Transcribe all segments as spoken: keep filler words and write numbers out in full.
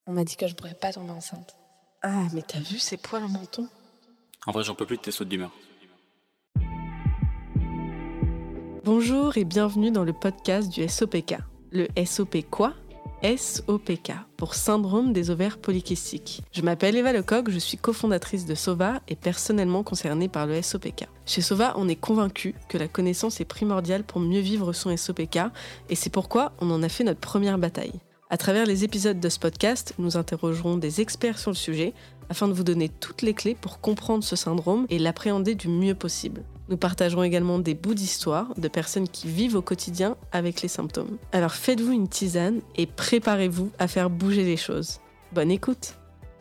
On m'a dit que je pourrais pas tomber enceinte. Ah, mais t'as vu ces poils au menton? En vrai, j'en peux plus de tes sautes d'humeur. Bonjour et bienvenue dans le podcast du S O P K. Le S O P quoi? S O P K, pour syndrome des ovaires polykystiques. Je m'appelle Eva Lecoq, je suis cofondatrice de Sova et personnellement concernée par le S O P K. Chez Sova, on est convaincu que la connaissance est primordiale pour mieux vivre son S O P K et c'est pourquoi on en a fait notre première bataille. À travers les épisodes de ce podcast, nous interrogerons des experts sur le sujet afin de vous donner toutes les clés pour comprendre ce syndrome et l'appréhender du mieux possible. Nous partagerons également des bouts d'histoire de personnes qui vivent au quotidien avec les symptômes. Alors faites-vous une tisane et préparez-vous à faire bouger les choses. Bonne écoute!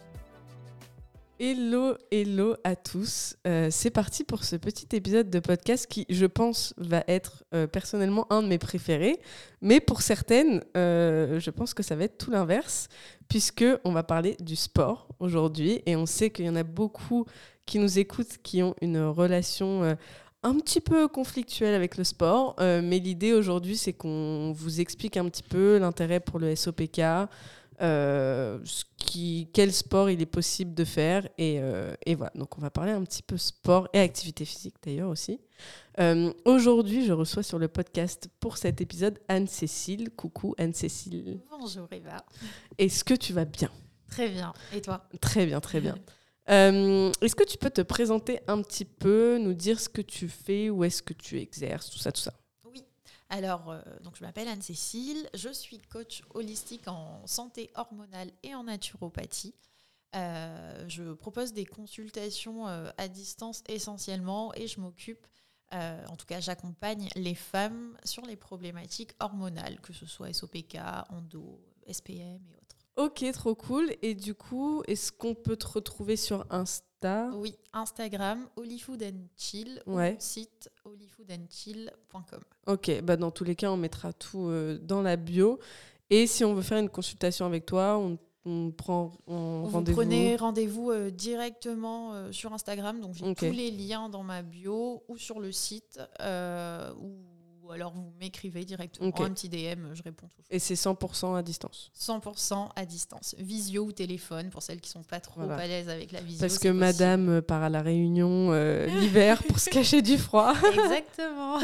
Hello, hello à tous. Euh, c'est parti pour ce petit épisode de podcast qui, je pense, va être euh, personnellement un de mes préférés. Mais pour certaines, euh, je pense que ça va être tout l'inverse, puisqu'on va parler du sport aujourd'hui. Et on sait qu'il y en a beaucoup qui nous écoutent, qui ont une relation euh, un petit peu conflictuelle avec le sport. Euh, mais l'idée aujourd'hui, c'est qu'on vous explique un petit peu l'intérêt pour le S O P K, Euh, ce qui, quel sport il est possible de faire et, euh, et voilà, donc on va parler un petit peu sport et activité physique d'ailleurs aussi. Euh, aujourd'hui je reçois sur le podcast pour cet épisode Anne-Cécile. Coucou Anne-Cécile. Bonjour Eva. Est-ce que tu vas bien? Très bien, et toi? Très bien, très bien. euh, est-ce que tu peux te présenter un petit peu, nous dire ce que tu fais, où est-ce que tu exerces, tout ça, tout ça? Alors, euh, donc je m'appelle Anne-Cécile, je suis coach holistique en santé hormonale et en naturopathie. Euh, je propose des consultations euh, à distance essentiellement et je m'occupe, euh, en tout cas j'accompagne les femmes sur les problématiques hormonales, que ce soit S O P K, endo, S P M et autres. Ok, trop cool. Et du coup, est-ce qu'on peut te retrouver sur Insta? Oui, Instagram, Holyfood and Chill, ouais. ou mon site holyfood and chill point com. Ok, bah dans tous les cas, on mettra tout euh, dans la bio. Et si on veut faire une consultation avec toi, on, on prend on Vous rendez-vous. prenez rendez-vous euh, directement euh, sur Instagram, donc j'ai okay. tous les liens dans ma bio ou sur le site, euh, ou alors vous m'écrivez directement okay. un petit D M, je réponds toujours. Et c'est cent pour cent à distance? cent pour cent à distance, visio ou téléphone, pour celles qui ne sont pas trop voilà. à l'aise avec la visio. Parce que madame part à la Réunion euh, l'hiver pour se cacher du froid. Exactement.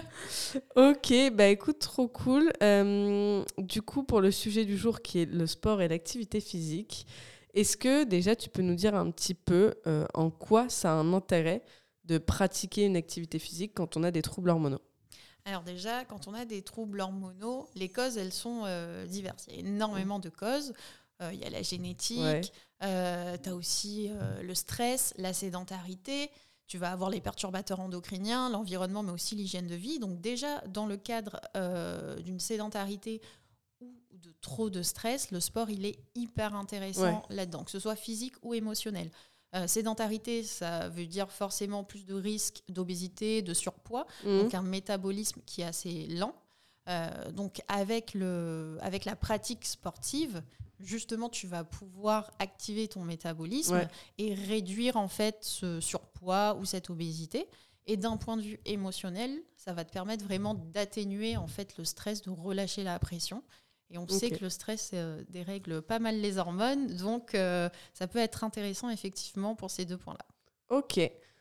Ok, bah écoute, trop cool. Euh, du coup, pour le sujet du jour qui est le sport et l'activité physique, est-ce que déjà tu peux nous dire un petit peu euh, en quoi ça a un intérêt de pratiquer une activité physique quand on a des troubles hormonaux? Alors déjà, quand on a des troubles hormonaux, les causes, elles sont euh, diverses. Il y a énormément de causes. Euh, il y a la génétique, ouais. euh, tu as aussi euh, le stress, la sédentarité. Tu vas avoir les perturbateurs endocriniens, l'environnement, mais aussi l'hygiène de vie. Donc déjà, dans le cadre euh, d'une sédentarité ou de trop de stress, le sport, il est hyper intéressant ouais. là-dedans, que ce soit physique ou émotionnel. Euh, sédentarité, ça veut dire forcément plus de risques d'obésité, de surpoids, mmh. donc un métabolisme qui est assez lent. Euh, donc avec, le, avec la pratique sportive, justement, tu vas pouvoir activer ton métabolisme ouais. et réduire en fait ce surpoids ou cette obésité. Et d'un point de vue émotionnel, ça va te permettre vraiment d'atténuer en fait le stress, de relâcher la pression. Et on okay. sait que le stress euh, dérègle pas mal les hormones, donc euh, ça peut être intéressant effectivement pour ces deux points-là. Ok.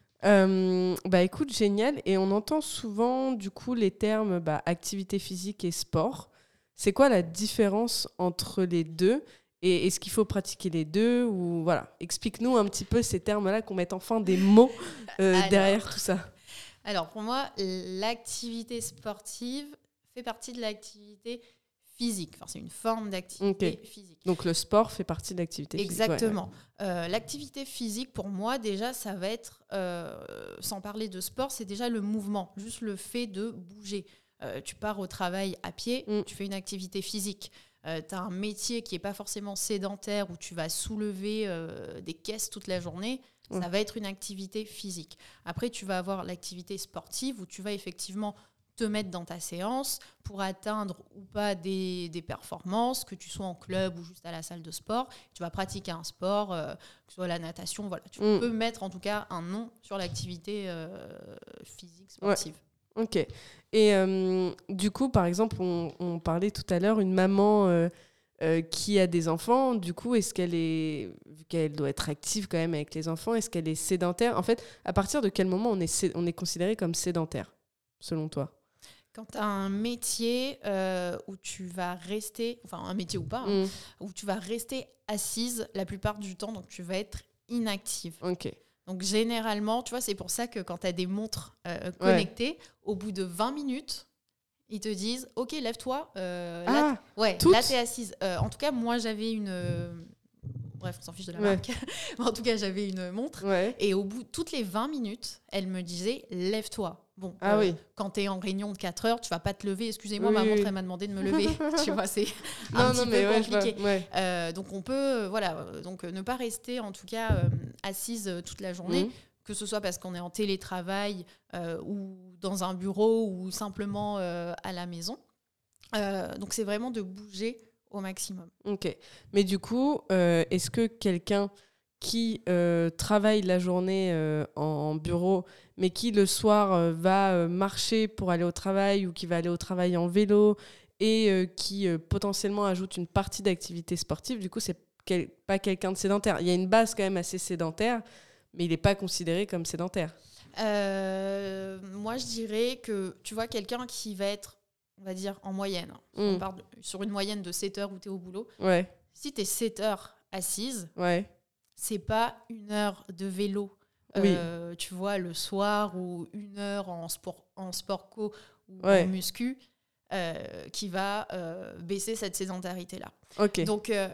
Euh, bah écoute, génial. Et on entend souvent du coup les termes bah, activité physique et sport. C'est quoi la différence entre les deux? Et est-ce qu'il faut pratiquer les deux ou voilà, explique-nous un petit peu ces termes-là, qu'on mette enfin des mots euh, alors, derrière tout ça. Alors pour moi, l'activité sportive fait partie de l'activité physique. Enfin, c'est une forme d'activité okay. physique. Donc, le sport fait partie de l'activité physique. Exactement. Ouais, ouais. Euh, l'activité physique, pour moi, déjà, ça va être, euh, sans parler de sport, c'est déjà le mouvement, juste le fait de bouger. Euh, tu pars au travail à pied, mm. tu fais une activité physique. Euh, tu as un métier qui n'est pas forcément sédentaire, où tu vas soulever euh, des caisses toute la journée. Mm. Ça va être une activité physique. Après, tu vas avoir l'activité sportive, où tu vas effectivement te mettre dans ta séance pour atteindre ou pas des, des performances, que tu sois en club ou juste à la salle de sport. Tu vas pratiquer un sport, euh, que ce soit la natation, voilà. Tu mmh. peux mettre en tout cas un nom sur l'activité euh, physique sportive. Ouais. Ok. Et euh, du coup, par exemple, on, on parlait tout à l'heure, une maman euh, euh, qui a des enfants, du coup, est-ce qu'elle est, vu qu'elle doit être active quand même avec les enfants, est-ce qu'elle est sédentaire ? En fait, à partir de quel moment on est, sé- on est considéré comme sédentaire, selon toi ? Quand tu as un métier euh, où tu vas rester, enfin un métier ou pas, hein, Mm. où tu vas rester assise la plupart du temps, donc tu vas être inactive. Ok. Donc généralement, tu vois, c'est pour ça que quand tu as des montres euh, connectées, ouais. au bout de vingt minutes, ils te disent « Ok, lève-toi. Euh, là, Ah, ouais, toutes là, t'es assise. Euh, » En tout cas, moi, j'avais une... Euh, bref, on s'en fiche de la ouais. marque. En tout cas, j'avais une montre. Ouais. Et au bout, toutes les vingt minutes, elle me disait « Lève-toi. » Bon, ah, euh, oui. quand tu es en réunion de quatre heures, tu vas pas te lever. Excusez-moi, oui, ma montre, oui. elle m'a demandé de me lever. Tu vois, c'est non, un non, petit mais peu ouais, compliqué. Ouais. Euh, donc, on peut, euh, voilà, donc, euh, ne pas rester, en tout cas, euh, assise euh, toute la journée. Mmh. Que ce soit parce qu'on est en télétravail euh, ou dans un bureau ou simplement euh, à la maison. Euh, donc, c'est vraiment de bouger au maximum. Ok. Mais du coup, euh, est-ce que quelqu'un qui euh, travaille la journée euh, en bureau, mais qui le soir euh, va euh, marcher pour aller au travail ou qui va aller au travail en vélo et euh, qui euh, potentiellement ajoute une partie d'activité sportive, du coup, c'est quel- pas quelqu'un de sédentaire. Il y a une base quand même assez sédentaire, mais il n'est pas considéré comme sédentaire. Euh, moi, je dirais que, tu vois, quelqu'un qui va être, on va dire, en moyenne, mmh. on part de, sur une moyenne de sept heures où tu es au boulot, ouais. si tu es sept heures assise, ouais. c'est pas une heure de vélo, euh, oui. tu vois, le soir, ou une heure en sport, en sport co ou ouais. en muscu, euh, qui va euh, baisser cette sédentarité-là. Okay. Donc, euh,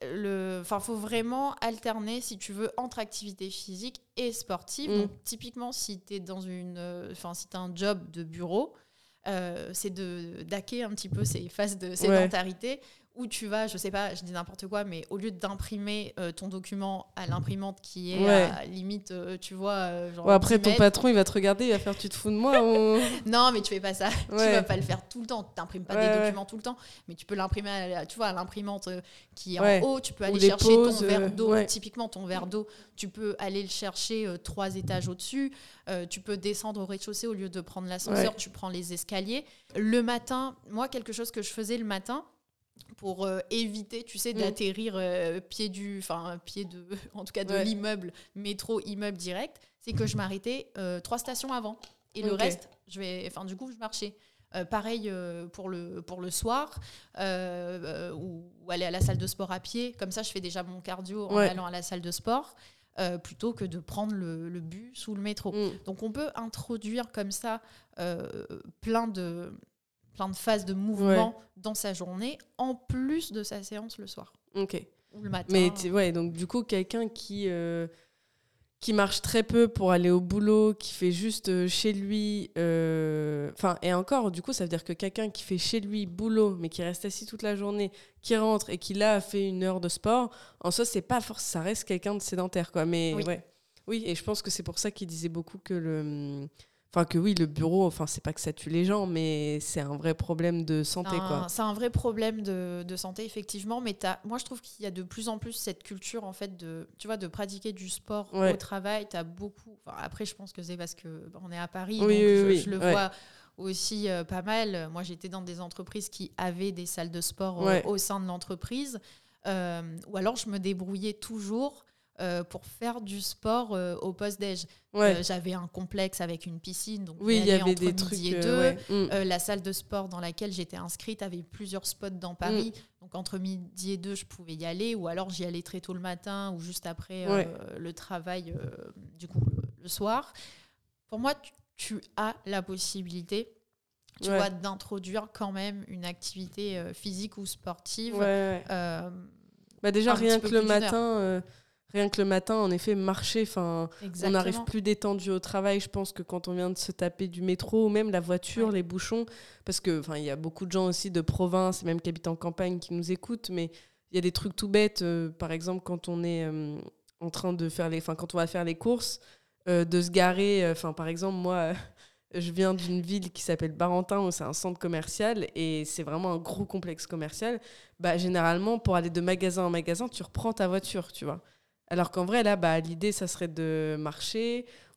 il faut vraiment alterner, si tu veux, entre activité physique et sportive. Mm. Donc, typiquement, si tu es dans une, enfin, si tu as un job de bureau, euh, c'est de d'hacker un petit peu ces phases de sédentarité. Ouais. Où tu vas, je sais pas, je dis n'importe quoi, mais au lieu d'imprimer euh, ton document à l'imprimante qui est ouais. à limite, euh, tu vois, euh, genre. Ouais, après, ton patron, il va te regarder, il va faire tu te fous de moi ou... Non, mais tu fais pas ça. Ouais. Tu vas pas le faire tout le temps. Tu n'imprimes pas ouais, des documents ouais. tout le temps, mais tu peux l'imprimer, à, tu vois, à l'imprimante euh, qui est ouais. en haut. Tu peux aller chercher poses, ton verre d'eau. Ouais. Typiquement, ton verre d'eau, tu peux aller le chercher euh, trois étages au-dessus. Euh, tu peux descendre au rez-de-chaussée au lieu de prendre l'ascenseur. Ouais. Tu prends les escaliers. Le matin, moi, quelque chose que je faisais le matin, pour euh, éviter, tu sais, mmh. d'atterrir euh, pied du, enfin pied de, en tout cas de ouais. l'immeuble, métro, immeuble direct, c'est que je m'arrêtais euh, trois stations avant. Et okay. le reste, je vais, enfin du coup, je marchais. Euh, pareil euh, pour le pour le soir, euh, euh, ou, ou aller à la salle de sport à pied. Comme ça, je fais déjà mon cardio en ouais. allant à la salle de sport. Euh, plutôt que de prendre le, le bus ou le métro. Mmh. Donc, on peut introduire comme ça euh, plein de plein de phases de mouvement ouais. dans sa journée, en plus de sa séance le soir. Ok. Ou le matin. Mais ouais, donc du coup, quelqu'un qui, euh, qui marche très peu pour aller au boulot, qui fait juste euh, chez lui... Enfin, euh, et encore, du coup, ça veut dire que quelqu'un qui fait chez lui boulot, mais qui reste assis toute la journée, qui rentre et qui là fait une heure de sport, en soi, c'est pas force, ça reste quelqu'un de sédentaire, quoi. Mais oui. ouais. Oui, et je pense que c'est pour ça qu'il disait beaucoup que le... Enfin, que oui, le bureau, enfin, c'est pas que ça tue les gens, mais c'est un vrai problème de santé, un, quoi. C'est un vrai problème de, de santé, effectivement. Mais t'as, moi, je trouve qu'il y a de plus en plus cette culture, en fait, de, tu vois, de pratiquer du sport ouais. au travail. T'as beaucoup... Enfin, après, je pense que c'est parce qu'on est à Paris, oui, donc oui, je, oui, je le ouais. vois aussi euh, pas mal. Moi, j'étais dans des entreprises qui avaient des salles de sport ouais. euh, au sein de l'entreprise. Euh, ou alors, je me débrouillais toujours... Euh, pour faire du sport euh, au post-déj. Ouais. Euh, j'avais un complexe avec une piscine, donc oui, il y avait entre des midi trucs et deux. Euh, ouais. mm. euh, la salle de sport dans laquelle j'étais inscrite avait plusieurs spots dans Paris, mm. donc entre midi et deux, je pouvais y aller, ou alors j'y allais très tôt le matin ou juste après ouais. euh, le travail, euh, du coup, le, le soir. Pour moi, tu, tu as la possibilité, tu ouais. vois, d'introduire quand même une activité euh, physique ou sportive. Ouais, ouais. Euh, bah déjà, rien que le matin... Rien que le matin, en effet, marcher, enfin, on n'arrive plus détendu au travail, je pense, que quand on vient de se taper du métro, ou même la voiture, ouais. les bouchons, parce que, enfin, il y a beaucoup de gens aussi de province, même qui habitent en campagne, qui nous écoutent, mais il y a des trucs tout bêtes, euh, par exemple, quand on est euh, en train de faire les, enfin, quand on va faire les courses, euh, de se garer, enfin, euh, par exemple, moi, euh, je viens d'une ville qui s'appelle Barentin, où c'est un centre commercial, et c'est vraiment un gros complexe commercial. Bah, généralement, pour aller de magasin en magasin, tu reprends ta voiture, tu vois. Alors qu'en vrai, là, bah, l'idée, ça serait de marcher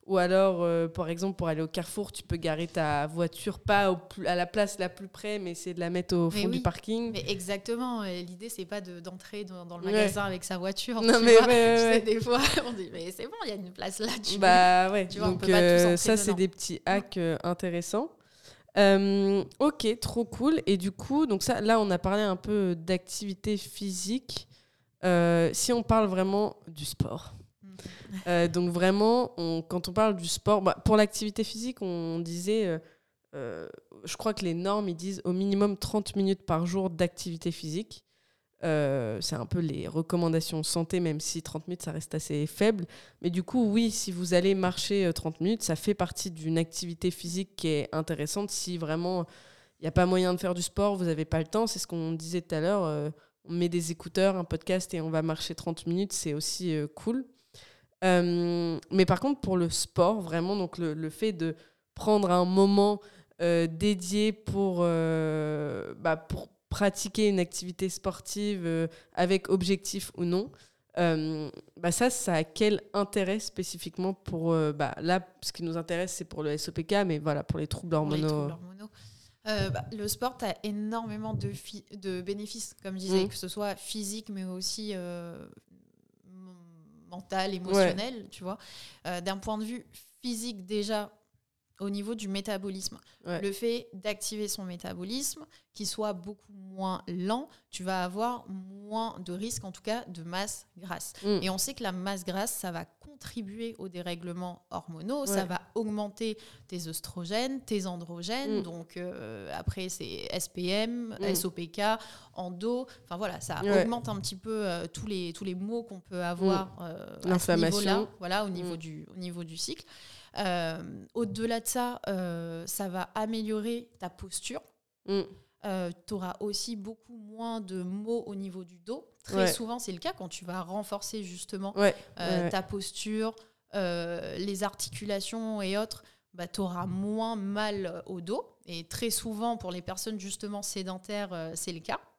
Ou alors, euh, par exemple, pour aller au Carrefour, tu peux garer ta voiture pas au plus, à la place la plus près, mais essayer de la mettre au fond Mais oui, du parking. Mais exactement. Et l'idée, c'est pas de, d'entrer dans, dans le Ouais. magasin avec sa voiture. Non, tu mais vois. ouais, ouais, Tu sais, ouais. des fois, on dit, mais c'est bon, il y a une place là. Tu Bah ouais, tu vois, on donc peut pas tous euh, entrer ça, c'est dedans. des petits hacks euh, intéressants. Euh, ok, trop cool. Et du coup, donc ça, là, on a parlé un peu d'activité physique. Euh, si on parle vraiment du sport. Euh, donc vraiment, on, quand on parle du sport, bah, pour l'activité physique, on disait, euh, euh, je crois que les normes, ils disent au minimum trente minutes par jour d'activité physique. Euh, c'est un peu les recommandations santé, même si trente minutes, ça reste assez faible. Mais du coup, oui, si vous allez marcher euh, trente minutes, ça fait partie d'une activité physique qui est intéressante. Si vraiment, il n'y a pas moyen de faire du sport, vous n'avez pas le temps, c'est ce qu'on disait tout à l'heure, euh, on met des écouteurs, un podcast et on va marcher trente minutes, c'est aussi euh, cool. Euh, mais par contre, pour le sport, vraiment, donc le, le fait de prendre un moment euh, dédié pour, euh, bah, pour pratiquer une activité sportive euh, avec objectif ou non, euh, bah ça, ça a quel intérêt spécifiquement pour... Euh, bah, là, ce qui nous intéresse, c'est pour le S O P K, mais voilà, pour les troubles Pour les hormonaux. troubles hormonaux. Euh, bah, le sport, tu as énormément de, fi- de bénéfices, comme je disais, Mmh. que ce soit physique, mais aussi euh, m- mental, émotionnel, tu vois. Euh, d'un point de vue physique, déjà, au niveau du métabolisme, Ouais. le fait d'activer son métabolisme, qu'il soit beaucoup moins lent, tu vas avoir moins de risques, en tout cas, de masse grasse. Mm. Et on sait que la masse grasse, ça va contribuer au dérèglement hormonaux, Ouais. ça va augmenter tes œstrogènes, tes androgènes, Mm. donc euh, après c'est S P M, Mm. S O P K, endo, enfin voilà, ça Ouais. augmente un petit peu euh, tous, les, tous les maux qu'on peut avoir euh, à ce L'inflammation. niveau-là, voilà, au niveau, Mm. du, au niveau du cycle. Euh, au-delà de ça, euh, ça va améliorer ta posture. Mm. Euh, tu auras aussi beaucoup moins de maux au niveau du dos. Très Ouais. souvent, c'est le cas quand tu vas renforcer justement Ouais. euh, Ouais. ta posture, euh, les articulations et autres. Bah, tu auras moins mal au dos. Et très souvent, pour les personnes justement sédentaires, euh, c'est le cas.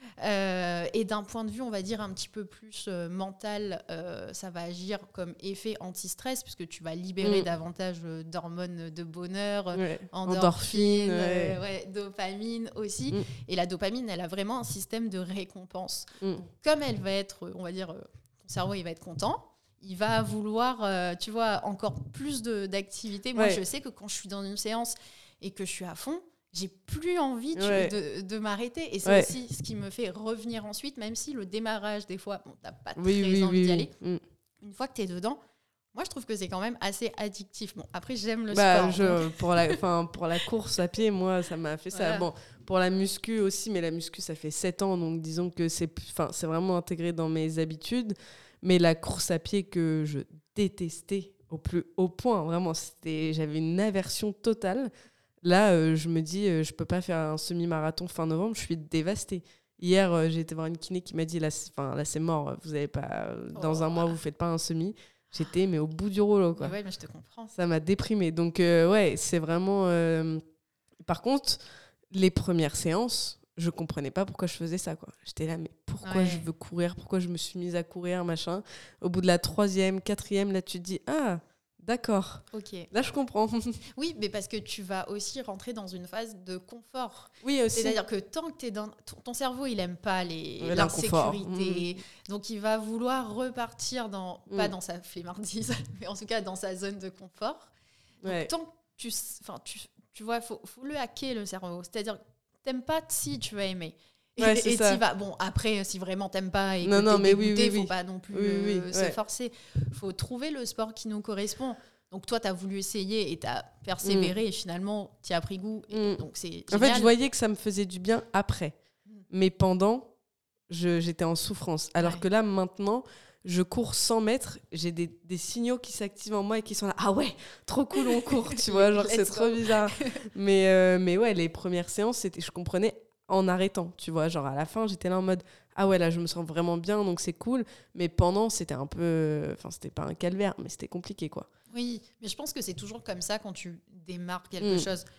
Euh, et d'un point de vue, on va dire, un petit peu plus euh, mental, euh, ça va agir comme effet anti-stress, puisque tu vas libérer Mm. davantage euh, d'hormones de bonheur, Ouais. endorphines, Endorphine, euh, ouais. ouais, dopamine aussi. Mm. Et la dopamine, elle a vraiment un système de récompense. Mm. Comme elle va être, on va dire, euh, ton cerveau, il va être content. Il va vouloir, euh, tu vois, encore plus de, d'activité. Moi, Ouais. je sais que quand je suis dans une séance et que je suis à fond, j'ai plus envie tu- Ouais. de, de m'arrêter. Et c'est Ouais. aussi ce qui me fait revenir ensuite, même si le démarrage, des fois, bon, t'as pas Oui, très oui, envie oui. d'y aller. oui. Mm. Une fois que t'es dedans, moi, je trouve que c'est quand même assez addictif. Bon, après, j'aime le Bah, sport. je, donc- pour, la, enfin, pour la course à pied, moi, ça m'a fait Voilà. ça. Bon, pour la muscu aussi, mais la muscu, ça fait sept ans, donc disons que c'est, enfin, c'est vraiment intégré dans mes habitudes. Mais la course à pied que je détestais au plus haut point, vraiment, c'était, j'avais une aversion totale. Là, euh, je me dis, euh, je peux pas faire un semi-marathon fin novembre, je suis dévastée. Hier, euh, j'ai été voir une kiné qui m'a dit, là, c'est, enfin, là c'est mort, vous avez pas, dans Oh, un mois, vous faites pas un semi. J'étais, mais au bout du rouleau, quoi. Mais ouais, mais je te comprends. Ça m'a déprimée. Donc, euh, ouais, c'est vraiment... euh, Par contre, les premières séances, je comprenais pas pourquoi je faisais ça, quoi. J'étais là, mais pourquoi Ouais. je veux courir? Pourquoi je me suis mise à courir, machin? Au bout de la troisième, quatrième, là, tu te dis, ah, d'accord. Ok. Là, je comprends. Oui, mais parce que tu vas aussi rentrer dans une phase de confort. Oui, aussi. C'est-à-dire que tant que tu es dans... Ton, ton cerveau, il aime pas les, Ouais, l'inconfort. l'insécurité. Donc, il va vouloir repartir dans... Pas Mm. dans sa flemmardise, mais en tout cas dans sa zone de confort. Donc, Ouais. tant que tu... Enfin, tu, tu vois, il faut, faut le hacker, le cerveau. C'est-à-dire, t'aimes pas, si tu vas aimer. Et, Ouais, c'est et ça. t'y vas. Bon, après, si vraiment t'aimes pas et Non, que non, t'es mais oui, dégoûté, oui, faut oui. pas non plus Oui, oui, euh, oui, se ouais. forcer. Faut trouver le sport qui nous correspond. Donc toi, tu as voulu essayer et tu as persévéré et finalement, tu as pris goût. Et Mm. donc c'est En fait, génial. je voyais que ça me faisait du bien après. Mm. Mais pendant, je, j'étais en souffrance. Alors Ouais. que là, maintenant, je cours cent mètres, j'ai des, des signaux qui s'activent en moi et qui sont là. Ah ouais, trop cool, on court, tu vois. Genre, Let's c'est trop go. bizarre. mais, euh, mais ouais, les premières séances, c'était, je comprenais en arrêtant, tu vois. Genre, à la fin, j'étais là en mode, ah ouais, là, je me sens vraiment bien, donc c'est cool. Mais pendant, c'était un peu... Enfin, c'était pas un calvaire, mais c'était compliqué, quoi. Oui, mais je pense que c'est toujours comme ça quand tu démarres quelque Mm. chose.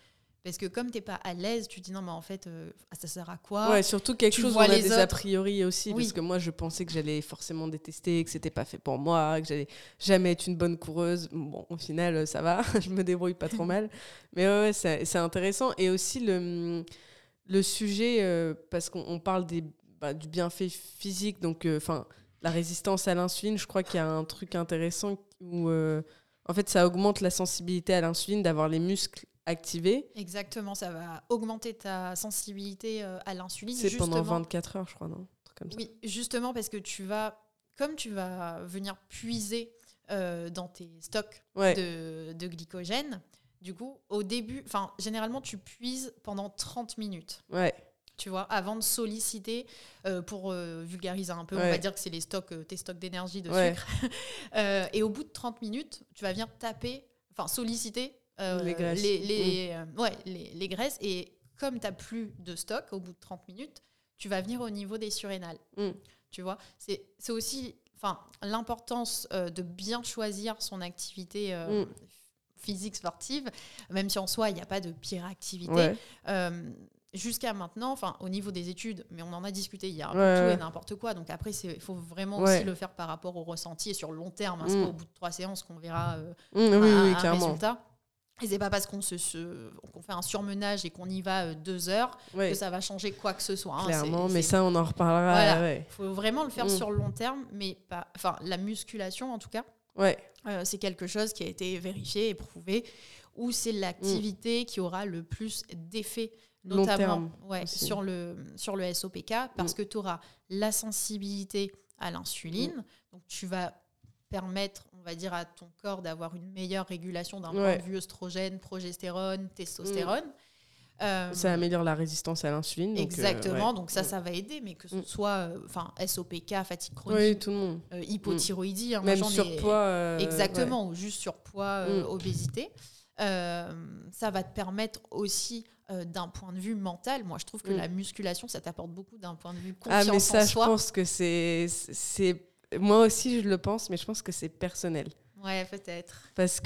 Parce que comme tu n'es pas à l'aise, tu te dis non, mais en fait, euh, ça sert à quoi? Ouais, surtout quelque tu chose où on a des autres. a priori aussi, oui. Parce que moi, je pensais que j'allais forcément détester, que c'était pas fait pour moi, que j'allais jamais être une bonne coureuse. Bon, au final, ça va, je me débrouille pas trop mal. Mais ouais, ouais c'est, c'est intéressant. Et aussi le, le sujet, euh, parce qu'on on parle des, bah, du bienfait physique, donc enfin euh, la résistance à l'insuline, je crois qu'il y a un truc intéressant où, euh, en fait, ça augmente la sensibilité à l'insuline, d'avoir les muscles activés. Exactement, ça va augmenter ta sensibilité euh, à l'insuline. C'est justement. pendant vingt-quatre heures, je crois, non? Un truc comme ça. Oui, justement parce que tu vas, comme tu vas venir puiser euh, dans tes stocks ouais. de, de glycogène, du coup, au début, enfin, généralement, tu puises pendant trente minutes. Ouais. Tu vois, avant de solliciter, euh, pour euh, vulgariser un peu, ouais. on va dire que c'est les stocks, euh, tes stocks d'énergie, de ouais. sucre. euh, et au bout de trente minutes, tu vas venir taper, enfin solliciter euh, les graisses. Les, les, mmh. euh, ouais, les, les graisses. Et comme tu n'as plus de stock au bout de trente minutes, tu vas venir au niveau des surrénales. Mmh. Tu vois, c'est, c'est aussi l'importance euh, de bien choisir son activité euh, mmh. physique sportive, même si en soi, il n'y a pas de pire activité. Ouais. Euh, Jusqu'à maintenant, enfin au niveau des études, mais on en a discuté, il y a un ouais, peu tout ouais. et n'importe quoi. Donc après, il faut vraiment ouais. aussi le faire par rapport au ressenti et sur le long terme. Hein, mmh. C'est pas au bout de trois séances qu'on verra euh, mmh, un, oui, oui, un résultat. Et c'est pas parce qu'on, se, se, qu'on fait un surmenage et qu'on y va euh, deux heures ouais. que ça va changer quoi que ce soit. Hein. Clairement, c'est, mais c'est... ça, on en reparlera. Voilà. Ouais. Faut vraiment le faire mmh. sur le long terme, mais pas. Enfin, la musculation, en tout cas, ouais. euh, c'est quelque chose qui a été vérifié et prouvé, où c'est l'activité mmh. qui aura le plus d'effet. Notamment ouais, sur, le, sur le S O P K, parce mmh. que tu auras la sensibilité à l'insuline. Mmh. Donc, tu vas permettre, on va dire, à ton corps d'avoir une meilleure régulation d'un ouais. point de vue œstrogène, progestérone, testostérone. Mmh. Euh, ça améliore la résistance à l'insuline. Exactement. Donc, euh, ouais. donc ça, ça va aider. Mais que ce mmh. soit euh, S O P K, fatigue chronique, oui, tout le monde. Euh, hypothyroïdie. Mmh. Hein, Même surpoids. Ai... Euh, Exactement. Ouais. Ou juste surpoids, euh, mmh. obésité. Euh, ça va te permettre aussi euh, d'un point de vue mental. Moi, je trouve que mmh. la musculation, ça t'apporte beaucoup d'un point de vue confiance ah, mais ça, en soi. Je pense que c'est, c'est... Moi aussi, je le pense, mais je pense que c'est personnel. Ouais, peut-être. Parce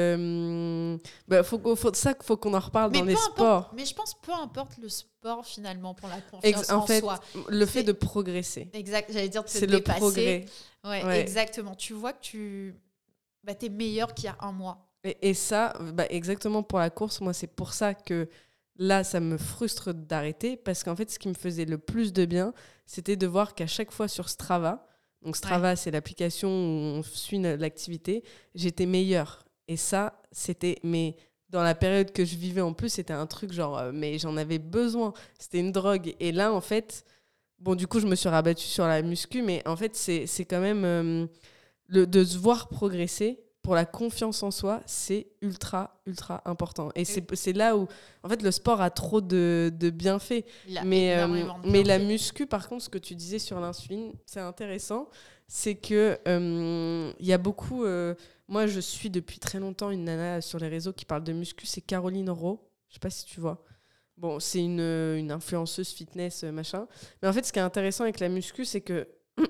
que... Bah, faut, faut, ça, il faut qu'on en reparle mais dans les importe, sports. Mais je pense peu importe le sport, finalement, pour la confiance Ex- en, en fait, soi. Le c'est... fait de progresser. Exact, j'allais dire de se c'est dépasser. Le progrès. Ouais, ouais, exactement. Tu vois que tu bah, es meilleur qu'il y a un mois. Et, et ça, bah, exactement pour la course, moi, c'est pour ça que là, ça me frustre d'arrêter. Parce qu'en fait, ce qui me faisait le plus de bien, c'était de voir qu'à chaque fois sur Strava, donc Strava, ouais. c'est l'application où on suit l'activité, j'étais meilleure. Et ça, c'était... Mais dans la période que je vivais, en plus, c'était un truc genre... Euh, mais j'en avais besoin. C'était une drogue. Et là, en fait... Bon, du coup, je me suis rabattue sur la muscu, mais en fait, c'est, c'est quand même... Euh, le, de se voir progresser... Pour la confiance en soi, c'est ultra, ultra important. Et c'est, c'est là où, en fait, le sport a trop de, de bienfaits. Mais, euh, de mais la muscu, par contre, ce que tu disais sur l'insuline, c'est intéressant. C'est qu'il euh, y a beaucoup... Euh, moi, je suis depuis très longtemps une nana sur les réseaux qui parle de muscu. C'est Caroline Rowe. Je ne sais pas si tu vois. Bon, c'est une, une influenceuse fitness, machin. Mais en fait, ce qui est intéressant avec la muscu, c'est que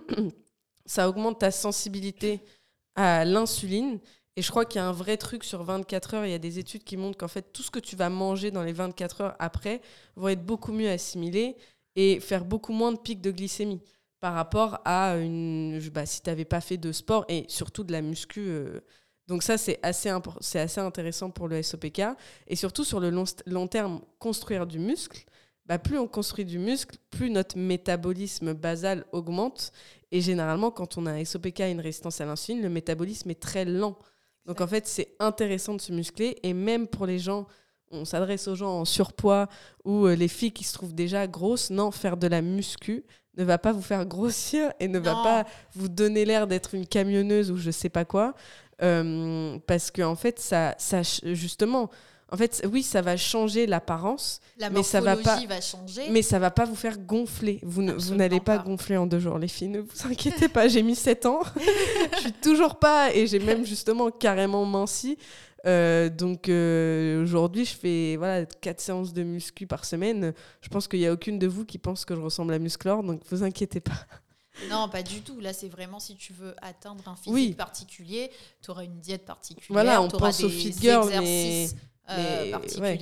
ça augmente ta sensibilité à l'insuline. Et je crois qu'il y a un vrai truc sur vingt-quatre heures. Il y a des études qui montrent qu'en fait, tout ce que tu vas manger dans les vingt-quatre heures après va être beaucoup mieux assimilé et faire beaucoup moins de pics de glycémie par rapport à une, bah, si tu n'avais pas fait de sport et surtout de la muscu. Euh. Donc ça, c'est assez, impor- c'est assez intéressant pour le S O P K. Et surtout, sur le long, long terme, construire du muscle, bah, plus on construit du muscle, plus notre métabolisme basal augmente. Et généralement, quand on a un S O P K et une résistance à l'insuline, le métabolisme est très lent. Donc en fait, c'est intéressant de se muscler. Et même pour les gens, on s'adresse aux gens en surpoids ou euh, les filles qui se trouvent déjà grosses, non, faire de la muscu ne va pas vous faire grossir et ne non. va pas vous donner l'air d'être une camionneuse ou je sais pas quoi. Euh, parce qu'en fait, ça, ça, justement... En fait, oui, ça va changer l'apparence, la mais ça va pas. Va changer. Mais ça va pas vous faire gonfler. Vous, ne, vous n'allez pas, pas gonfler en deux jours, les filles. Ne vous inquiétez pas. J'ai mis sept ans. Je suis toujours pas, et j'ai même justement carrément minci. Euh, donc euh, aujourd'hui, je fais voilà quatre séances de muscu par semaine. Je pense qu'il y a aucune de vous qui pense que je ressemble à Musclor, donc vous inquiétez pas. Non, pas du tout. Là, c'est vraiment si tu veux atteindre un physique oui. particulier, tu auras une diète particulière. Voilà, on pense au fit girl, mais... Euh, mais, particulier, ouais.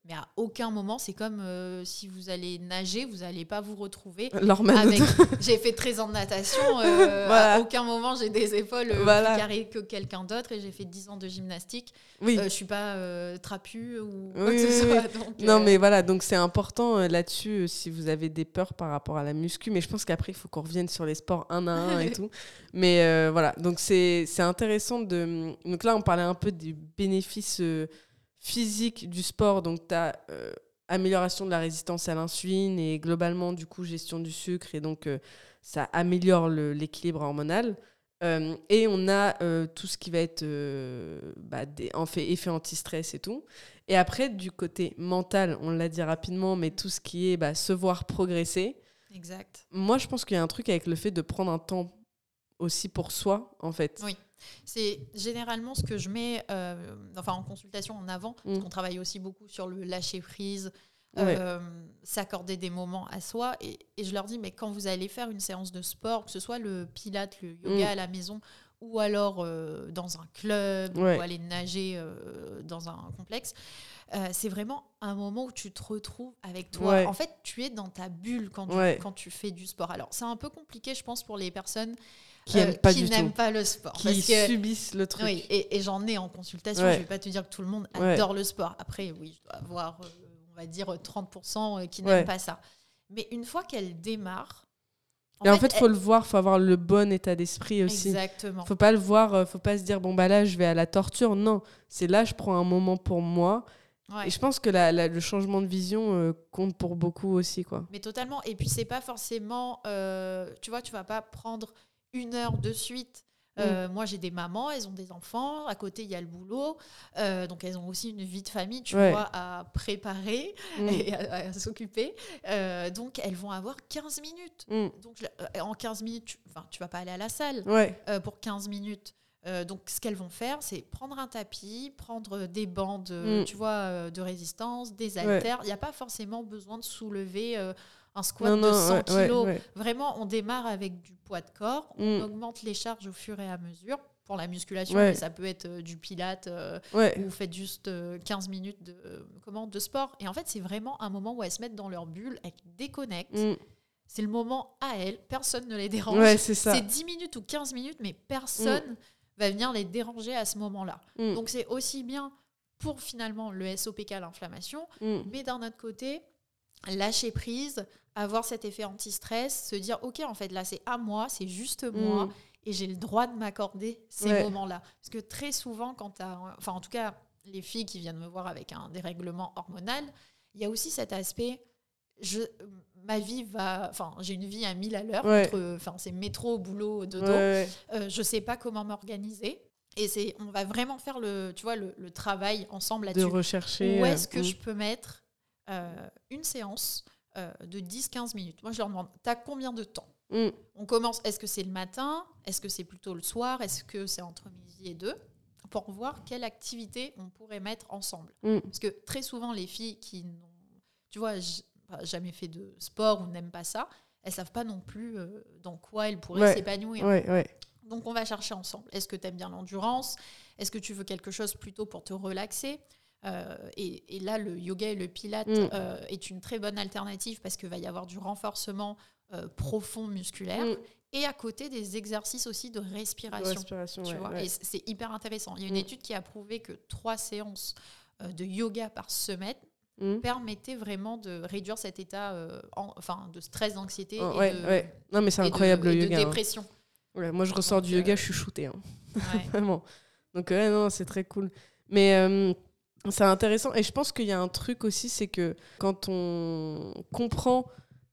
Mais à aucun moment, c'est comme euh, si vous allez nager, vous n'allez pas vous retrouver. Avec... J'ai fait treize ans de natation, euh, voilà. À aucun moment j'ai des épaules euh, voilà. plus carrées que quelqu'un d'autre, et j'ai fait dix ans de gymnastique. Oui. Euh, je ne suis pas euh, trapue ou quoi oui, que ce oui, soit. Oui. Donc, non, euh... mais voilà, donc c'est important euh, là-dessus euh, si vous avez des peurs par rapport à la muscu. Mais je pense qu'après, il faut qu'on revienne sur les sports un à un et tout. Mais euh, voilà, donc c'est, c'est intéressant de. Donc là, on parlait un peu des bénéfices euh, physiques du sport. Donc tu as. Euh, amélioration de la résistance à l'insuline et globalement du coup gestion du sucre, et donc euh, ça améliore le, l'équilibre hormonal, euh, et on a euh, tout ce qui va être euh, bah, des, en fait, effet anti-stress et tout. Et après du côté mental, on l'a dit rapidement, mais tout ce qui est bah, se voir progresser. Exact. Moi je pense qu'il y a un truc avec le fait de prendre un temps aussi pour soi en fait. Oui. C'est généralement ce que je mets euh, enfin, en consultation en avant, mmh. parce qu'on travaille aussi beaucoup sur le lâcher-prise, euh, ouais. s'accorder des moments à soi. Et, et je leur dis, mais quand vous allez faire une séance de sport, que ce soit le pilates, le yoga mmh. à la maison, ou alors euh, dans un club, ouais. ou aller nager euh, dans un complexe, euh, c'est vraiment un moment où tu te retrouves avec toi. Ouais. En fait, tu es dans ta bulle quand tu, ouais. quand tu fais du sport. Alors, c'est un peu compliqué, je pense, pour les personnes qui n'aiment pas, euh, n'aiment pas le sport. Qui parce que, subissent le truc. Oui, et, et j'en ai en consultation. Ouais. Je ne vais pas te dire que tout le monde adore ouais. le sport. Après, oui, je dois avoir, euh, on va dire, trente pour cent qui n'aiment ouais. pas ça. Mais une fois qu'elle démarre... En et fait, en fait, il faut elle... le voir, il faut avoir le bon état d'esprit aussi. Exactement. Il ne faut pas le voir, il ne faut pas se dire, bon, bah là, je vais à la torture. Non, c'est là, je prends un moment pour moi. Ouais. Et je pense que la, la, le changement de vision euh, compte pour beaucoup aussi, quoi. Mais totalement. Et puis, c'est pas forcément... Euh, tu vois, tu vas pas prendre... une heure de suite. Euh, mmh. Moi, j'ai des mamans, elles ont des enfants. À côté, il y a le boulot. Euh, donc, elles ont aussi une vie de famille, tu ouais. vois, à préparer mmh. et à, à s'occuper. Euh, donc, elles vont avoir quinze minutes. Mmh. Donc, euh, en quinze minutes, tu ne vas pas aller à la salle ouais. euh, pour quinze minutes. Euh, donc, ce qu'elles vont faire, c'est prendre un tapis, prendre des bandes, mmh. tu vois, euh, de résistance, des haltères. Il n'y a pas forcément besoin de soulever... Euh, un squat non, non, de cent kilos. Ouais, ouais. Vraiment, on démarre avec du poids de corps. On mm. augmente les charges au fur et à mesure. Pour la musculation, ouais. mais ça peut être euh, du pilates euh, ouais. où vous faites juste euh, quinze minutes de, euh, comment, de sport. Et en fait, c'est vraiment un moment où elles se mettent dans leur bulle, elles déconnectent. Mm. C'est le moment à elles. Personne ne les dérange. Ouais, c'est ça. C'est dix minutes ou quinze minutes, mais personne mm. va venir les déranger à ce moment-là. Mm. Donc, c'est aussi bien pour finalement le S O P K, l'inflammation, mm. mais d'un autre côté, lâcher prise, avoir cet effet anti-stress, se dire ok, en fait là c'est à moi, c'est juste moi, mmh. et j'ai le droit de m'accorder ces ouais. moments-là. Parce que très souvent, quand t'as, enfin en tout cas les filles qui viennent me voir avec un dérèglement hormonal, il y a aussi cet aspect, je, ma vie va, enfin j'ai une vie à mille à l'heure, ouais. entre, enfin c'est métro, boulot, dodo, ouais. euh, je sais pas comment m'organiser. Et c'est, on va vraiment faire le, tu vois, le, le travail ensemble là-dessus. De rechercher. Où est-ce que euh, je peux mettre euh, une séance Euh, de dix à quinze minutes. Moi, je leur demande, t'as combien de temps ? mm. On commence, est-ce que c'est le matin ? Est-ce que c'est plutôt le soir ? Est-ce que c'est entre midi et deux ? Pour voir quelle activité on pourrait mettre ensemble. Mm. Parce que très souvent, les filles qui n'ont, tu vois, j- jamais fait de sport ou n'aiment pas ça, elles ne savent pas non plus euh, dans quoi elles pourraient ouais. s'épanouir. Ouais, ouais. Donc, on va chercher ensemble. Est-ce que tu aimes bien l'endurance ? Est-ce que tu veux quelque chose plutôt pour te relaxer ? Euh, et, et là, le yoga et le pilate mm. euh, est une très bonne alternative parce qu'il va y avoir du renforcement euh, profond musculaire mm. et à côté des exercices aussi de respiration. De respiration tu ouais, vois ouais. Et c'est hyper intéressant. Il y a une mm. étude qui a prouvé que trois séances euh, de yoga par semaine mm. permettaient vraiment de réduire cet état euh, en, enfin, de stress, d'anxiété oh, et, ouais, de, ouais. Non, mais c'est incroyable, de, le et yoga, de dépression. Hein. Ouais, moi, je ressors Donc, du yoga, euh... je suis shootée. Hein. Ouais. Vraiment. Donc, ouais, non, c'est très cool. Mais... Euh, c'est intéressant et je pense qu'il y a un truc aussi, c'est que quand on comprend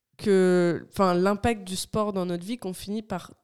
que, enfin, l'impact du sport dans notre vie, qu'on finit par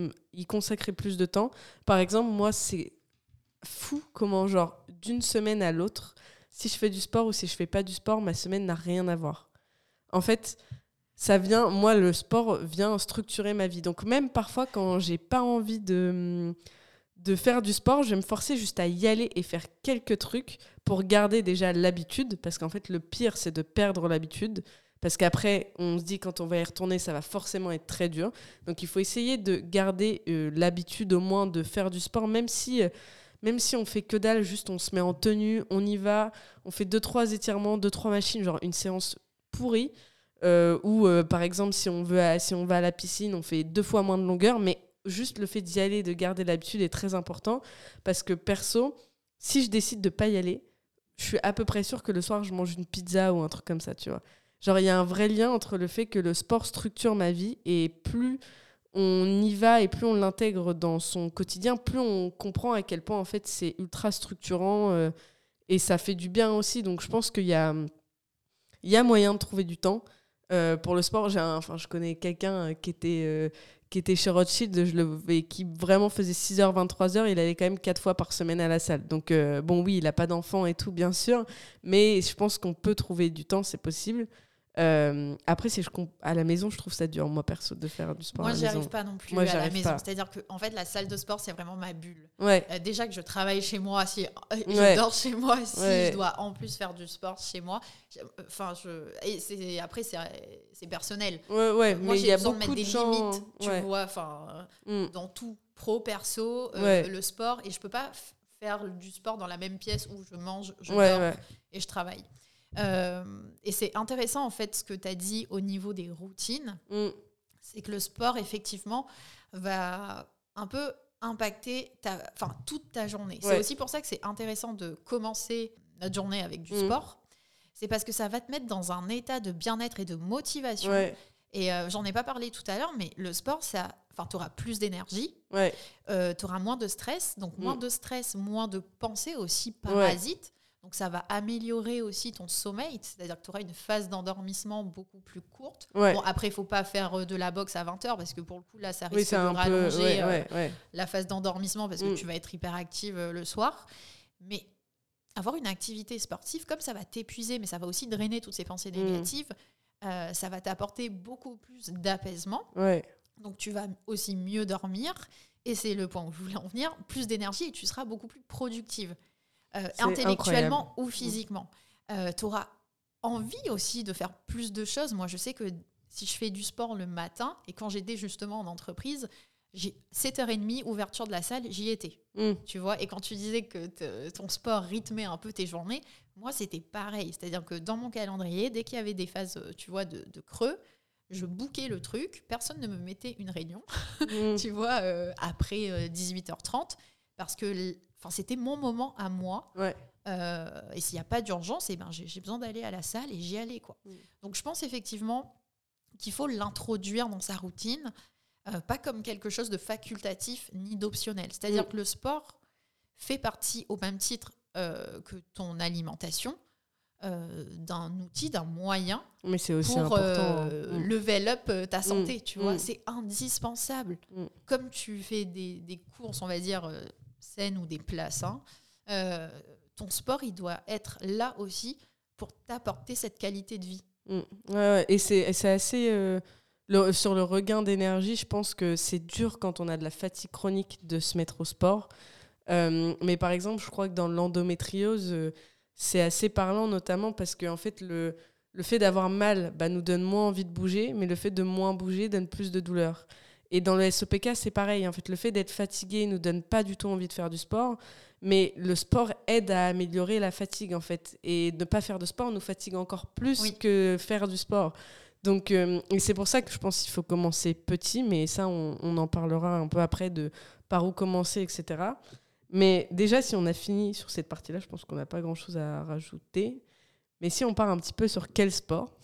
y consacrer plus de temps. Par exemple, moi, c'est fou comment, genre, d'une semaine à l'autre, si je fais du sport ou si je fais pas du sport, ma semaine n'a rien à voir. En fait, ça vient, moi, le sport vient structurer ma vie. Donc même parfois, quand j'ai pas envie de... de faire du sport, je vais me forcer juste à y aller et faire quelques trucs pour garder déjà l'habitude, parce qu'en fait, le pire, c'est de perdre l'habitude, parce qu'après, on se dit, quand on va y retourner, ça va forcément être très dur. Donc, il faut essayer de garder euh, l'habitude, au moins, de faire du sport, même si, euh, même si on fait que dalle, juste on se met en tenue, on y va, on fait deux trois étirements, deux trois machines, genre une séance pourrie. Euh, ou euh, par exemple si on veut à, si on va à la piscine, on fait deux fois moins de longueur, mais juste le fait d'y aller, de garder l'habitude est très important, parce que perso, si je décide de pas y aller, je suis à peu près sûre que le soir je mange une pizza ou un truc comme ça, tu vois. Genre il y a un vrai lien entre le fait que le sport structure ma vie, et plus on y va et plus on l'intègre dans son quotidien, plus on comprend à quel point en fait c'est ultra structurant, euh, et ça fait du bien aussi. Donc je pense qu'il y a, il y a moyen de trouver du temps. Euh, pour le sport, j'ai un, enfin, je connais quelqu'un qui était, euh, qui était chez Rothschild, je le, et qui vraiment faisait six heures, vingt-trois heures, il allait quand même quatre fois par semaine à la salle. Donc euh, bon, oui, il n'a pas d'enfant et tout, bien sûr, mais je pense qu'on peut trouver du temps, c'est possible. Euh, après, si je comp- à la maison, je trouve ça dur, moi perso, de faire du sport Moi, à la j'y maison. arrive pas non plus Moi, à la j'arrive maison. pas. C'est-à-dire que en fait, la salle de sport, c'est vraiment ma bulle. Ouais. Euh, déjà que je travaille chez moi, si je Ouais. dors chez moi, si Ouais. je dois en plus faire du sport chez moi, enfin, je... et c'est... après c'est c'est personnel. Ouais, ouais, Moi, mais il y j'ai a besoin de beaucoup mettre de des gens. limites, tu ouais. vois, enfin, Mm. dans tout, pro, perso, euh, Ouais. le sport, et je peux pas f- faire du sport dans la même pièce où je mange, je Ouais, dors ouais. et je travaille. Euh, et c'est intéressant en fait ce que tu as dit au niveau des routines, Mm. c'est que le sport effectivement va un peu impacter ta, enfin, toute ta journée. Ouais. C'est aussi pour ça que c'est intéressant de commencer notre journée avec du Mm. sport. C'est parce que ça va te mettre dans un état de bien-être et de motivation. Ouais. Et euh, j'en ai pas parlé tout à l'heure, mais le sport, ça, enfin, tu auras plus d'énergie, Ouais. euh, tu auras moins de stress. Donc, moins Mm. de stress, moins de pensées aussi parasites. Donc, ça va améliorer aussi ton sommeil. C'est-à-dire que tu auras une phase d'endormissement beaucoup plus courte. Ouais. Bon, après, il ne faut pas faire euh, de la boxe à vingt heures parce que pour le coup, là, ça risque Oui, c'est de un peu. rallonger Ouais, euh, ouais, ouais. la phase d'endormissement parce que Mm. tu vas être hyperactive euh, le soir. Mais avoir une activité sportive, comme ça va t'épuiser, mais ça va aussi drainer toutes ces pensées Mm. négatives, euh, ça va t'apporter beaucoup plus d'apaisement. Ouais. Donc tu vas aussi mieux dormir. Et c'est le point où je voulais en venir. Plus d'énergie et tu seras beaucoup plus productive. Euh, C'est intellectuellement incroyable. ou physiquement. Euh, tu auras envie aussi de faire plus de choses. Moi, je sais que si je fais du sport le matin, et quand j'étais justement en entreprise, j'ai sept heures trente, ouverture de la salle, j'y étais. Mm. Tu vois, et quand tu disais que te- ton sport rythmait un peu tes journées, moi, c'était pareil. C'est-à-dire que dans mon calendrier, dès qu'il y avait des phases, euh, tu vois, de, de creux, je bookais le truc. Personne ne me mettait une réunion, Mm. tu vois, euh, après euh, dix-huit heures trente, parce que l- enfin, c'était mon moment à moi. Ouais. Euh, et s'il n'y a pas d'urgence, eh ben, j'ai, j'ai besoin d'aller à la salle et j'y allais, quoi. Mm. Donc, je pense effectivement qu'il faut l'introduire dans sa routine, euh, pas comme quelque chose de facultatif ni d'optionnel. C'est-à-dire Mm. que le sport fait partie, au même titre euh, que ton alimentation, euh, d'un outil, d'un moyen Mais c'est aussi pour important. euh, Mm. level up euh, ta santé, Mm. tu vois. Mm. C'est indispensable. Mm. Comme tu fais des, des courses, on va dire, euh, saines ou des plats sains, euh, ton sport, il doit être là aussi pour t'apporter cette qualité de vie. Mm. Ouais, ouais. Et c'est, et c'est assez... euh, le- sur le regain d'énergie, je pense que c'est dur quand on a de la fatigue chronique de se mettre au sport. Euh, mais par exemple, je crois que dans l'endométriose, euh, c'est assez parlant, notamment parce que en fait, le, le fait d'avoir mal bah, nous donne moins envie de bouger, mais le fait de moins bouger donne plus de douleur. Et dans le S O P K, c'est pareil. En fait, le fait d'être fatigué nous donne pas du tout envie de faire du sport, mais le sport aide à améliorer la fatigue, en fait. Et ne pas faire de sport nous fatigue encore plus Oui. que faire du sport. Donc, euh, et c'est pour ça que je pense qu'il faut commencer petit, mais ça, on, on en parlera un peu après de par où commencer, et cetera. Mais déjà, si on a fini sur cette partie-là, je pense qu'on n'a pas grand-chose à rajouter. Mais si on part un petit peu sur quel sport,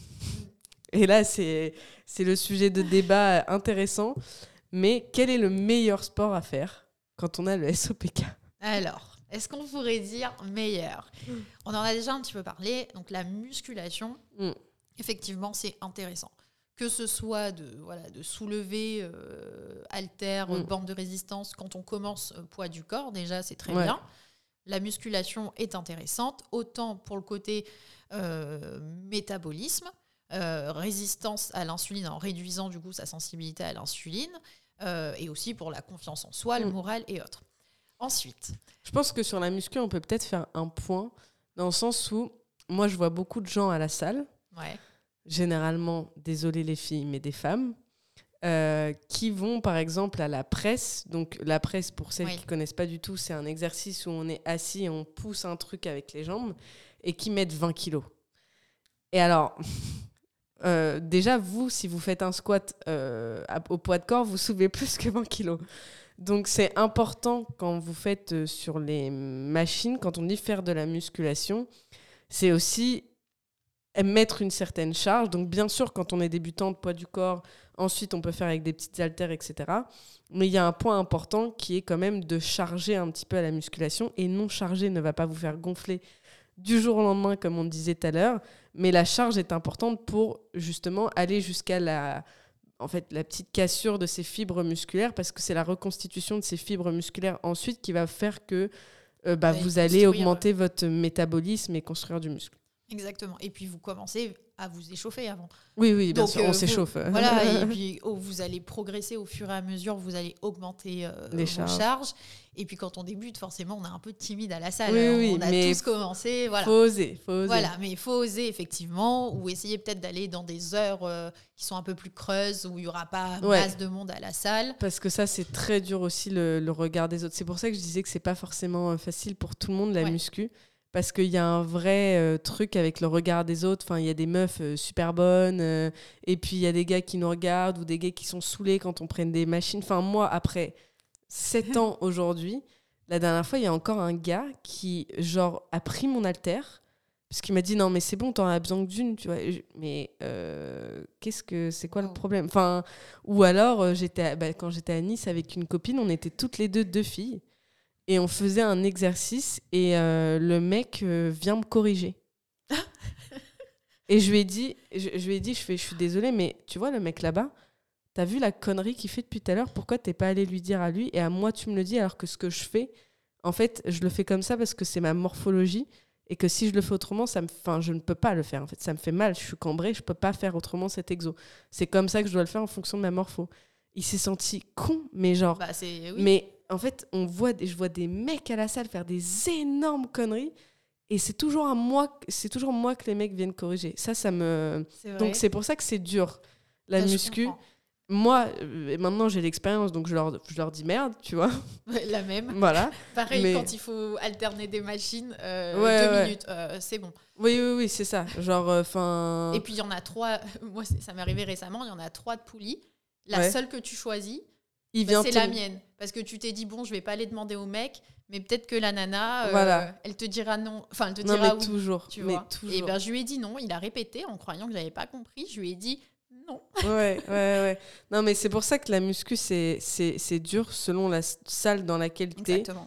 et là, c'est, c'est le sujet de débat intéressant, mais quel est le meilleur sport à faire quand on a le S O P K ? Alors, est-ce qu'on pourrait dire meilleur ? On en a déjà un petit peu parlé. Donc, la musculation, Mm. effectivement, c'est intéressant. Que ce soit de, voilà, de soulever, euh, haltères, Mm. bande de résistance, quand on commence euh, poids du corps, déjà, c'est très Ouais. bien. La musculation est intéressante, autant pour le côté euh, métabolisme, euh, résistance à l'insuline en réduisant du coup sa sensibilité à l'insuline, euh, et aussi pour la confiance en soi, le Mm. moral et autres. Ensuite, Je pense que sur la muscu, on peut peut-être faire un point, dans le sens où, moi, je vois beaucoup de gens à la salle, ouais. généralement, désolé les filles, mais des femmes, euh, qui vont par exemple à la presse. Donc la presse, pour celles Oui. qui ne connaissent pas du tout, c'est un exercice où on est assis et on pousse un truc avec les jambes et qui mettent vingt kilos. Et alors, euh, déjà, vous, si vous faites un squat euh, au poids de corps, vous soulevez plus que vingt kilos. Donc c'est important quand vous faites euh, sur les machines, quand on dit faire de la musculation, c'est aussi mettre une certaine charge. Donc bien sûr, quand on est débutant de poids du corps, ensuite on peut faire avec des petites haltères, et cetera. Mais il y a un point important qui est quand même de charger un petit peu à la musculation. Et non charger ne va pas vous faire gonfler du jour au lendemain, comme on disait tout à l'heure. Mais la charge est importante pour justement aller jusqu'à la... en fait, la petite cassure de ces fibres musculaires, parce que c'est la reconstitution de ces fibres musculaires ensuite qui va faire que euh, bah, Ouais, vous allez construire, augmenter votre métabolisme et construire du muscle. Exactement. Et puis vous commencez à vous échauffer avant. Oui, oui, bien Donc, sûr, euh, on vous- s'échauffe. Voilà, et puis oh, vous allez progresser au fur et à mesure, vous allez augmenter euh, Les vos charges. charges. Et puis quand on débute, forcément, on est un peu timide à la salle. Oui, on oui, a mais tous commencé. Voilà. Faut oser, faut oser. Voilà, mais il faut oser effectivement, ou essayer peut-être d'aller dans des heures euh, qui sont un peu plus creuses, où il n'y aura pas Ouais. masse de monde à la salle. Parce que ça, c'est très dur aussi, le, le regard des autres. C'est pour ça que je disais que c'est pas forcément euh, facile pour tout le monde, la Ouais. muscu. Parce qu'il y a un vrai euh, truc avec le regard des autres. Enfin, il y a des meufs euh, super bonnes. euh, et puis, il y a des gars qui nous regardent ou des gars qui sont saoulés quand on prenne des machines. Enfin, moi, après sept ans aujourd'hui, la dernière fois, il y a encore un gars qui, genre, a pris mon haltère. Parce qu'il m'a dit, non, mais c'est bon, t'en as besoin que d'une, tu vois. Et je- Mais euh, qu'est-ce que c'est quoi le Oh. problème? Enfin, ou alors, euh, j'étais à- bah, quand j'étais à Nice avec une copine, on était toutes les deux deux filles. Et on faisait un exercice et euh, le mec euh, vient me corriger. Et je lui ai dit, je, je lui ai dit, je fais, je suis désolée, mais tu vois le mec là-bas, t'as vu la connerie qu'il fait depuis tout à l'heure? Pourquoi t'es pas allé lui dire à lui et à moi tu me le dis alors que ce que je fais, en fait, je le fais comme ça parce que c'est ma morphologie et que si je le fais autrement, ça me, enfin, je ne peux pas le faire. En fait, ça me fait mal. Je suis cambrée, je peux pas faire autrement cet exo. C'est comme ça que je dois le faire en fonction de ma morpho. Il s'est senti con, mais genre. Bah, c'est, oui. Mais en fait, on voit des, je vois des mecs à la salle faire des énormes conneries et c'est toujours à moi, c'est toujours moi que les mecs viennent corriger. Ça, ça me. C'est vrai. Donc c'est pour ça que c'est dur. La Ça, je muscu. comprends. Moi, euh, maintenant j'ai l'expérience, donc je leur, je leur dis merde, tu vois. Ouais, la même. Voilà. Pareil, Mais- quand il faut alterner des machines, euh, Ouais, deux ouais. minutes, euh, c'est bon. Oui, oui, oui, c'est ça. Genre, enfin. Et puis il y en a trois, moi c'est- ça m'est arrivé récemment, il y en a trois de poulies. La Ouais. seule que tu choisis, il bah, vient c'est te- la mienne. Parce que tu t'es dit, bon, je vais pas aller demander au mec, mais peut-être que la nana, euh, Voilà. elle te dira non. Enfin, elle te Non, dira mais oui. toujours. Tu mais vois. toujours. Et ben, je lui ai dit non. Il a répété en croyant que j'avais pas compris. Je lui ai dit non. Ouais, ouais, ouais. Non, mais c'est pour ça que la muscu, c'est, c'est, c'est dur selon la s- salle dans laquelle t'es. Exactement.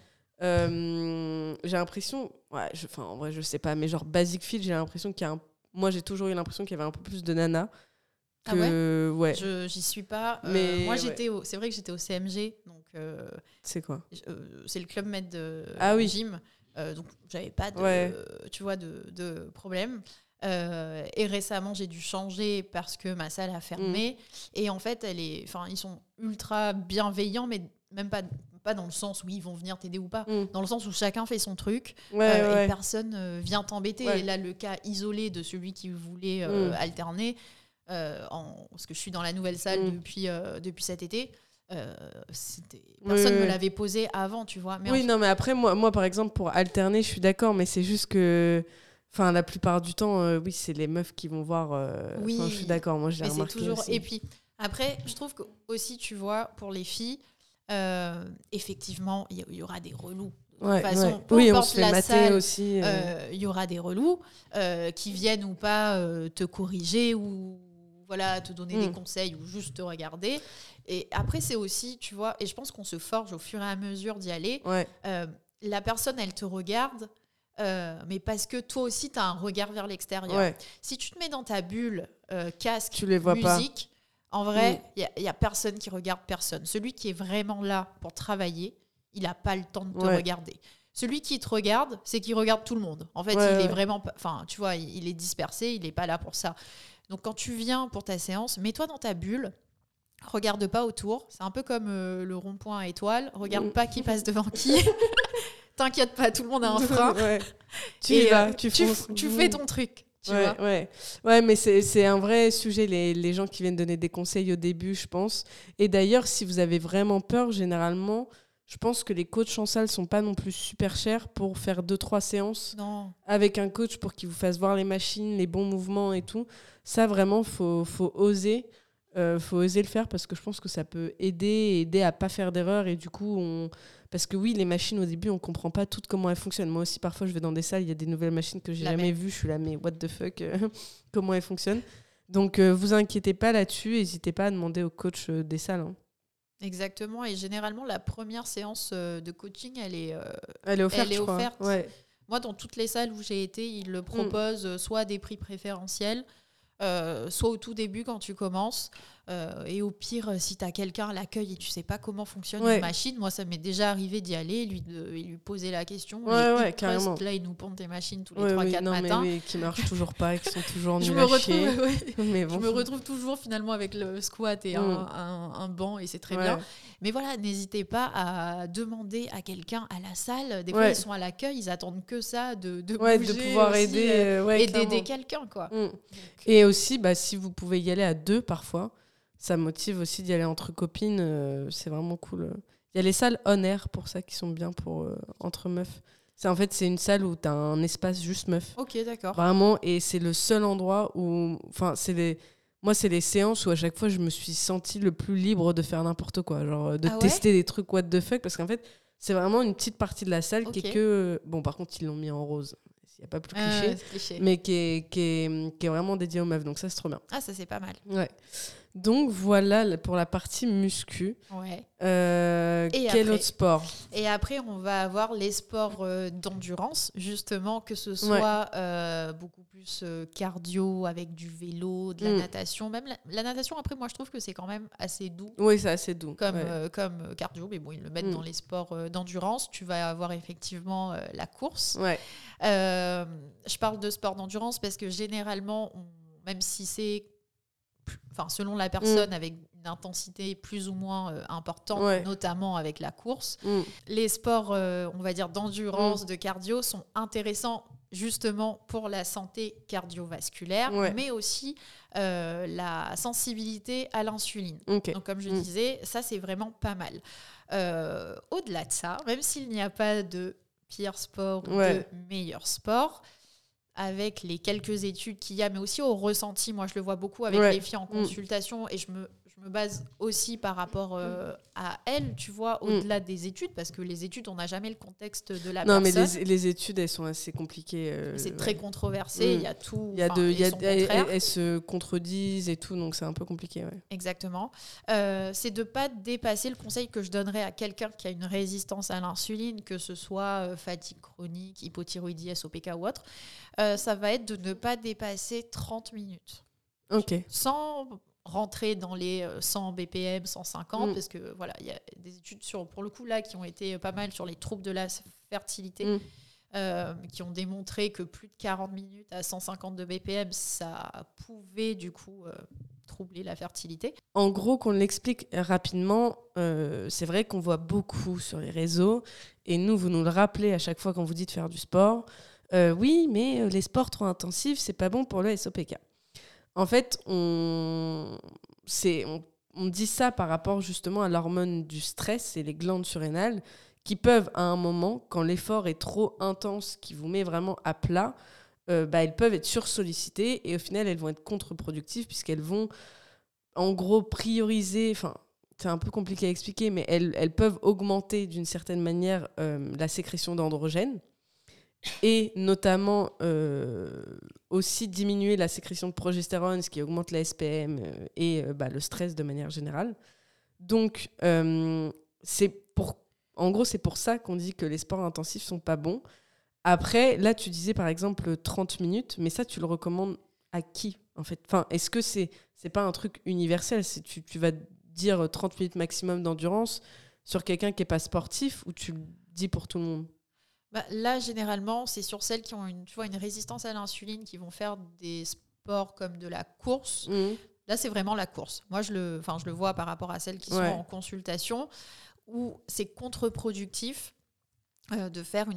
Euh, j'ai l'impression, ouais, je, enfin, en vrai, je sais pas, mais genre Basic Fit, j'ai l'impression qu'il y a un. Moi, j'ai toujours eu l'impression qu'il y avait un peu plus de nanas. Ah Que, ouais, Je j'y suis pas. Euh, Mais, moi, ouais. j'étais. Au- C'est vrai que j'étais au C M G, donc euh, c'est quoi? j- euh, c'est le club med de Ah oui. gym. Euh, donc j'avais pas de, Ouais. tu vois, de, de problème. Euh, et récemment, j'ai dû changer parce que ma salle a fermé. Mm. Et en fait, elle est, enfin, ils sont ultra bienveillants, mais même pas, pas dans le sens où ils vont venir t'aider ou pas. Mm. Dans le sens où chacun fait son truc Ouais, euh, ouais. et personne euh, vient t'embêter. Ouais. Et là, le cas isolé de celui qui voulait euh, Mm. alterner, euh, en, parce que je suis dans la nouvelle salle Mm. depuis, euh, depuis cet été. Euh, c'était... Oui, Personne ne oui, me oui. l'avait posé avant, tu vois. Mais Oui, en- non, mais après, moi, moi, par exemple, pour alterner, je suis d'accord, mais c'est juste que. Enfin, la plupart du temps, euh, oui, c'est les meufs qui vont voir. euh, Oui. enfin, je suis d'accord, moi, je l'ai mais c'est remarqué. toujours. aussi. Et puis après, je trouve que aussi, tu vois, pour les filles, euh, effectivement, il y, il y aura des relous. De Ouais, toute façon, ouais. peu Oui, on importe se fait la mater salle, aussi. euh. euh, il y aura des relous euh, qui viennent ou pas euh, te corriger ou voilà te donner Mm. des conseils ou juste te regarder. Et après, c'est aussi, tu vois, et je pense qu'on se forge au fur et à mesure d'y aller. Ouais, Euh, la personne, elle te regarde, euh, mais parce que toi aussi, tu as un regard vers l'extérieur. ouais. Si tu te mets dans ta bulle, euh, casque, Tu les vois pas. musique, en vrai, Mm. il n'y a, a personne qui regarde personne. Celui qui est vraiment là pour travailler, il n'a pas le temps de te Ouais. regarder. Celui qui te regarde, c'est qu'il regarde tout le monde. En fait, Ouais, il ouais. est vraiment... pas- Enfin, tu vois, il, il est dispersé, il n'est pas là pour ça. Donc, quand tu viens pour ta séance, mets-toi dans ta bulle, regarde pas autour. C'est un peu comme euh, le rond-point à étoile. Regarde Mm. pas qui passe devant qui. T'inquiète pas, tout le monde a un frein. Ouais. Tu Et, y vas, euh, tu tu, fonces. tu fais ton truc. Tu ouais, vois ouais. ouais, mais c'est, c'est un vrai sujet, les, les gens qui viennent donner des conseils au début, je pense. Et d'ailleurs, si vous avez vraiment peur, généralement, je pense que les coachs en salle sont pas non plus super chers pour faire deux trois séances Non. avec un coach pour qu'il vous fasse voir les machines, les bons mouvements et tout. Ça, vraiment, faut, faut oser. Euh, faut oser le faire parce que je pense que ça peut aider, aider à pas faire d'erreurs. Et du coup, on... parce que oui, les machines, au début, on comprend pas toutes comment elles fonctionnent. Moi aussi, parfois, je vais dans des salles, il y a des nouvelles machines que j'ai La jamais même. vues. Je suis là, mais what the fuck, euh, comment elles fonctionnent. Donc, euh, vous inquiétez pas là-dessus. N'hésitez pas à demander au coach euh, des salles. Hein. Exactement. Et généralement, la première séance euh, de coaching, elle est, euh, Elle est offerte, elle est je crois. offerte. Ouais. Moi, dans toutes les salles où j'ai été, ils le proposent euh, soit à des prix préférentiels, euh, soit au tout début quand tu commences. Euh, et au pire, euh, si tu as quelqu'un à l'accueil et tu sais pas comment fonctionne Ouais. une machine, moi, ça m'est déjà arrivé d'y aller, lui, de, et lui poser la question. Ouais, les ouais, Hip carrément. Trust, là, ils nous pondent des machines tous les Ouais, trois quatre oui, non, matins. mais oui, qui marchent toujours pas, qui sont toujours Je nuls me à retrouve, chier. ouais. Mais bon. Je me retrouve toujours finalement avec le squat et Mm. un, un, un banc et c'est très Ouais. bien. Mais voilà, n'hésitez pas à demander à quelqu'un à la salle. Des fois, Ouais. ils sont à l'accueil, ils attendent que ça, de, de Ouais, bouger de pouvoir aussi, aider, euh, euh, ouais, et d'aider clairement. quelqu'un, quoi. Mm. Donc, Et aussi, bah, si vous pouvez y aller à deux parfois, ça motive aussi d'y aller entre copines. euh, c'est vraiment cool. Il y a les salles on air pour ça qui sont bien pour euh, entre meufs. C'est, en fait, c'est une salle où tu as un espace juste meuf. ok, d'accord. Vraiment. Et c'est le seul endroit où. Enfin, c'est les. Moi, c'est les séances où à chaque fois, je me suis sentie le plus libre de faire n'importe quoi. Genre, de Ah ouais tester des trucs what the fuck. Parce qu'en fait, c'est vraiment une petite partie de la salle qui Ok. est que. Bon, par contre, ils l'ont mis en rose. Il n'y a pas plus cliché. Euh, c'est cliché. Mais qui est, qui, est, qui est vraiment dédié aux meufs. Donc, ça, c'est trop bien. Ah, ça, c'est pas mal. Ouais. Donc, voilà pour la partie muscu. Ouais. Euh, Et quel après autre sport? Et après, on va avoir les sports euh, d'endurance, justement, que ce soit euh, beaucoup plus euh, cardio avec du vélo, de la Mm. natation. Même la, la natation, après, moi, je trouve que c'est quand même assez doux Oui, c'est assez doux. comme, Ouais. euh, comme euh, cardio, mais bon, ils le mettent Mm. dans les sports euh, d'endurance. Tu vas avoir effectivement euh, la course. Ouais. Euh, je parle de sport d'endurance parce que généralement, on- même si c'est, plus- enfin, selon la personne, avec une intensité plus ou moins euh, importante, Ouais. notamment avec la course, Mm. les sports, euh, on va dire, d'endurance, de cardio sont intéressants justement pour la santé cardiovasculaire, Ouais. mais aussi euh, la sensibilité à l'insuline. Ok. Donc, comme je Mm. disais, ça, c'est vraiment pas mal. Euh, au-delà de ça, même s'il n'y a pas de pire sport ou Ouais. de meilleur sport, avec les quelques études qu'il y a, mais aussi au ressenti, moi je le vois beaucoup avec Ouais. les filles en Mm. consultation et je me, je me base aussi par rapport euh, à elles, tu vois, Mm. au-delà des études, parce que les études, on n'a jamais le contexte de la Non, mais personne. les, les études, elles sont assez compliquées. euh, C'est ouais. très controversé, il Mm. y a tout, Il y a enfin, de, et il y a, son elles, contraire. elles se contredisent et tout, donc c'est un peu compliqué. Ouais. Exactement. Euh, c'est de ne pas dépasser le conseil que je donnerais à quelqu'un qui a une résistance à l'insuline, que ce soit euh, fatigue chronique, hypothyroïdie, S O P K ou autre. Euh, ça va être de ne pas dépasser trente minutes. Ok. Sans rentrer dans les euh, cent B P M, cent cinquante, Mm. parce que voilà, il y a des études sur, pour le coup là qui ont été pas mal sur les troubles de la fertilité. Mm. Euh, qui ont démontré que plus de quarante minutes à cent cinquante de B P M, ça pouvait du coup euh, troubler la fertilité. En gros, qu'on l'explique rapidement, euh, c'est vrai qu'on voit beaucoup sur les réseaux, et nous, vous nous le rappelez à chaque fois quand vous dites faire du sport. Euh, oui, mais euh, les sports trop intensifs, c'est pas bon pour le S O P K. En fait, on, c'est, on, on dit ça par rapport justement à l'hormone du stress et les glandes surrénales qui peuvent, à un moment, quand l'effort est trop intense, qui vous met vraiment à plat, euh, bah, elles peuvent être sursollicitées et au final, elles vont être contre-productives puisqu'elles vont, en gros, prioriser... Enfin, c'est un peu compliqué à expliquer, mais elles, elles peuvent augmenter d'une certaine manière euh, la sécrétion d'androgènes et notamment euh, aussi diminuer la sécrétion de progestérone, ce qui augmente la S P M euh, et euh, bah, le stress de manière générale. Donc, euh, c'est pour, en gros, c'est pour ça qu'on dit que les sports intensifs sont pas bons. Après, là, tu disais par exemple trente minutes, mais ça, tu le recommandes à qui en fait? Enfin, est-ce que c'est, c'est pas un truc universel? C'est, tu, tu vas dire trente minutes maximum d'endurance sur quelqu'un qui n'est pas sportif ou tu le dis pour tout le monde? Bah, là, généralement, c'est sur celles qui ont une, tu vois, une résistance à l'insuline, qui vont faire des sports comme de la course. Mmh. Là, c'est vraiment la course. Moi, je le, enfin, je le vois par rapport à celles qui Ouais. sont en consultation, où c'est contre-productif euh, de faire une,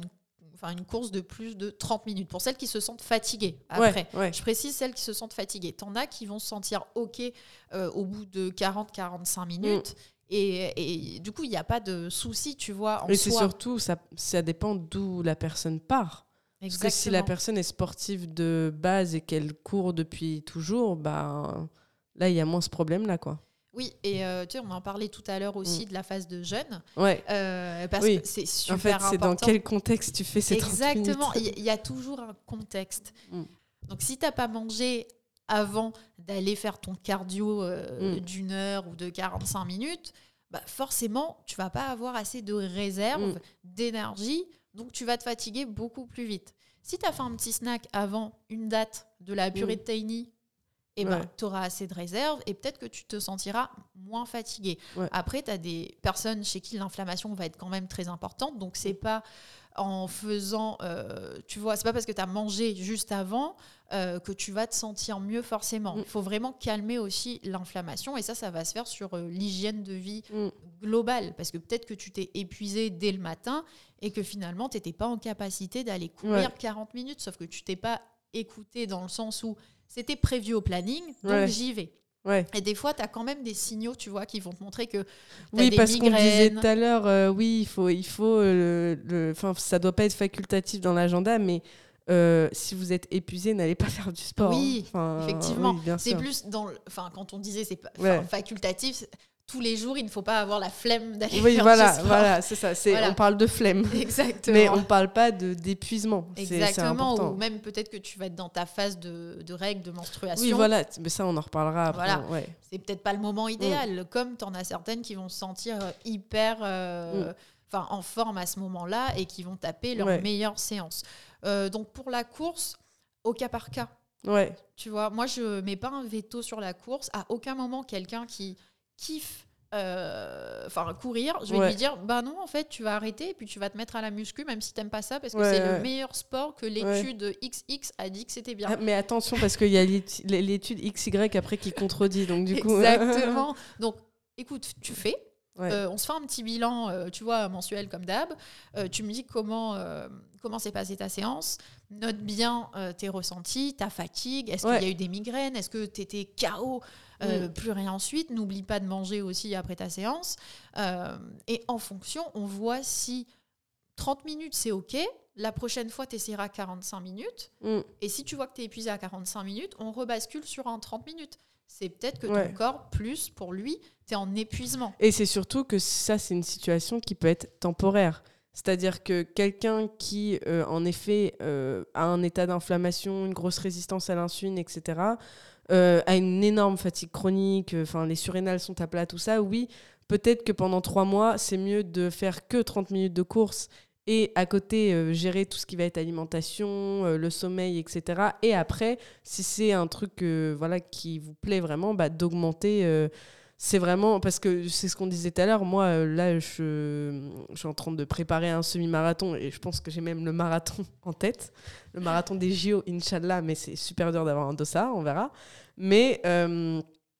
enfin, une course de plus de trente minutes. Pour celles qui se sentent fatiguées après. Ouais, ouais. Je précise celles qui se sentent fatiguées. T'en as qui vont se sentir OK euh, au bout de quarante à quarante-cinq minutes. Mm. Et, et du coup, il n'y a pas de souci, tu vois, en Et soi. c'est surtout, ça, ça dépend d'où la personne part. Exactement. Parce que si la personne est sportive de base et qu'elle court depuis toujours, bah, là, il y a moins ce problème-là, quoi. Oui, et euh, tu sais, on en parlait tout à l'heure aussi mm. de la phase de jeûne. Ouais. Euh, parce oui. que c'est super en fait, important. C'est dans quel contexte tu fais ces Exactement. trente minutes. Il y, y a toujours un contexte. Mm. Donc, si tu n'as pas mangé avant d'aller faire ton cardio euh, mm. d'une heure ou de quarante-cinq minutes, bah forcément, tu ne vas pas avoir assez de réserve, mm. d'énergie. Donc, tu vas te fatiguer beaucoup plus vite. Si tu as fait un petit snack avant une date de la purée mm. de tahini, eh ben, ouais. tu auras assez de réserve et peut-être que tu te sentiras moins fatigué. Ouais. Après, tu as des personnes chez qui l'inflammation va être quand même très importante. Donc, c'est pas en faisant... Euh, tu vois, c'est pas parce que tu as mangé juste avant euh, que tu vas te sentir mieux forcément. Il mm. faut vraiment calmer aussi l'inflammation. Et ça, ça va se faire sur euh, l'hygiène de vie mm. globale. Parce que peut-être que tu t'es épuisé dès le matin et que finalement, tu n'étais pas en capacité d'aller courir ouais. quarante minutes. Sauf que tu t'es pas écouté dans le sens où c'était prévu au planning, donc ouais. j'y vais. Ouais. Et des fois, tu as quand même des signaux, tu vois, qui vont te montrer que tu as oui, des parce migraines. qu'on disait tout à l'heure, euh, oui, il faut, il faut euh, le, le, ça ne doit pas être facultatif dans l'agenda, mais euh, si vous êtes épuisé, n'allez pas faire du sport. Oui, hein. effectivement. Oui, bien c'est sûr. plus dans... Enfin, quand on disait c'est pas ouais. facultatif... Tous les jours, il ne faut pas avoir la flemme d'aller oui, faire voilà, du sport. Voilà, c'est ça. C'est, voilà. On parle de flemme. Exactement. Mais on ne parle pas de, d'épuisement. Exactement. C'est, c'est important. Ou même peut-être que tu vas être dans ta phase de, de règles, de menstruation. Oui, voilà. Mais ça, on en reparlera après. Voilà. Ouais. C'est peut-être pas le moment idéal. Mm. Comme tu en as certaines qui vont se sentir hyper euh, mm. en forme à ce moment-là et qui vont taper leur ouais. meilleure séance. Euh, donc, pour la course, au cas par cas. Ouais. Tu vois, moi, je ne mets pas un veto sur la course. À aucun moment, quelqu'un qui kiffe enfin euh, courir, je vais ouais. lui dire bah non, en fait tu vas arrêter et puis tu vas te mettre à la muscu même si t'aimes pas ça parce que ouais, c'est ouais. le meilleur sport que l'étude ouais. X X a dit que c'était bien. Ah, mais attention parce qu'il y a l'étude X Y après qui contredit, donc du coup exactement. Donc écoute, tu fais ouais. euh, on se fait un petit bilan euh, tu vois mensuel comme d'hab, euh, tu me dis comment euh, comment s'est passée ta séance, note bien euh, tes ressentis, ta fatigue, est-ce ouais. qu'il y a eu des migraines, est-ce que t'étais K O. Euh, mmh. Plus rien ensuite, n'oublie pas de manger aussi après ta séance euh, et en fonction on voit si trente minutes c'est ok, la prochaine fois tu essaieras quarante-cinq minutes mmh. et si tu vois que tu es épuisé à quarante-cinq minutes on rebascule sur un trente minutes, c'est peut-être que ouais. ton corps plus pour lui tu es en épuisement et c'est surtout que ça c'est une situation qui peut être temporaire, c'est-à-dire que quelqu'un qui euh, en effet euh, a un état d'inflammation, une grosse résistance à l'insuline, etc., Euh, a une énorme fatigue chronique, enfin euh, les surrénales sont à plat, tout ça, oui, peut-être que pendant trois mois, c'est mieux de faire que trente minutes de course et à côté euh, gérer tout ce qui va être alimentation, euh, le sommeil, et cetera. Et après, si c'est un truc euh, voilà, qui vous plaît vraiment, bah, d'augmenter. Euh, c'est vraiment, parce que c'est ce qu'on disait tout à l'heure, moi euh, là je, je suis en train de préparer un semi-marathon et je pense que j'ai même le marathon en tête, le marathon des J O, Inch'Allah, mais c'est super dur d'avoir un dossard, on verra. Mais, euh,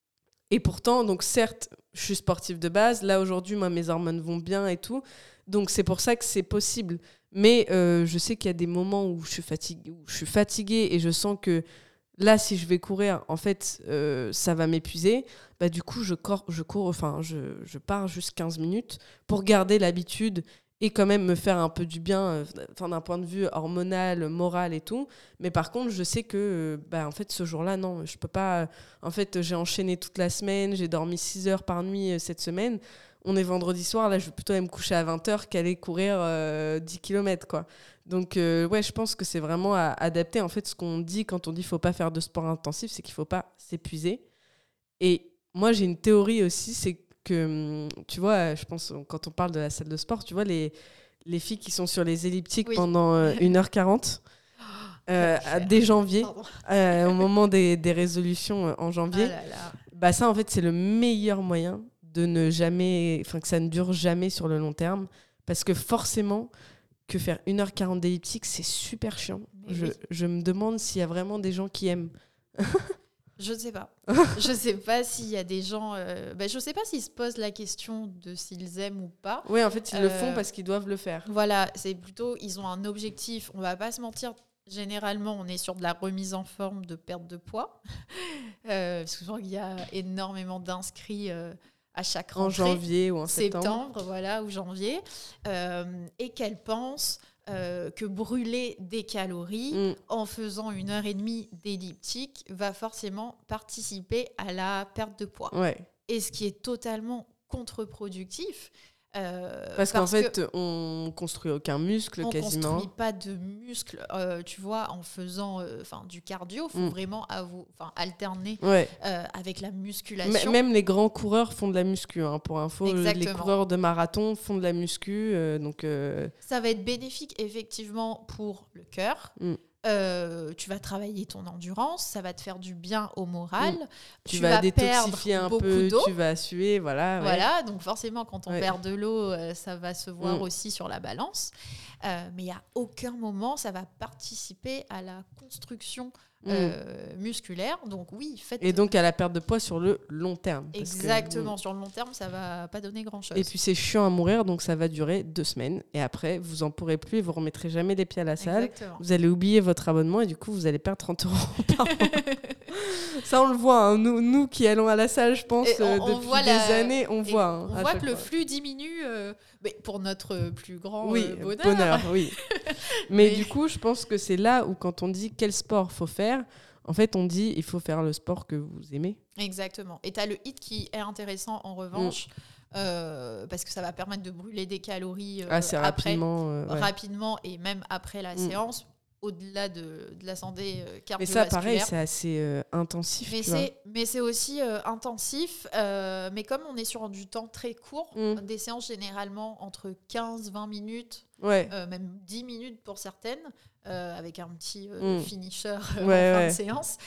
et pourtant, donc certes, je suis sportive de base, là aujourd'hui, moi mes hormones vont bien et tout, donc c'est pour ça que c'est possible. Mais euh, je sais qu'il y a des moments où je suis fatiguée, où je suis fatiguée et je sens que là, si je vais courir, en fait, euh, ça va m'épuiser. Bah, du coup, je cours, je, cours, enfin, je, je pars juste quinze minutes pour garder l'habitude et quand même me faire un peu du bien euh, d'un point de vue hormonal, moral et tout. Mais par contre, je sais que euh, bah, en fait, ce jour-là, non, je peux pas... Euh, en fait, j'ai enchaîné toute la semaine, j'ai dormi six heures par nuit euh, cette semaine. On est vendredi soir, là, je vais plutôt aller me coucher à vingt heures qu'aller courir euh, dix kilomètres, quoi. Donc, euh, ouais, je pense que c'est vraiment à adapter. En fait, ce qu'on dit quand on dit qu'il ne faut pas faire de sport intensif, c'est qu'il ne faut pas s'épuiser. Et moi, j'ai une théorie aussi, c'est que, tu vois, je pense, quand on parle de la salle de sport, tu vois, les, les filles qui sont sur les elliptiques oui. pendant euh, une heure quarante, euh, dès janvier, euh, au moment des, des résolutions euh, en janvier, ah là là. Bah ça, en fait, c'est le meilleur moyen de ne jamais, enfin que ça ne dure jamais sur le long terme, parce que forcément que faire une heure quarante d'elliptique, c'est super chiant. Je, oui. je me demande s'il y a vraiment des gens qui aiment. Je ne sais pas. Je ne sais pas s'il y a des gens... Euh, bah, je ne sais pas s'ils se posent la question de s'ils aiment ou pas. Oui, en fait, ils euh, le font parce qu'ils doivent le faire. Voilà, c'est plutôt... Ils ont un objectif. On ne va pas se mentir. Généralement, on est sur de la remise en forme de perte de poids. euh, parce qu'il y a énormément d'inscrits euh, à chaque rentrée. En janvier ou en septembre. Septembre, voilà, ou janvier. Euh, et qu'elles pensent... Euh, que brûler des calories mm. en faisant une heure et demie d'elliptique va forcément participer à la perte de poids. Ouais. Et ce qui est totalement contre-productif. Euh, parce, parce qu'en fait, on construit aucun muscle on quasiment. On construit pas de muscle, euh, tu vois, en faisant euh, du cardio. Il faut mm. vraiment avou- alterner ouais. euh, avec la musculation. M- même les grands coureurs font de la muscu, hein, pour info. Exactement. Les coureurs de marathon font de la muscu. Euh, donc, euh... Ça va être bénéfique, effectivement, pour le cœur. Mm. Euh, tu vas travailler ton endurance, ça va te faire du bien au moral. Mmh. Tu, tu vas, vas détoxifier un peu, d'eau. Tu vas suer, voilà. Voilà, ouais. donc forcément, quand on ouais. perd de l'eau, euh, ça va se voir mmh. aussi sur la balance. Euh, mais à aucun moment, ça va participer à la construction mmh. euh, musculaire. Donc oui, faites... Et donc à la perte de poids sur le long terme. Exactement, que, sur le long terme, ça va pas donner grand-chose. Et puis c'est chiant à mourir, donc ça va durer deux semaines. Et après, vous en pourrez plus et vous remettrez jamais les pieds à la salle. Exactement. Vous allez oublier votre abonnement et du coup, vous allez perdre trente euros par an. Ça, on le voit. Hein. Nous, nous qui allons à la salle, je pense, on, euh, on depuis voit des la... années, on et voit. Hein, on voit que fois. le flux diminue euh, mais pour notre plus grand oui, euh, bonheur. bonheur oui. mais, mais du coup, je pense que c'est là où, quand on dit quel sport faut faire, en fait, on dit il faut faire le sport que vous aimez. Exactement. Et tu as le H I I T qui est intéressant en revanche. Mm. Euh, parce que ça va permettre de brûler des calories euh, assez après, rapidement, euh, ouais. rapidement et même après la mm. séance, au-delà de, de la santé euh, cardiovasculaire. Mais ça, pareil, c'est assez euh, intensif. Mais tu c'est, vois. mais c'est aussi euh, intensif. Euh, mais comme on est sur du temps très court, mm. des séances généralement entre quinze à vingt minutes, ouais. euh, même dix minutes pour certaines, euh, avec un petit euh, mm. finisher euh, ouais, en fin ouais. de séance,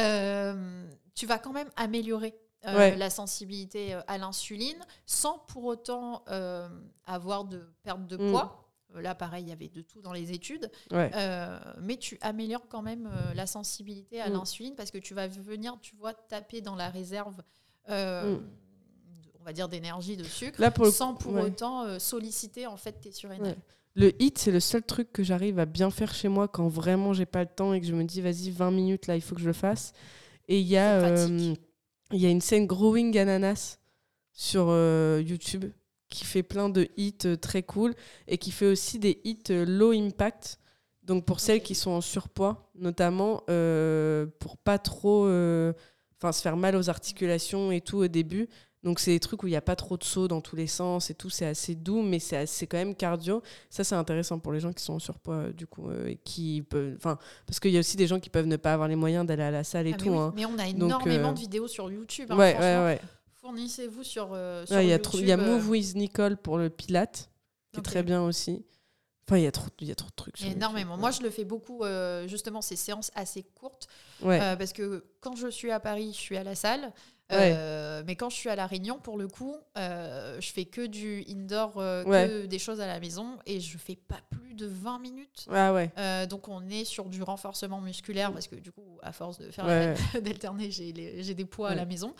euh, tu vas quand même améliorer Euh, ouais. la sensibilité à l'insuline sans pour autant euh, avoir de perte de poids. Mm. Là, pareil, il y avait de tout dans les études. Ouais. Euh, mais tu améliores quand même euh, la sensibilité à mm. l'insuline parce que tu vas venir, tu vois, taper dans la réserve, euh, mm. on va dire, d'énergie, de sucre, Là, pour le... sans pour ouais. autant euh, solliciter en fait tes surrénales. Ouais. Le H I I T, c'est le seul truc que j'arrive à bien faire chez moi quand vraiment j'ai pas le temps et que je me dis, vas-y, vingt minutes, là, il faut que je le fasse. Et il y a... Euh, il y a une scène Growing Ananas sur euh, YouTube qui fait plein de hits euh, très cool et qui fait aussi des hits euh, low impact. Donc pour okay. celles qui sont en surpoids, notamment euh, pour pas trop euh, se faire mal aux articulations et tout au début. Donc c'est des trucs où il n'y a pas trop de sauts dans tous les sens et tout, c'est assez doux, mais c'est, assez, c'est quand même cardio. Ça, c'est intéressant pour les gens qui sont en surpoids, euh, du coup, euh, et qui peuvent, parce qu'il y a aussi des gens qui peuvent ne pas avoir les moyens d'aller à la salle et ah tout. Mais, oui. hein. mais on a énormément Donc, euh... de vidéos sur YouTube. Hein, ouais, ouais, ouais. Fournissez-vous sur, euh, sur ouais, y a YouTube. Il y a Move with Nicole pour le Pilate, qui okay. est très bien aussi. Enfin, il y a trop, il y a trop de trucs. Sur énormément. YouTube, Moi, ouais. je le fais beaucoup, euh, justement, ces séances assez courtes. Ouais. Euh, parce que quand je suis à Paris, je suis à la salle. Ouais. Euh, mais quand je suis à La Réunion, pour le coup, euh, je fais que du indoor, euh, ouais. que des choses à la maison et je fais pas plus de vingt minutes. Ah ouais. Euh, donc on est sur du renforcement musculaire parce que du coup, à force de faire ouais. la, d'alterner, j'ai, les, j'ai des poids ouais. à la maison.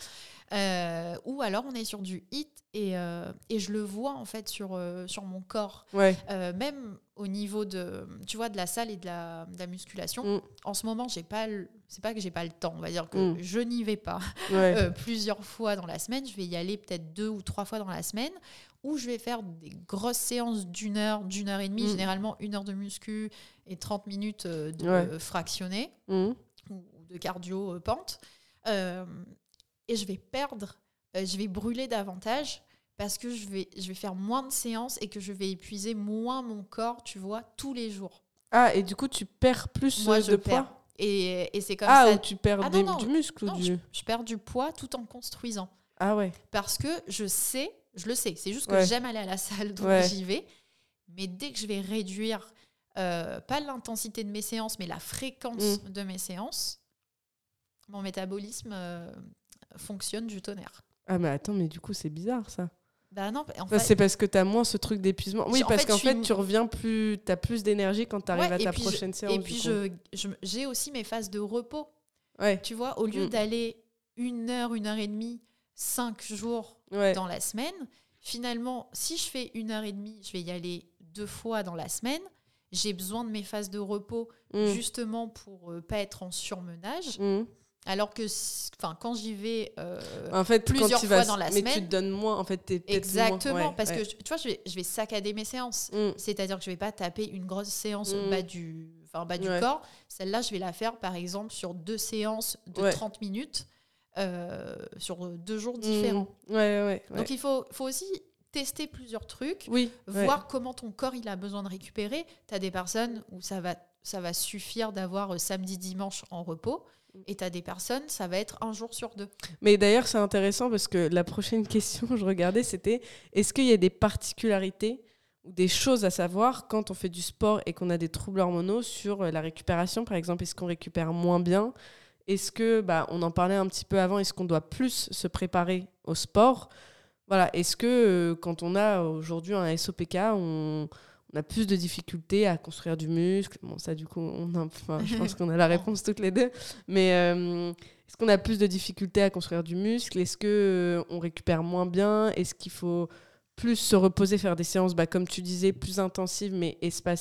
Euh, ou alors on est sur du H I I T et, euh, et je le vois en fait sur, euh, sur mon corps. Ouais. Euh, même au niveau de, tu vois, de la salle et de la, de la musculation. Mm. En ce moment, j'ai pas le, c'est pas que j'ai pas le temps, on va dire que mm. je n'y vais pas ouais. euh, plusieurs fois dans la semaine. Je vais y aller peut-être deux ou trois fois dans la semaine où je vais faire des grosses séances d'une heure, d'une heure et demie, mm. généralement une heure de muscu et trente minutes de ouais. fractionné mm. ou de cardio pente. Euh, et je vais perdre, euh, je vais brûler davantage parce que je vais, je vais faire moins de séances et que je vais épuiser moins mon corps, tu vois, tous les jours. Ah, et du coup, tu perds plus Moi, de je poids perds. Et, et c'est comme ah, ça. Ah, ou tu perds ah, des, non, non, du muscle non, ou du... je, je perds du poids tout en construisant. Ah ouais. Parce que je sais, je le sais, c'est juste que ouais. j'aime aller à la salle, donc ouais. j'y vais. Mais dès que je vais réduire, euh, pas l'intensité de mes séances, mais la fréquence mmh. de mes séances, mon métabolisme euh, fonctionne du tonnerre. Ah mais attends, mais du coup, c'est bizarre ça. Bah non, en ça, fait, c'est parce que tu as moins ce truc d'épuisement. Oui, parce fait, qu'en fait, suis... tu reviens plus, tu as plus d'énergie quand tu arrives ouais, à ta puis prochaine je, séance. Et puis, je, je, j'ai aussi mes phases de repos. Ouais. Tu vois, au lieu Mm. d'aller une heure, une heure et demie, cinq jours Ouais. dans la semaine, finalement, si je fais une heure et demie, je vais y aller deux fois dans la semaine. J'ai besoin de mes phases de repos Mm. justement pour euh, pas être en surmenage. Mm. Alors que enfin, quand j'y vais euh, En fait, plusieurs quand tu fois vas, dans la mais semaine, tu te donnes moins. En fait, t'es peut-être exactement, moins. Ouais, parce ouais. que tu vois, je vais, je vais saccader mes séances. Mm. C'est-à-dire que je vais pas taper une grosse séance Mm. bas du, enfin, bas du Ouais. corps. Celle-là, je vais la faire par exemple sur deux séances de Ouais. trente minutes euh, sur deux jours Mm. différents. Ouais, ouais, ouais. Donc il faut, faut aussi tester plusieurs trucs, Oui. ouais. voir comment ton corps il a besoin de récupérer. Tu as des personnes où ça va, ça va suffire d'avoir euh, samedi, dimanche en repos. Et tu as des personnes, ça va être un jour sur deux. Mais d'ailleurs, c'est intéressant parce que la prochaine question que je regardais, c'était est-ce qu'il y a des particularités ou des choses à savoir quand on fait du sport et qu'on a des troubles hormonaux sur la récupération, par exemple, est-ce qu'on récupère moins bien ? Est-ce que, bah, on en parlait un petit peu avant, est-ce qu'on doit plus se préparer au sport ? Voilà, est-ce que euh, quand on a aujourd'hui un S O P K, on, on a plus de difficultés à construire du muscle ? Bon, ça, du coup, on a, enfin, je pense qu'on a la réponse toutes les deux. Mais euh, est-ce qu'on a plus de difficultés à construire du muscle ? Est-ce qu'on euh, récupère moins bien ? Est-ce qu'il faut plus se reposer, faire des séances, bah, comme tu disais, plus intensives mais espacées ?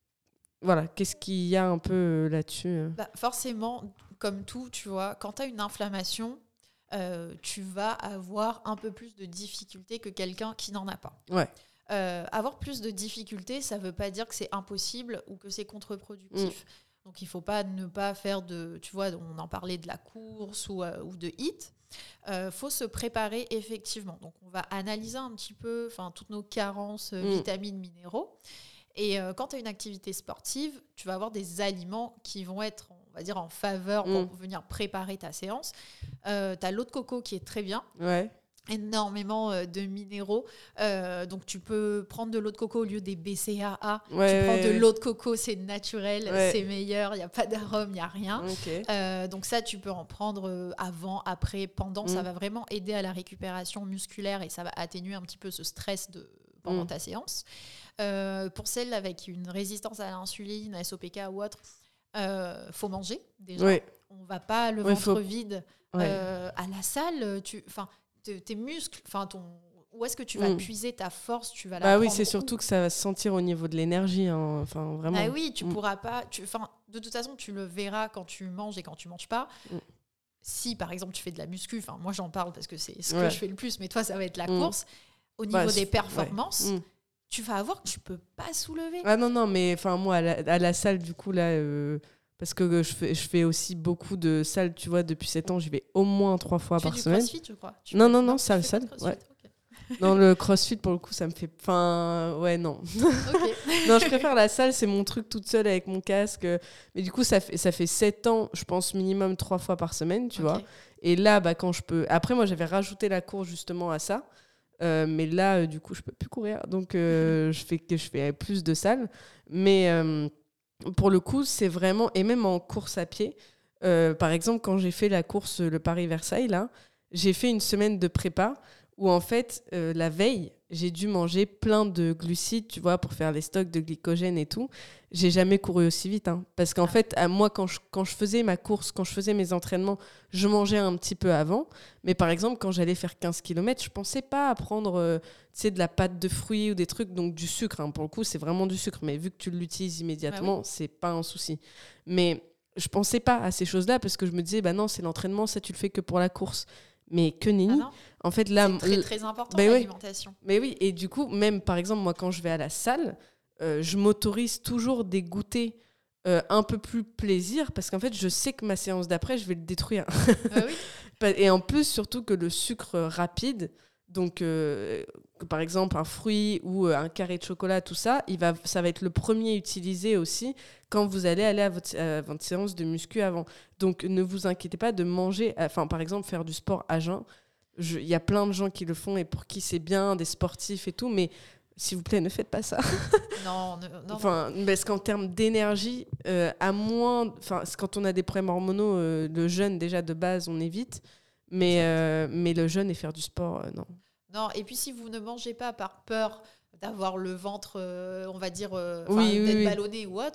Voilà, qu'est-ce qu'il y a un peu euh, là-dessus euh Bah, forcément, comme tout, tu vois, quand tu as une inflammation, euh, tu vas avoir un peu plus de difficultés que quelqu'un qui n'en a pas. Ouais. Euh, avoir plus de difficultés, ça ne veut pas dire que c'est impossible ou que c'est contre-productif. Mm. Donc, il ne faut pas ne pas faire de... Tu vois, on en parlait de la course ou, euh, ou de hit. Il euh, faut se préparer effectivement. Donc, on va analyser un petit peu toutes nos carences, euh, mm. vitamines, minéraux. Et euh, quand tu as une activité sportive, tu vas avoir des aliments qui vont être, on va dire, en faveur pour mm. venir préparer ta séance. Euh, tu as l'eau de coco qui est très bien. Ouais. Énormément euh, de minéraux. Euh, donc, tu peux prendre de l'eau de coco au lieu des B C A A. Ouais, tu prends ouais, de ouais. l'eau de coco, c'est naturel, ouais. c'est meilleur, il n'y a pas d'arôme, il n'y a rien. Okay. Euh, donc, ça, tu peux en prendre euh, avant, après, pendant. Mm. Ça va vraiment aider à la récupération musculaire et ça va atténuer un petit peu ce stress de, pendant mm. ta séance. Euh, pour celles avec une résistance à l'insuline, S O P K ou autre, il euh, faut manger déjà. Oui. On ne va pas le oui, ventre faut... vide ouais. euh, à la salle. Tu, tes muscles, ton, où est-ce que tu vas mm. puiser ta force, tu vas la bah prendre oui, c'est surtout que ça va se sentir au niveau de l'énergie. Hein. Enfin, vraiment. Ah oui, tu mm. pourras pas... Tu, de toute façon, tu le verras quand tu manges et quand tu ne manges pas. Mm. Si, par exemple, tu fais de la muscu, moi j'en parle parce que c'est ce ouais. que je fais le plus, mais toi, ça va être la mm. course. Au niveau bah, des performances... Ouais. Mm. tu vas avoir que tu peux pas soulever. Ah non, non, mais enfin moi, à la, à la salle, du coup, là, euh, parce que je fais, je fais aussi beaucoup de salles, tu vois, depuis sept ans, j'y vais au moins trois fois tu par fais du semaine. crossfit, je crois. Tu non, peux... non, non, non, salle, salle. Ouais. Okay. Non, le crossfit, pour le coup, ça me fait... Enfin, ouais, non. Okay. Non, je préfère la salle, c'est mon truc toute seule avec mon casque. Mais du coup, ça fait, ça fait sept ans, je pense, minimum trois fois par semaine, tu okay. vois. Et là, bah, quand je peux... Après, moi, j'avais rajouté la course, justement, à ça. Euh, mais là, euh, du coup, je peux plus courir. Donc, euh, mmh. je, fais, je fais plus de salles. Mais euh, pour le coup, c'est vraiment... Et même en course à pied, euh, par exemple, quand j'ai fait la course, le Paris-Versailles, là, j'ai fait une semaine de prépa où, en fait, euh, la veille, j'ai dû manger plein de glucides, tu vois, pour faire les stocks de glycogène et tout. J'ai jamais couru aussi vite. Hein, parce qu'en ah. fait, à moi, quand je, quand je faisais ma course, quand je faisais mes entraînements, je mangeais un petit peu avant. Mais par exemple, quand j'allais faire quinze kilomètres, je pensais pas à prendre euh, tu sais, de la pâte de fruits ou des trucs, donc du sucre. Hein. Pour le coup, c'est vraiment du sucre. Mais vu que tu l'utilises immédiatement, ah oui. c'est pas un souci. Mais je pensais pas à ces choses-là parce que je me disais, bah non, c'est l'entraînement, ça, tu le fais que pour la course. Mais que nenni. Ah en fait, là, c'est très, très important, bah l'alimentation. Oui. Mais oui, et du coup, même par exemple, moi, quand je vais à la salle, euh, je m'autorise toujours des goûters euh, un peu plus plaisir parce qu'en fait, je sais que ma séance d'après, je vais le détruire. Ah oui. Et en plus, surtout que le sucre rapide, donc euh, par exemple un fruit ou un carré de chocolat, tout ça, il va, ça va être le premier utilisé aussi quand vous allez aller à votre, à votre séance de muscu avant. Donc ne vous inquiétez pas de manger, enfin par exemple faire du sport à jeun. Il y a plein de gens qui le font et pour qui c'est bien, des sportifs et tout, mais s'il vous plaît, ne faites pas ça. Non, non, non. Enfin, parce qu'en termes d'énergie, euh, à moins, enfin, quand on a des problèmes hormonaux, euh, le jeûne déjà de base, on évite. Mais, euh, mais le jeûne et faire du sport, euh, non. Non, et puis si vous ne mangez pas par peur d'avoir le ventre, euh, on va dire, euh, oui, d'être oui, ballonné oui. ou autre,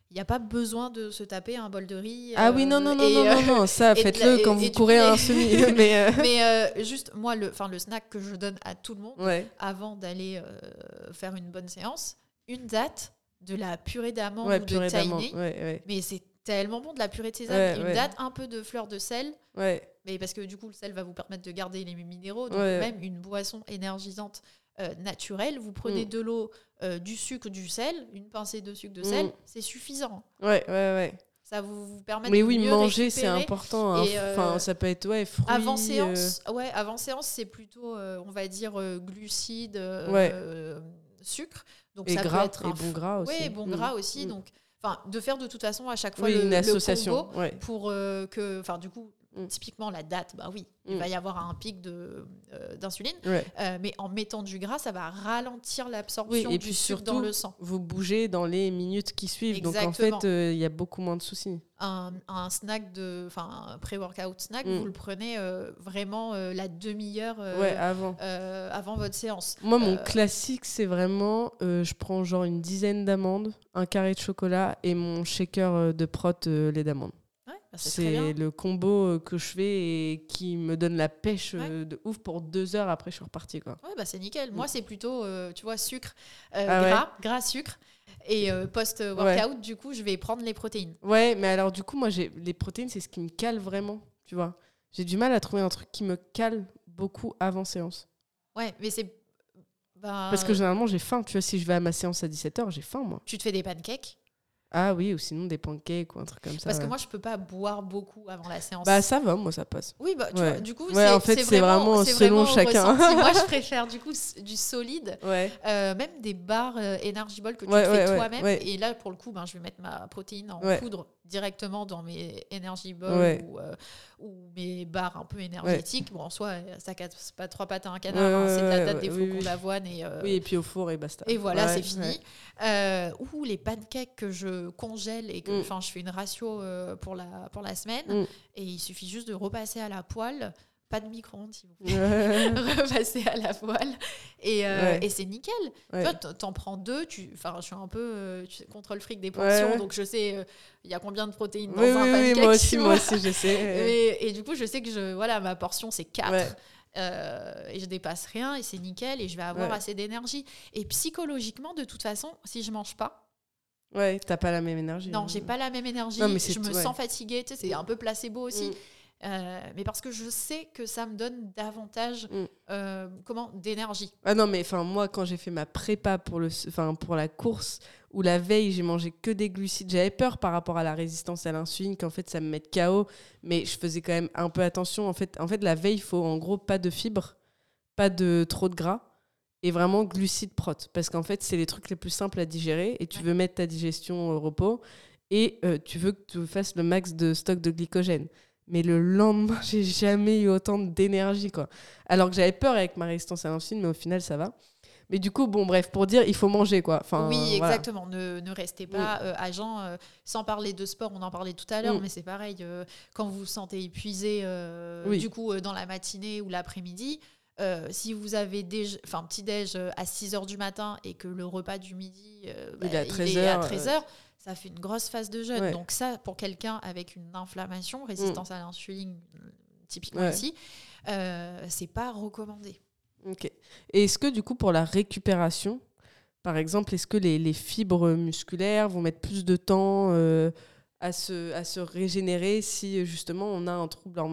il n'y a pas besoin de se taper un bol de riz. Ah euh, oui, non, non, non, et, non, non, non, ça, faites-le et, quand et, vous courez à un semi. mais euh... mais euh, juste, moi, le, le snack que je donne à tout le monde, ouais. avant d'aller euh, faire une bonne séance, une date de la purée d'amandes ouais, ou purée de tahini. Ouais, ouais. Mais c'est tellement bon, de la purée de sésame. Ouais, une ouais. date, un peu de fleur de sel. Ouais. Mais parce que du coup, le sel va vous permettre de garder les minéraux. Donc ouais. même une boisson énergisante euh, naturelle, vous prenez mm. de l'eau, euh, du sucre, du sel, une pincée de sucre, de sel, mm. c'est suffisant. Ouais, ouais, ouais. Ça vous, vous permet mais de oui, mieux manger, récupérer. c'est important. Hein. Et, euh, enfin, ça peut être ouais, fruits. Avant séance, euh... ouais, avant séance, c'est plutôt, euh, on va dire, euh, glucides, euh, ouais. euh, sucre. Donc et ça gras, peut être et bon gras aussi. Oui, bon mmh. gras aussi. Mmh. Donc, enfin, de faire de toute façon à chaque fois oui, le, une association, le combo ouais. pour euh, que, enfin, du coup, mmh. typiquement la date, bah oui, mmh. il va y avoir un pic de euh, d'insuline, ouais. euh, mais en mettant du gras, ça va ralentir l'absorption oui, et du puis sucre surtout, dans le sang. Vous bougez dans les minutes qui suivent, exactement. Donc en fait, il euh, y a beaucoup moins de soucis. Un, un snack de, enfin, un pré-workout snack, mmh. vous le prenez euh, vraiment euh, la demi-heure euh, ouais, avant. Euh, avant votre séance. Moi, mon euh, classique, c'est vraiment, euh, je prends genre une dizaine d'amandes, un carré de chocolat et mon shaker de prot euh, lait d'amande. Ouais, bah c'est c'est le combo que je fais et qui me donne la pêche ouais. de ouf pour deux heures. Après, je suis repartie, quoi. Ouais, bah c'est nickel. Moi, c'est plutôt, euh, tu vois, sucre, euh, ah gras, ouais. gras, sucre. Et euh, post-workout, ouais. du coup, je vais prendre les protéines. Ouais, mais alors, du coup, moi, j'ai... les protéines, c'est ce qui me cale vraiment, tu vois. J'ai du mal à trouver un truc qui me cale beaucoup avant séance. Ouais, mais c'est... Bah... Parce que généralement, j'ai faim. Tu vois, si je vais à ma séance à dix-sept heures, j'ai faim, moi. Tu te fais des pancakes ? Ah oui, ou sinon des pancakes ou un truc comme ça. Parce que ouais. moi, je peux pas boire beaucoup avant la séance. Bah ça va, moi ça passe. Oui, bah tu ouais. vois, du coup, ouais, c'est, en fait, c'est, c'est vraiment, vraiment c'est selon vraiment chacun. Moi, je préfère du coup du solide, ouais. euh, même des barres euh, Energy Ball que tu ouais, te ouais, fais ouais, toi-même. Ouais. Et là, pour le coup, ben, je vais mettre ma protéine en ouais. poudre directement dans mes Energy Ball ouais. ou, euh, ou mes barres un peu énergétiques. Ouais. Bon, en soi, ça casse pas trois pattes à un canard. Ouais, hein, c'est de la date ouais, des oui, flocons oui. d'avoine. Et, euh, oui, et puis au four et basta. Et voilà, ouais, c'est fini. Ouais. Euh, ou les pancakes que je congèle et que mm. je fais une ratio euh, pour, la, pour la semaine. Mm. Et il suffit juste de repasser à la poêle. Pas de micro-ondes, s'il vous plaît. Repasser à la poêle. Et, euh, ouais. et c'est nickel. Ouais. Tu vois, t'en prends deux. Tu... Enfin, je suis un peu euh, tu sais, contrôle fric des portions. Ouais. Donc, je sais il euh, y a combien de protéines dans oui, un oui, pancake. Oui, moi aussi, moi aussi, je sais. et, et du coup, je sais que je, voilà, ma portion, c'est quatre. Ouais. Euh, et je dépasse rien et c'est nickel et je vais avoir ouais. assez d'énergie. Et psychologiquement, de toute façon, si je mange pas, ouais, t'as pas la même énergie. Non, j'ai pas la même énergie. Non, mais je me ouais. sens fatiguée. Tu sais, c'est un peu placebo aussi. Mm. Euh, mais parce que je sais que ça me donne davantage mm. euh, comment, d'énergie. Ah non, mais moi, quand j'ai fait ma prépa pour, le, pour la course, où la veille, j'ai mangé que des glucides, j'avais peur par rapport à la résistance à l'insuline, qu'en fait, ça me mette K O. Mais je faisais quand même un peu attention. En fait, en fait la veille, il faut en gros pas de fibres, pas de trop de gras. Et vraiment glucides prot. Parce qu'en fait, c'est les trucs les plus simples à digérer. Et tu ouais. veux mettre ta digestion au repos. Et euh, tu veux que tu fasses le max de stock de glycogène. Mais le lendemain, j'ai jamais eu autant d'énergie, quoi. Alors que j'avais peur avec ma résistance à l'insuline, mais au final, ça va. Mais du coup, bon, bref, pour dire, il faut manger, quoi. Enfin, oui, voilà. exactement. Ne, ne restez pas mm. euh, à jeun. Euh, sans parler de sport, on en parlait tout à l'heure, mm. mais c'est pareil. Euh, quand vous vous sentez épuisé, euh, oui. du coup, euh, dans la matinée ou l'après-midi, Euh, si vous avez un petit-déj à six heures du matin et que le repas du midi euh, bah, il, est il est à treize heures, euh... ça fait une grosse phase de jeûne. Ouais. Donc ça, pour quelqu'un avec une inflammation, résistance mmh. à l'insuline, typiquement ouais. ici, euh, c'est pas recommandé. Ok. Et est-ce que du coup, pour la récupération, par exemple, est-ce que les, les fibres musculaires vont mettre plus de temps euh, à, se, à se régénérer si justement on a un trouble hormonal ?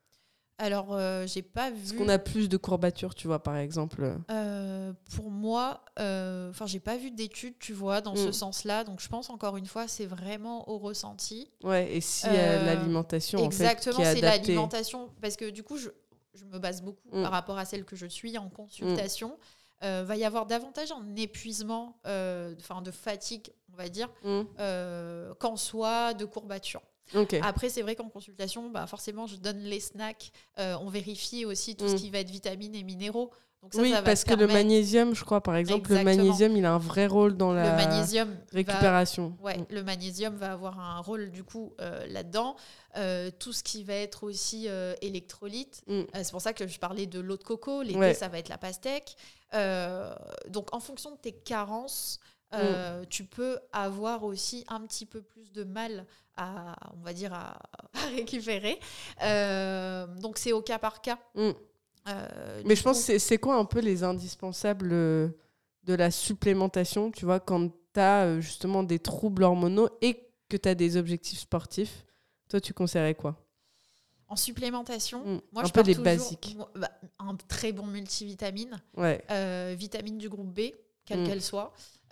Alors, euh, j'ai pas vu... Est-ce qu'on a plus de courbatures, tu vois, par exemple euh, Pour moi, euh, enfin, j'ai pas vu d'études, tu vois, dans mm. ce sens-là. Donc, je pense, encore une fois, c'est vraiment au ressenti. Ouais, et si euh, l'alimentation, en fait, qui est adaptée. Exactement, c'est l'alimentation. Parce que, du coup, je, je me base beaucoup mm. par rapport à celle que je suis en consultation. Mm. Euh, va y avoir davantage un épuisement, enfin, de fatigue, on va dire, mm. euh, qu'en soit de courbatures. Okay. Après, c'est vrai qu'en consultation, bah, forcément, je donne les snacks. Euh, on vérifie aussi tout mmh. ce qui va être vitamines et minéraux. Donc ça, oui, ça va parce que permettre... le magnésium, je crois, par exemple, Exactement. le magnésium, il a un vrai rôle dans la le magnésium récupération. Va... Ouais, mmh. Le magnésium va avoir un rôle, du coup, euh, là-dedans. Euh, tout ce qui va être aussi euh, électrolyte. Mmh. Euh, c'est pour ça que je parlais de l'eau de coco. L'été, ouais. ça va être la pastèque. Euh, donc, en fonction de tes carences... euh, mmh. tu peux avoir aussi un petit peu plus de mal à, on va dire, à, à récupérer. Euh, donc, c'est au cas par cas. Mmh. Euh, Mais je coup... pense que c'est, c'est quoi un peu les indispensables de la supplémentation, tu vois, quand tu as justement des troubles hormonaux et que tu as des objectifs sportifs? Toi, tu conseillerais quoi? En supplémentation, mmh, moi, un je peu les toujours, basiques. Bah, un très bon multivitamine, ouais. euh, vitamine du groupe B, quelle mmh. qu'elle soit,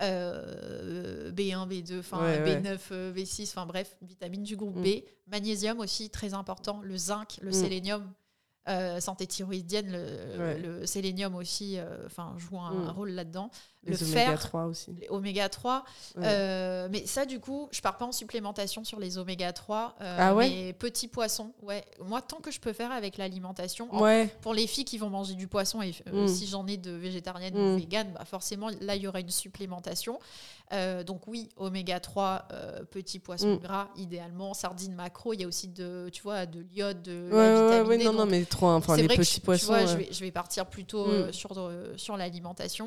euh, B un, B deux, ouais, B neuf, ouais. B six, enfin bref, vitamine du groupe mmh. B, magnésium aussi, très important, le zinc, le mmh. sélénium. Euh, santé thyroïdienne, le, ouais. le sélénium aussi euh, joue un, mmh. un rôle là-dedans. Les le oméga fer, trois aussi. Les oméga trois. Ouais. Euh, mais ça, du coup, je pars pas en supplémentation sur les oméga trois. Euh, ah ouais mais petits poissons, ouais. Moi, tant que je peux faire avec l'alimentation. Ouais. En, pour les filles qui vont manger du poisson, et euh, mmh. si j'en ai de végétarienne mmh. ou végane, bah forcément, là, il y aura une supplémentation. Euh, donc oui, oméga trois, euh, petits poissons mmh. gras, idéalement, sardines, maquereaux. Il y a aussi de, tu vois, de l'iode, de ouais, la vitamine ouais, D. Non, non, mais trop, enfin, les petits je, poissons. Tu vois, ouais. je, vais, je vais partir plutôt mmh. euh, sur, euh, sur l'alimentation.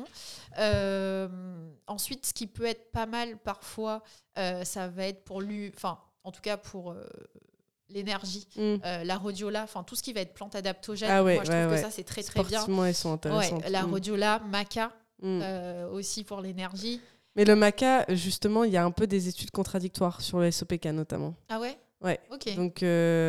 Euh, ensuite, ce qui peut être pas mal parfois, euh, ça va être pour lui, enfin, en tout cas pour euh, l'énergie, mmh. euh, la rhodiola, enfin tout ce qui va être plante adaptogène. Ah ouais, moi, je ouais, trouve ouais. que ça c'est très très bien. Sportivement, elles sont intéressantes. Ouais, la mmh. rhodiola, maca, mmh. euh, aussi pour l'énergie. Mais le maca, justement, il y a un peu des études contradictoires sur le S O P K notamment. Ah ouais? Ouais. Okay. Donc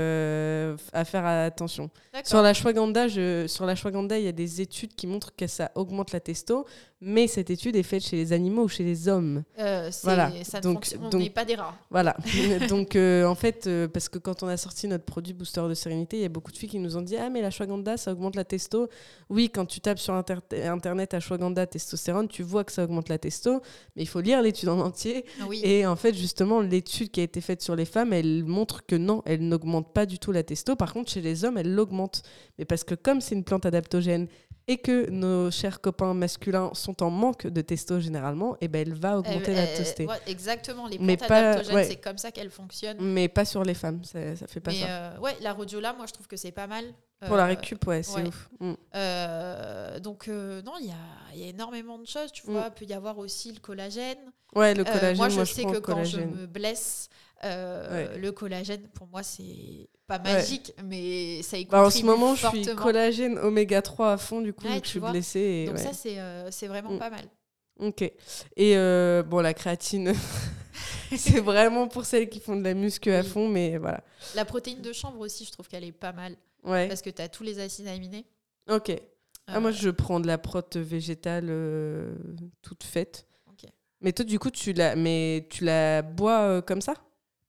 euh, à faire attention. D'accord. Sur l'ashwagandha, je, sur l'ashwagandha, il y a des études qui montrent que ça augmente la testo, mais cette étude est faite chez les animaux ou chez les hommes. Euh, voilà. Ça donc, fonctionne, on donc, n'est pas des rats. Voilà. donc euh, en fait, euh, parce que quand on a sorti notre produit booster de sérénité, il y a beaucoup de filles qui nous ont dit ah mais l'ashwagandha ça augmente la testo. Oui, quand tu tapes sur inter- internet ashwagandha testostérone, tu vois que ça augmente la testo, mais il faut lire l'étude en entier. Oui. Et en fait, justement, l'étude qui a été faite sur les femmes, elle montre que non, elle n'augmente pas du tout la testo. Par contre, chez les hommes, elle l'augmente. Mais parce que comme c'est une plante adaptogène et que nos chers copains masculins sont en manque de testo généralement, et ben elle va augmenter euh, la euh, testé. Ouais, exactement, les mais plantes pas, adaptogènes, ouais. c'est comme ça qu'elles fonctionnent. Mais pas sur les femmes, ça, ça fait pas mais ça. Euh, ouais, la rhodiola, moi je trouve que c'est pas mal. Pour euh, la récup, ouais, c'est ouais. ouf. Mm. Euh, donc euh, non, il y a, y a énormément de choses, tu vois. Il mm. peut y avoir aussi le collagène. Ouais, le collagène, euh, moi je moi, sais je que quand collagène. je me blesse, euh, ouais. le collagène, pour moi, c'est pas magique, ouais. mais ça y contribue bah, en ce moment, fortement. je suis collagène oméga trois à fond, du coup, ouais, je suis vois. blessée. Et donc ouais. ça, c'est, euh, c'est vraiment mm. pas mal. Ok. Et euh, bon, la créatine, c'est vraiment pour celles qui font de la muscu à oui. fond, mais voilà. La protéine de chanvre aussi, je trouve qu'elle est pas mal. Ouais. Parce que tu as tous les acides aminés. Ok. Euh... Ah, moi, je prends de la prot végétale euh, toute faite. Ok. Mais toi, du coup, tu la, mais tu la bois euh, comme ça?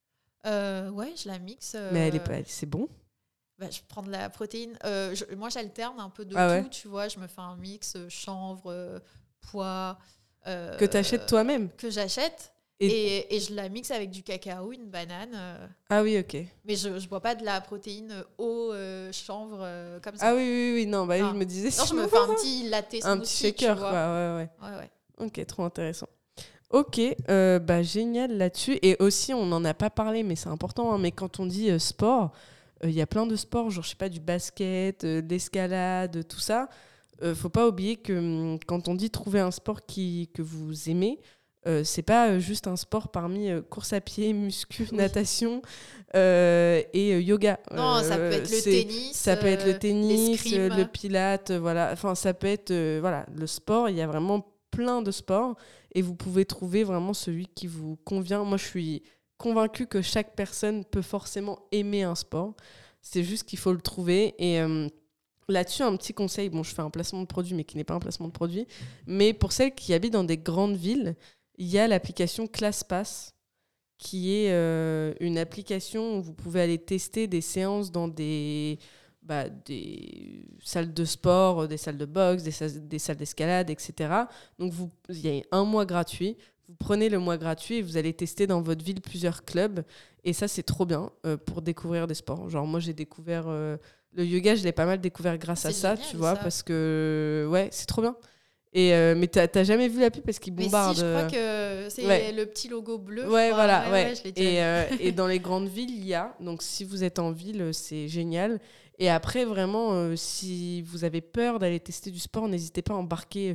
euh, Ouais, je la mixe. Euh... Mais elle est pas, c'est bon? Bah, je prends de la protéine. Euh, je, moi, j'alterne un peu de ah tout, ouais. tu vois. Je me fais un mix euh, chanvre, euh, pois. Euh, que tu achètes toi-même? Que j'achète. Et... Et, et je la mixe avec du cacao, une banane. Euh... Ah oui, ok. Mais je ne bois pas de la protéine eau, euh, chanvre, euh, comme ça. Ah oui, oui, oui. Non, bah, ah. je me disais... Non, je me fais un petit latte smoothie, un petit shaker, tu vois. quoi. Ouais, ouais. ouais, ouais. Ok, trop intéressant. Ok, euh, bah, génial là-dessus. Et aussi, on n'en a pas parlé, mais c'est important. Hein, mais quand on dit euh, sport, il euh, y a plein de sports, genre, je sais pas, du basket, euh, de l'escalade, tout ça. Euh, faut pas oublier que hum, quand on dit trouver un sport qui, que vous aimez, Euh, c'est pas euh, juste un sport parmi euh, course à pied, muscu, oui. natation euh, et euh, yoga. Non, euh, ça peut être le tennis, ça peut être le tennis, euh, le pilate, voilà. Enfin, ça peut être euh, voilà, le sport. Il y a vraiment plein de sports et vous pouvez trouver vraiment celui qui vous convient. Moi, je suis convaincue que chaque personne peut forcément aimer un sport. C'est juste qu'il faut le trouver et euh, là-dessus, un petit conseil. Bon, je fais un placement de produit, mais qui n'est pas un placement de produit. Mais pour celles qui habitent dans des grandes villes, il y a l'application ClassPass, qui est euh, une application où vous pouvez aller tester des séances dans des, bah, des salles de sport, des salles de boxe, des salles, des salles d'escalade, et cetera. Donc, vous, il y a un mois gratuit. Vous prenez le mois gratuit et vous allez tester dans votre ville plusieurs clubs. Et ça, c'est trop bien euh, pour découvrir des sports. Genre, moi, j'ai découvert... Euh, le yoga, je l'ai pas mal découvert grâce c'est à ça, génial, tu vois, ça. parce que... Ouais, c'est trop bien. Et euh, mais t'as, t'as jamais vu la pub parce qu'ils bombardent. Mais si, je crois que c'est ouais. le petit logo bleu. Ouais, je voilà. ouais, ouais. Ouais, je l'ai et, euh, et dans les grandes villes, il y a. Donc, si vous êtes en ville, c'est génial. Et après, vraiment, euh, si vous avez peur d'aller tester du sport, n'hésitez pas à embarquer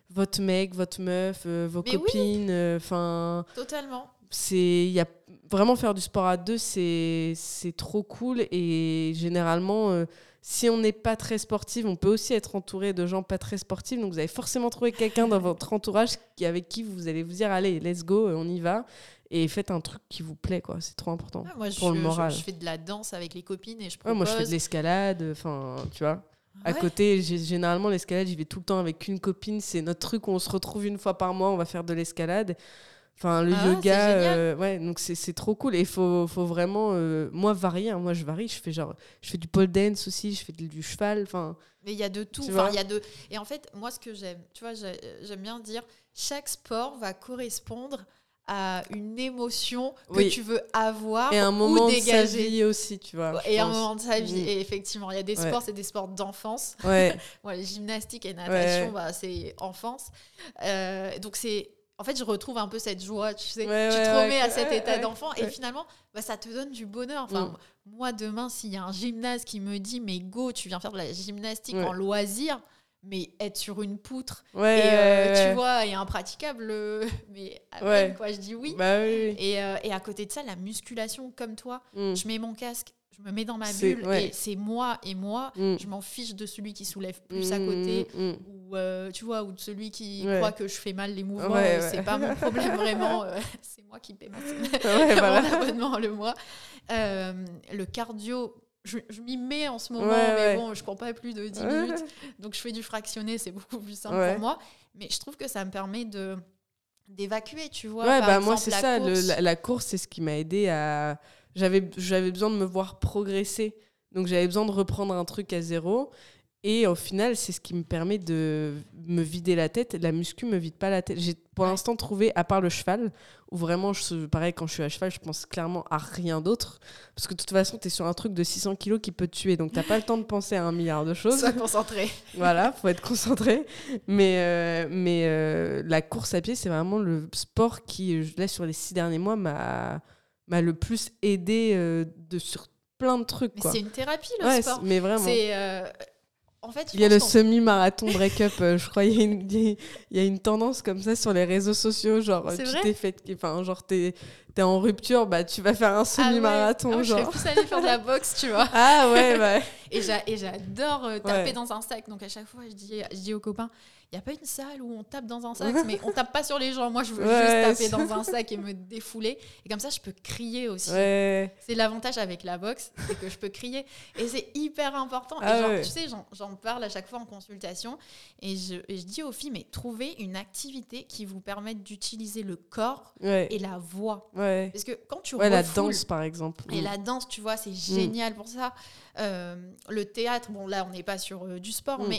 votre mec, votre meuf, euh, vos Mais copines. Enfin, oui, totalement. c'est, y a vraiment faire du sport à deux, c'est, c'est trop cool. Et généralement, euh, si on n'est pas très sportif, on peut aussi être entouré de gens pas très sportifs. Donc vous allez forcément trouver quelqu'un dans votre entourage qui, avec qui vous allez vous dire allez, let's go, on y va. Et faites un truc qui vous plaît, quoi. C'est trop important Ouais, moi, pour je, le moral. Je, je fais de la danse avec les copines et je propose. Ouais, moi, je fais de l'escalade, enfin, tu vois. À Ouais. côté, j'ai- généralement, l'escalade, j'y vais tout le temps avec une copine. C'est notre truc où on se retrouve une fois par mois, on va faire de l'escalade. Enfin, le Ah ouais, yoga, c'est génial. euh, ouais, donc c'est, c'est trop cool. Et il faut, faut vraiment, euh, moi, varier. Hein. Moi, je varie. Je fais genre, je fais du pole dance aussi, je fais du, du cheval. Enfin, Mais il y a de tout. Tu Enfin, vois. il y a de... Et en fait, moi, ce que j'aime, tu vois, j'ai- j'aime bien dire, chaque sport va correspondre à une émotion que Oui. tu veux avoir et un ou moment de sa dégager. vie aussi, tu vois. je Et un pense. moment de sa vie. Mm. Et effectivement, il y a des Ouais. sports, c'est des sports d'enfance. Ouais, Moi, les gymnastiques et natation, Ouais. bah, c'est enfance. Euh, donc, c'est. En fait, je retrouve un peu cette joie, tu sais. Ouais, tu ouais, te ouais, remets à ouais, cet ouais, état ouais, d'enfant et ouais. finalement, bah, ça te donne du bonheur. Enfin, Mm. moi, demain, s'il y a un gymnast qui me dit, mais go, tu viens faire de la gymnastique Ouais. en loisir, mais être sur une poutre Ouais, et euh, ouais, ouais. tu vois, et impraticable, euh, mais amen, Ouais. quoi, je dis oui. Bah oui, oui. Et, euh, et à côté de ça, la musculation, comme toi, Mm. je mets mon casque, je me mets dans ma C'est- bulle ouais. et c'est moi et moi. Mm. Je m'en fiche de celui qui soulève plus à Mm, côté mm, mm. ou euh, tu vois, ou de celui qui Ouais. croit que je fais mal les mouvements. Ouais, euh, ouais. C'est pas mon problème vraiment. euh, c'est moi qui paie mon, Ouais, mon voilà. abonnement le mois. Euh, le cardio. Je, je m'y mets en ce moment, Ouais, mais ouais. bon, je cours pas plus de dix Ouais. minutes. Donc, je fais du fractionné, c'est beaucoup plus simple Ouais. pour moi. Mais je trouve que ça me permet de d'évacuer, tu vois. Ouais, Par bah exemple, moi c'est la ça, le- course. la, la course c'est ce qui m'a aidé à... J'avais, j'avais besoin de me voir progresser, donc j'avais besoin de reprendre un truc à zéro, et au final c'est ce qui me permet de me vider la tête. La muscu me vide pas la tête. J'ai pour Ouais. l'instant trouvé, à part le cheval, où vraiment, je, pareil quand je suis à cheval, je pense clairement à rien d'autre, parce que de toute façon t'es sur un truc de six cents kilos qui peut te tuer, donc t'as pas le temps de penser à un milliard de choses. Sois concentré. Voilà, faut être concentré. Mais, euh, mais euh, la course à pied, c'est vraiment le sport qui, je- là, sur les six derniers mois, m'a, m'a le plus aidé euh, de, sur plein de trucs. Mais Quoi. c'est une thérapie, le Ouais, sport. c'est- mais vraiment. C'est. euh, En fait, je Il y a le pense qu'on- semi-marathon break-up, euh, je crois. Il y, a une- il y a une tendance comme ça sur les réseaux sociaux. Genre, C'est tu vrai t'es fait. Enfin, genre, t'es, t'es en rupture, bah, tu vas faire un Ah ouais. semi-marathon. Ah ouais, je serais genre. plus allée faire de la boxe, tu vois. Ah ouais, bah. Et, j'a- et j'adore euh, taper Ouais. dans un sac. Donc à chaque fois, je dis, je dis aux copains, il n'y a pas une salle où on tape dans un sac, mais on tape pas sur les gens. Moi, je veux Ouais, juste taper c'est- dans un sac et me défouler. Et comme ça, je peux crier aussi. Ouais. C'est l'avantage avec la boxe, c'est que je peux crier. Et c'est hyper important. Ah et genre, ouais. tu sais, j'en, j'en parle à chaque fois en consultation. Et je, et je dis aux filles, mais trouvez une activité qui vous permette d'utiliser le corps Ouais. et la voix. Ouais. Parce que quand tu Ouais, la refoules- danse, par exemple. et Mm. la danse, tu vois, c'est génial pour ça. Euh, le théâtre, bon là, on n'est pas sur euh, du sport, Mm. mais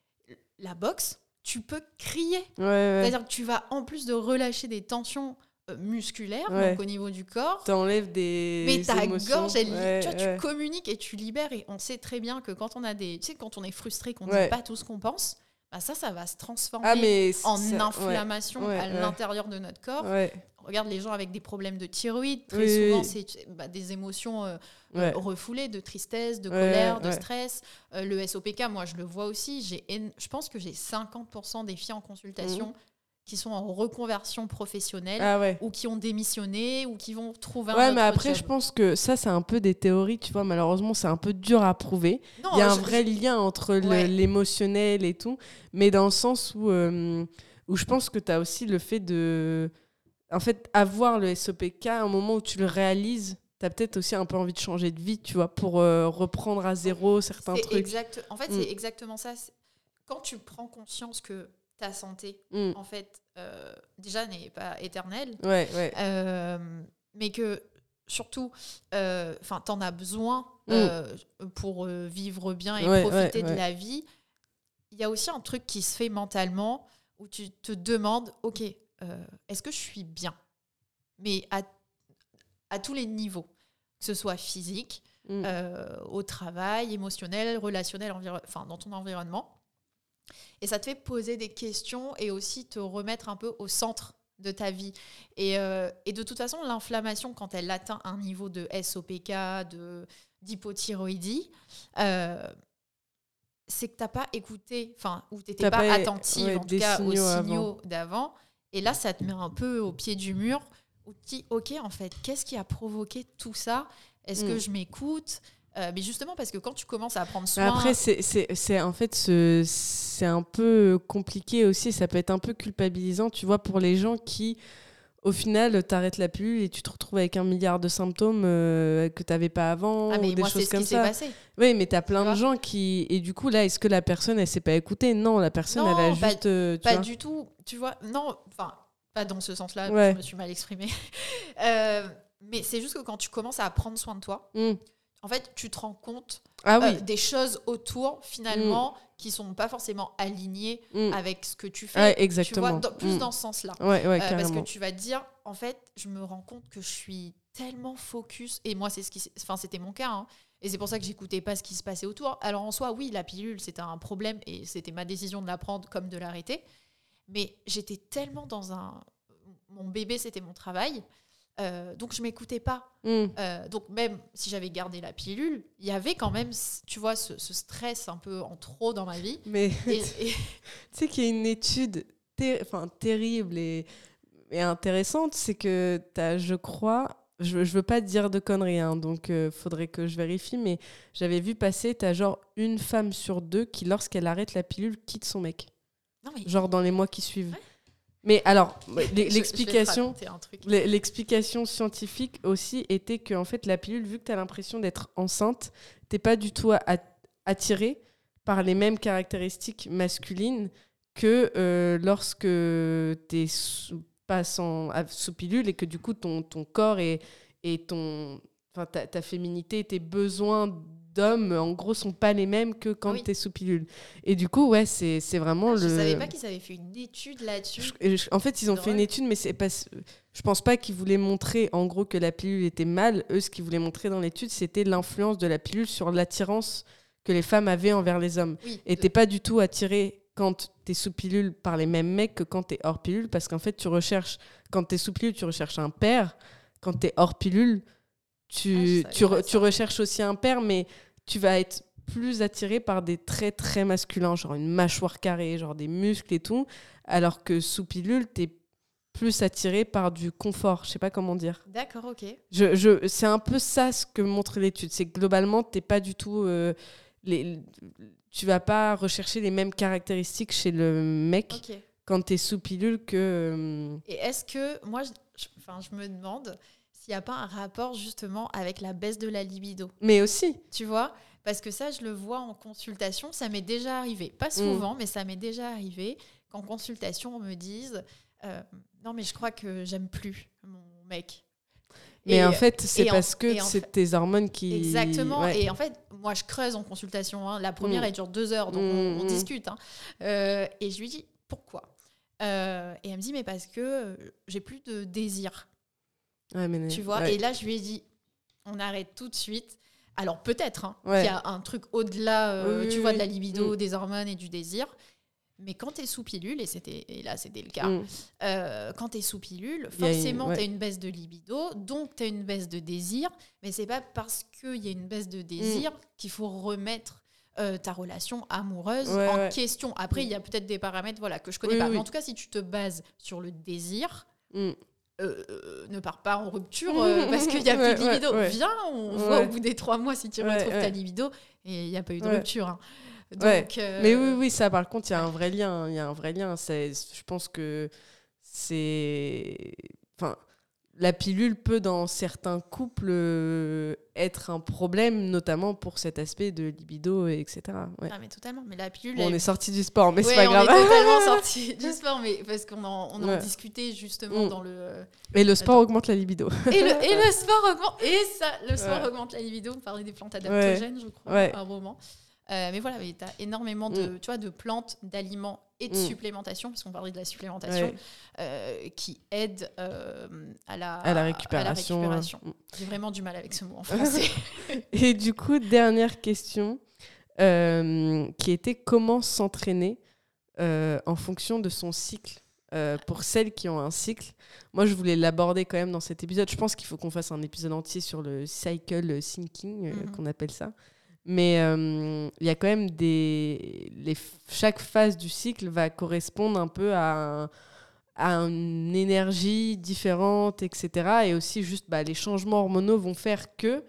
la boxe, tu peux crier. Ouais, ouais. C'est-à-dire que tu vas, en plus de relâcher des tensions euh, musculaires, Ouais. donc au niveau du corps, T'enlèves des mais ta émotions. gorge, elle, Ouais, tu vois, ouais. tu communiques et tu libères. Et on sait très bien que quand on a des, tu sais, quand on est frustré, qu'on ne Ouais. dit pas tout ce qu'on pense, bah ça, ça va se transformer Ah, mais c- en ça- inflammation ouais, à ouais. l'intérieur de notre corps. Ouais, ouais, Regarde les gens avec des problèmes de thyroïde, très Oui, souvent, oui. c'est bah, des émotions euh, ouais. euh, refoulées, de tristesse, de Ouais, colère, de ouais. stress. Euh, le S O P K, moi, je le vois aussi. J'ai én- je pense que j'ai cinquante pour cent des filles en consultation Mhm. qui sont en reconversion professionnelle Ah ouais. ou qui ont démissionné ou qui vont trouver un Ouais, autre mais après, job. je pense que ça, c'est un peu des théories, tu vois. Malheureusement, c'est un peu dur à prouver. Non, Il y a un je- vrai lien entre le- Ouais. l'émotionnel et tout, mais dans le sens où, euh, où je pense que tu as aussi le fait de. En fait, avoir le S O P K, à un moment où tu le réalises, tu as peut-être aussi un peu envie de changer de vie, tu vois, pour euh, reprendre à zéro certains c'est trucs. exact. En fait, Mm. c'est exactement ça. C'est- Quand tu prends conscience que ta santé, Mm. en fait, euh, déjà n'est pas éternelle, Ouais, ouais. Euh, mais que surtout, enfin, t'en as besoin Mm. euh, pour euh, vivre bien et Ouais, profiter ouais, de ouais. la vie. Il y a aussi un truc qui se fait mentalement où tu te demandes, ok, euh, est-ce que je suis bien? Mais à, à tous les niveaux, que ce soit physique, Mm. euh, au travail, émotionnel, relationnel, enviro- enfin, dans ton environnement. Et ça te fait poser des questions et aussi te remettre un peu au centre de ta vie. Et, euh, et de toute façon, l'inflammation, quand elle atteint un niveau de S O P K, de, d'hypothyroïdie, euh, c'est que tu n'as pas écouté, enfin, ou tu n'étais T'as pas, pas, attentive, ouais, en tout des cas, aux signaux signaux avant. d'avant. Et là, ça te met un peu au pied du mur. Où tu dis, OK, en fait, qu'est-ce qui a provoqué tout ça ? Est-ce Mm. que je m'écoute ? Euh, mais justement, parce que quand tu commences à prendre soin... Après, c'est, c'est, c'est en fait, ce, c'est un peu compliqué aussi. Ça peut être un peu culpabilisant, tu vois, pour les gens qui, au final, t'arrêtent la pilule et tu te retrouves avec un milliard de symptômes euh, que t'avais pas avant, Ah, mais ou des moi, choses c'est ce comme qui s'est ça. passé. Oui, mais t'as plein Tu de vois gens qui... Et du coup, là, est-ce que la personne, elle s'est pas écoutée ? Non, la personne, Non, elle a pas- juste... euh, tu Pas vois. du tout, tu vois. Non, enfin, pas dans ce sens-là, Ouais. je me suis mal exprimée. Euh, mais c'est juste que quand tu commences à prendre soin de toi, Mm. en fait, tu te rends compte Ah euh, oui. des choses autour, finalement, qui sont pas forcément alignées Mm. avec ce que tu fais. Ouais, Tu exactement. vois, dans- plus Mm. dans ce sens-là. Ouais, ouais, Euh, carrément. parce que tu vas te dire, en fait, je me rends compte que je suis tellement focus. Et moi, c'est ce qui, s'est- enfin, c'était mon cas. Hein. Et c'est pour ça que j'écoutais pas ce qui se passait autour. Alors en soi, oui, la pilule, c'était un problème et c'était ma décision de la prendre comme de l'arrêter. Mais j'étais tellement dans un... Mon bébé, c'était mon travail. Euh, donc je m'écoutais pas. Mm. Euh, donc même si j'avais gardé la pilule, il y avait quand même, tu vois, ce, ce stress un peu en trop dans ma vie. Mais Et, et- tu sais qu'il y a une étude ter- enfin, terrible et, et intéressante, c'est que tu as, je crois, je, je veux pas dire de conneries, hein, donc il euh, faudrait que je vérifie, mais j'avais vu passer, tu as genre une femme sur deux qui, lorsqu'elle arrête la pilule, quitte son mec. non, mais Genre dans les mois qui suivent. Ouais. Mais alors, je- je vais te l'explication... raconter un truc. L- L'explication scientifique aussi était que en fait, la pilule, vu que tu as l'impression d'être enceinte, tu n'es pas du tout a- attiré par les mêmes caractéristiques masculines que euh, lorsque tu es sous, pas sans, à- sous pilule et que du coup, ton, ton corps et, et ton, enfin, ta, ta féminité, tes besoins d'homme, en gros, sont pas les mêmes que quand Ah oui. tu es sous pilule. Et du coup, ouais, c'est c'est vraiment Ah, le... je savais pas qu'ils avaient fait une étude là-dessus. Je- et je- en fait, ils ont C'est fait une drôle. étude, mais c'est pas. Je pense pas qu'ils voulaient montrer, en gros, que la pilule était mal. Eux, ce qu'ils voulaient montrer dans l'étude, c'était l'influence de la pilule sur l'attirance que les femmes avaient envers les hommes. Oui, Et de- t'es pas du tout attiré quand t'es sous pilule par les mêmes mecs que quand t'es hors pilule, parce qu'en fait, tu recherches, quand t'es sous pilule, tu recherches un père. Quand t'es hors pilule, Ah, je tu, savais tu, pas re- ça. tu recherches aussi un père, mais tu vas être plus attiré par des traits très masculins, genre une mâchoire carrée, genre des muscles et tout, alors que sous pilule, t'es plus attiré par du confort. Je sais pas comment dire. D'accord, ok. Je, je, c'est un peu ça ce que montre l'étude. C'est que globalement, t'es pas du tout... euh, les, tu vas pas rechercher les mêmes caractéristiques chez le mec Ok. quand t'es sous pilule que... euh, Et est-ce que, moi, je, je- enfin, je me demande s'il n'y a pas un rapport justement avec la baisse de la libido. Mais aussi... Tu vois ? Parce que ça, je le vois en consultation, ça m'est déjà arrivé. Pas souvent, mais ça m'est déjà arrivé qu'en consultation, on me dise euh, non, mais je crois que j'aime plus mon mec. Mais Et- en fait, c'est et en- parce que et en c'est fait- tes hormones qui... Exactement. Ouais. Et en fait, moi, je creuse en consultation. Hein. La première, Mm. elle dure deux heures, donc Mm, on, on mm. discute. Hein. Euh, et je lui dis pourquoi Euh, Et elle me dit mais parce que euh, j'ai plus de désir. Ouais, mais- Tu vois. ouais. Et là, je lui ai dit on arrête tout de suite. Alors peut-être hein, Ouais. qu'il y a un truc au-delà, euh, Oui, tu oui, vois, oui. de la libido, Mm. des hormones et du désir. Mais quand tu es sous pilule, et, c'était, et là c'était le cas, Mm. euh, quand tu es sous pilule, Il y a une- forcément ouais. tu as une baisse de libido, donc tu as une baisse de désir, mais c'est pas parce qu'il y a une baisse de désir Mm. qu'il faut remettre euh, ta relation amoureuse Ouais, en ouais. question. Après, Mm. il y a peut-être des paramètres voilà, que je connais Oui, pas, oui. mais en tout cas, si tu te bases sur le désir, Mm. euh, euh, ne pars pas en rupture euh, parce qu'il n'y a Ouais, plus de libido. ouais, ouais. Viens, on Ouais. voit au bout des trois mois si tu Ouais, retrouves ta ouais. libido, et il n'y a pas eu de Ouais. rupture. Hein. Donc, Ouais. euh, Mais oui, oui, ça, par contre, il y a ouais. un vrai lien. Il y a un vrai lien. C'est, je pense que c'est... Enfin, la pilule peut, dans certains couples, euh, être un problème, notamment pour cet aspect de libido, et cetera. Ouais. Ah, mais totalement. Mais la pilule, Bon, on elle- est sorti du sport, mais Ouais, c'est pas on grave. est totalement sorti du sport, mais parce qu'on en, on en Ouais. discutait justement Mm. dans le. Et le sport Attends. augmente la libido. Et le, et le sport augmente. Et ça, le sport Ouais. augmente la libido. On parlait des plantes adaptogènes, je crois, Ouais. à un moment. Euh, mais voilà, tu as énormément de, Mm. tu vois, de plantes, d'aliments et de Mm. supplémentation, parce qu'on parlait de la supplémentation, Ouais. euh, qui aident euh, à, la, À la récupération. à la récupération. Mm. J'ai vraiment du mal avec ce mot en français. Et du coup, dernière question, euh, qui était comment s'entraîner euh, en fonction de son cycle euh, pour celles qui ont un cycle. Moi, je voulais l'aborder quand même dans cet épisode. Je pense qu'il faut qu'on fasse un épisode entier sur le cycle thinking, euh, Mhm. qu'on appelle ça. Mais il euh, y a quand même des... Les... Chaque phase du cycle va correspondre un peu à, un... à une énergie différente, et cetera. Et aussi, juste, bah, les changements hormonaux vont faire que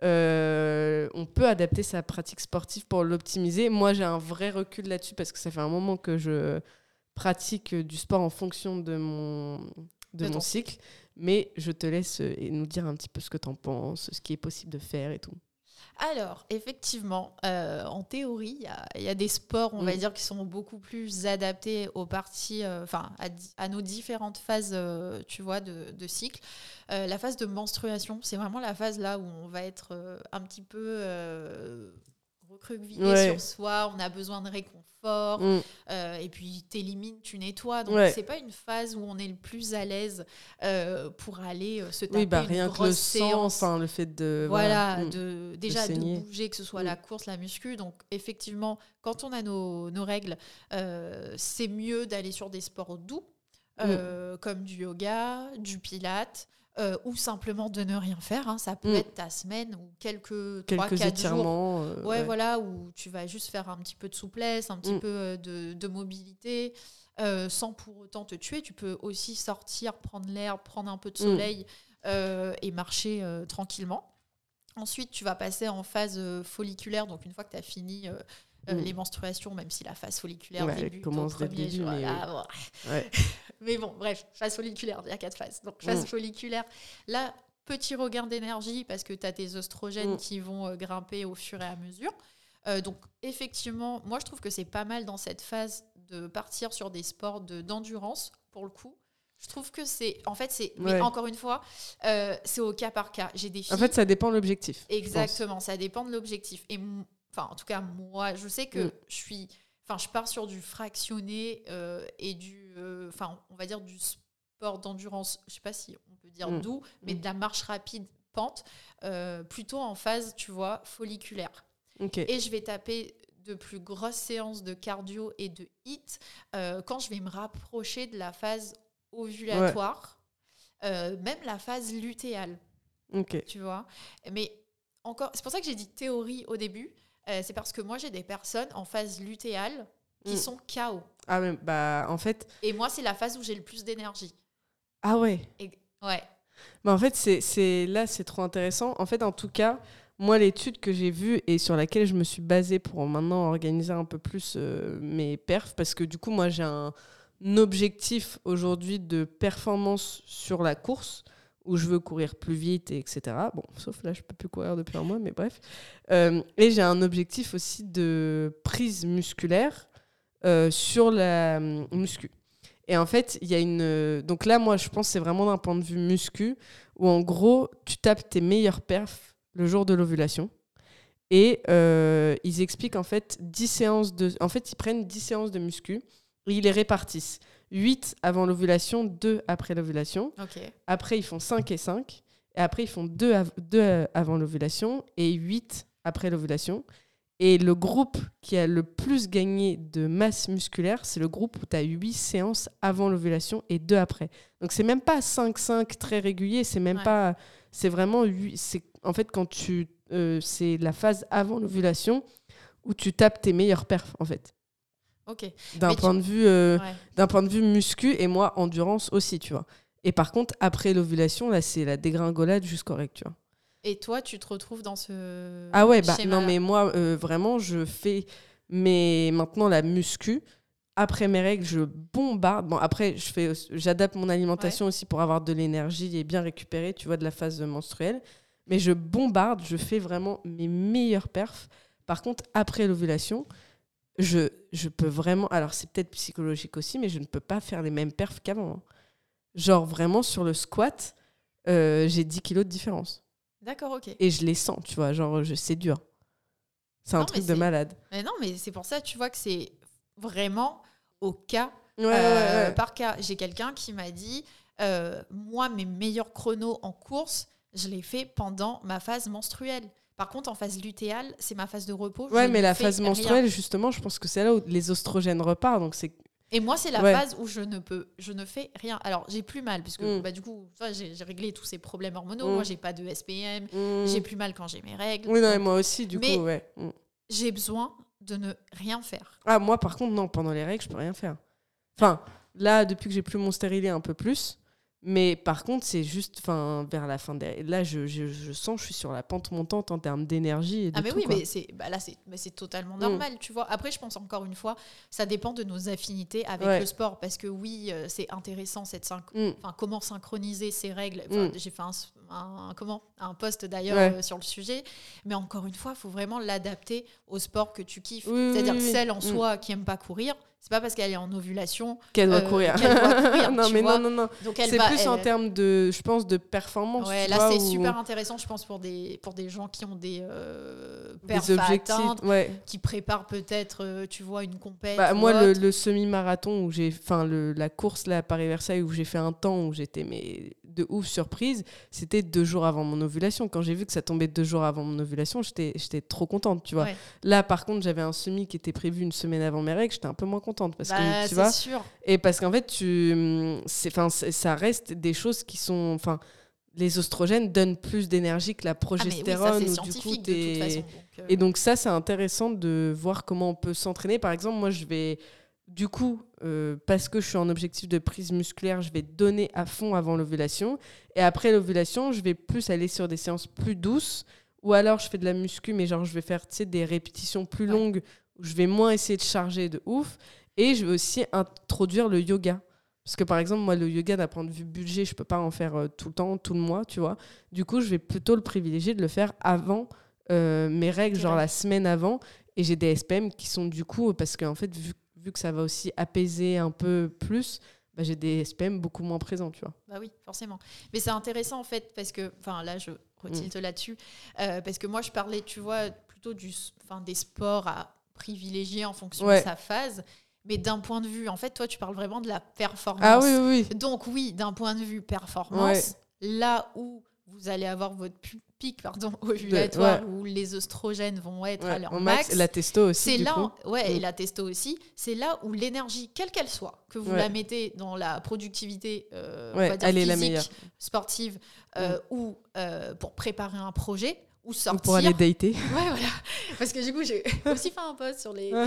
euh, on peut adapter sa pratique sportive pour l'optimiser. Moi, j'ai un vrai recul là-dessus parce que ça fait un moment que je pratique du sport en fonction de mon, de de mon cycle. cycle. Mais je te laisse nous dire un petit peu ce que tu en penses, ce qui est possible de faire et tout. Alors, effectivement, euh, en théorie, il y, y a des sports, on mmh. va dire, qui sont beaucoup plus adaptés aux parties, enfin, euh, à, à nos différentes phases, euh, tu vois, de, de cycle. Euh, la phase de menstruation, c'est vraiment la phase là où on va être euh, un petit peu euh, recroquevillé ouais. sur soi, on a besoin de réconfort, mmh. euh, et puis t'élimines, tu nettoies. Donc, ouais. c'est pas une phase où on est le plus à l'aise euh, pour aller euh, se taper oui, bah, une rien grosse que le séance. Sang, le fait de... Voilà, voilà. de, déjà de, de bouger, que ce soit mmh. la course, la muscu. Donc, effectivement, quand on a nos, nos règles, euh, c'est mieux d'aller sur des sports doux, euh, mmh. comme du yoga, du pilates, Euh, ou simplement de ne rien faire, hein. Ça peut mmh. être ta semaine ou quelques trois quatre jours euh, ouais, ouais. voilà, où tu vas juste faire un petit peu de souplesse, un petit mmh. peu de, de mobilité, euh, sans pour autant te tuer. Tu peux aussi sortir, prendre l'air, prendre un peu de soleil mmh. euh, et marcher euh, tranquillement. Ensuite, tu vas passer en phase euh, folliculaire, donc une fois que tu as fini euh, euh, mmh. les menstruations, même si la phase folliculaire ouais, débute commence au premier jour. Mais, là, oui. bon. ouais. Mais bon, bref, phase folliculaire, il y a quatre phases. Donc, phase mmh. folliculaire, là, petit regain d'énergie parce que tu as tes oestrogènes mmh. qui vont euh, grimper au fur et à mesure. Euh, donc, effectivement, moi, je trouve que c'est pas mal dans cette phase de partir sur des sports de, d'endurance, pour le coup. Je trouve que c'est... En fait, c'est... Ouais. Mais encore une fois, euh, c'est au cas par cas. J'ai des filles... En fait, ça dépend de l'objectif. Exactement, ça dépend de l'objectif. Et enfin, en tout cas, moi, je sais que mmh. je suis... Enfin, je pars sur du fractionné euh, et du... Enfin, euh, on va dire du sport d'endurance, je sais pas si on peut dire mmh. doux, mais mmh. de la marche rapide, pente, euh, plutôt en phase, tu vois, folliculaire. Okay. Et je vais taper de plus grosses séances de cardio et de hit euh, quand je vais me rapprocher de la phase ovulatoire, ouais. euh, même la phase lutéale. Okay. Tu vois. Mais encore, c'est pour ça que j'ai dit théorie au début. Euh, c'est parce que moi, j'ai des personnes en phase lutéale qui mmh. sont K O. Ah ouais, bah en fait... Et moi, c'est la phase où j'ai le plus d'énergie. Ah ouais. Et, ouais. Bah en fait, c'est, c'est, là, c'est trop intéressant. En fait, en tout cas, moi, l'étude que j'ai vue et sur laquelle je me suis basée pour maintenant organiser un peu plus euh, mes perfs, parce que du coup, moi, j'ai un, un objectif aujourd'hui de performance sur la course, où je veux courir plus vite, et cetera. Bon, sauf là, je ne peux plus courir depuis un mois, mais bref. Euh, et j'ai un objectif aussi de prise musculaire euh, sur la muscu. Et en fait, il y a une... Donc là, moi, je pense que c'est vraiment d'un point de vue muscu, où en gros, tu tapes tes meilleurs perfs le jour de l'ovulation. Et euh, ils expliquent en fait dix séances de... En fait, ils prennent dix séances de muscu et ils les répartissent. huit avant l'ovulation, deux après l'ovulation. Okay. Après, ils font cinq et cinq. Et après, ils font deux, av- deux avant l'ovulation et huit après l'ovulation. Et le groupe qui a le plus gagné de masse musculaire, c'est le groupe où tu as huit séances avant l'ovulation et deux après. Donc, c'est même pas cinq cinq très régulier. C'est même ouais. pas... C'est vraiment huit... C'est, en fait, quand tu... Euh, c'est la phase avant l'ovulation où tu tapes tes meilleurs perfs, en fait. Ok. D'un point, tu... de vue, euh, ouais. d'un point de vue muscu et moi, endurance aussi, tu vois. Et par contre, après l'ovulation, là, c'est la dégringolade jusqu'au règle, tu vois. Et toi, tu te retrouves dans ce Ah ouais, bah schéma-là. Non, mais moi, euh, vraiment, je fais mes... maintenant la muscu. Après mes règles, je bombarde. Bon, après, je fais... j'adapte mon alimentation ouais. aussi pour avoir de l'énergie et bien récupérer, tu vois, de la phase menstruelle. Mais je bombarde, je fais vraiment mes meilleurs perfs. Par contre, après l'ovulation, je, je peux vraiment... Alors, c'est peut-être psychologique aussi, mais je ne peux pas faire les mêmes perfs qu'avant. Hein. Genre, vraiment, sur le squat, euh, j'ai dix kilos de différence. D'accord, ok. Et je les sens, tu vois, genre, je, c'est dur. C'est un non, truc de c'est... malade. Mais non, mais c'est pour ça, tu vois, que c'est vraiment au cas, ouais, euh, ouais, ouais. par cas. J'ai quelqu'un qui m'a dit, euh, moi, mes meilleurs chronos en course, je les fais pendant ma phase menstruelle. Par contre, en phase lutéale, c'est ma phase de repos. Ouais, je mais la fais phase menstruelle, rien. justement, je pense que c'est là où les oestrogènes repartent. Donc, c'est, Et moi, c'est la ouais. phase où je ne peux, je ne fais rien. Alors, j'ai plus mal, parce que Mm. bah, du coup, toi, j'ai, j'ai réglé tous ces problèmes hormonaux. Mm. Moi, j'ai pas de S P M, Mm. j'ai plus mal quand j'ai mes règles. Oui, non, et Donc, moi aussi, du mais- coup, ouais. Mm. j'ai besoin de ne rien faire. Ah, moi, par contre, non, pendant les règles, je peux rien faire. Enfin, là, depuis que j'ai plus mon stérilet, un peu plus. Mais par contre, c'est juste vers la fin des... Là, je, je, je sens que je suis sur la pente montante en termes d'énergie et de Ah mais tout, oui, quoi. mais c'est bah là c'est mais c'est totalement normal, tu vois. Après, je pense encore une fois, ça dépend de nos affinités avec Ouais. le sport, parce que oui, euh, c'est intéressant cette synch- Mm. enfin comment synchroniser ces règles. Enfin, Mm. j'ai fait un, un comment un post d'ailleurs Ouais. euh, sur le sujet, mais encore une fois, il faut vraiment l'adapter au sport que tu kiffes. Oui, C'est-à-dire oui, que oui. celle en Mm. soi qui aime pas courir, c'est pas parce qu'elle est en ovulation Qu'elle doit euh, courir. qu'elle doit courir, non, tu mais vois. non, non, non. Donc elle C'est va plus elle- en termes de, je pense, de performance. Ouais, tu là vois, c'est où- super intéressant, je pense, pour des, pour des gens qui ont des, euh, perfs Des à objectifs. atteindre, Ouais. qui préparent peut-être, euh, tu vois, une compète. Bah, ou moi, le, autre. le semi-marathon, où j'ai, enfin, le, la course là, à Paris-Versailles, où j'ai fait un temps où j'étais mais, de ouf surprise, c'était deux jours avant mon ovulation. Quand j'ai vu que ça tombait deux jours avant mon ovulation, j'étais, j'étais trop contente, tu vois. Ouais. Là, par contre, j'avais un semi qui était prévu une semaine avant mes règles, j'étais un peu moins contente. Parce Bah, que, tu c'est vois, sûr. et parce qu'en fait, tu, c'est, 'fin, c'est- ça reste des choses qui sont... Enfin, les oestrogènes donnent plus d'énergie que la Ah, mais oui, progestérone. ça c'est où, du scientifique coup, de toute t'es- façon. donc, euh, Et donc ça, c'est intéressant de voir comment on peut s'entraîner. Par exemple, moi, je vais... Du coup, euh, parce que je suis en objectif de prise musculaire, je vais donner à fond avant l'ovulation. Et après l'ovulation, je vais plus aller sur des séances plus douces. Ou alors, je fais de la muscu, mais genre, je vais faire, tu sais, des répétitions plus Ouais. longues, où je vais moins essayer de charger de ouf. Et je vais aussi introduire le yoga. Parce que, par exemple, moi, le yoga, d'un point de vue budget, je peux pas en faire euh, tout le temps, tout le mois, tu vois. Du coup, je vais plutôt le privilégier de le faire avant euh, mes règles, Tes genre règles. la semaine avant. Et j'ai des S P M qui sont du coup, parce qu'en fait, vu, vu que ça va aussi apaiser un peu plus, bah, j'ai des S P M beaucoup moins présents, tu vois. Bah oui, forcément. Mais c'est intéressant en fait, parce que, enfin là, je retilte là-dessus, euh, parce que moi, je parlais, tu vois, plutôt du, enfin, des sports à privilégier en fonction Ouais. de sa phase. Mais d'un point de vue, en fait, toi, tu parles vraiment de la performance. Ah oui, oui, oui. Donc oui, d'un point de vue performance, là où vous allez avoir votre pu- pic pardon, ovulatoire, ouais. où les oestrogènes vont être Ouais, à leur en max, max. La testo aussi, c'est du là, coup. ouais, Mm. et la testo aussi, c'est là où l'énergie, quelle qu'elle soit, que vous Ouais. la mettez dans la productivité, euh, on Ouais, va dire elle est la physique, meilleure. sportive, euh, ou euh, pour préparer un projet, ou Ou sortir. pour aller dater. Ouais, voilà. Parce que du coup, j'ai aussi fait un post sur les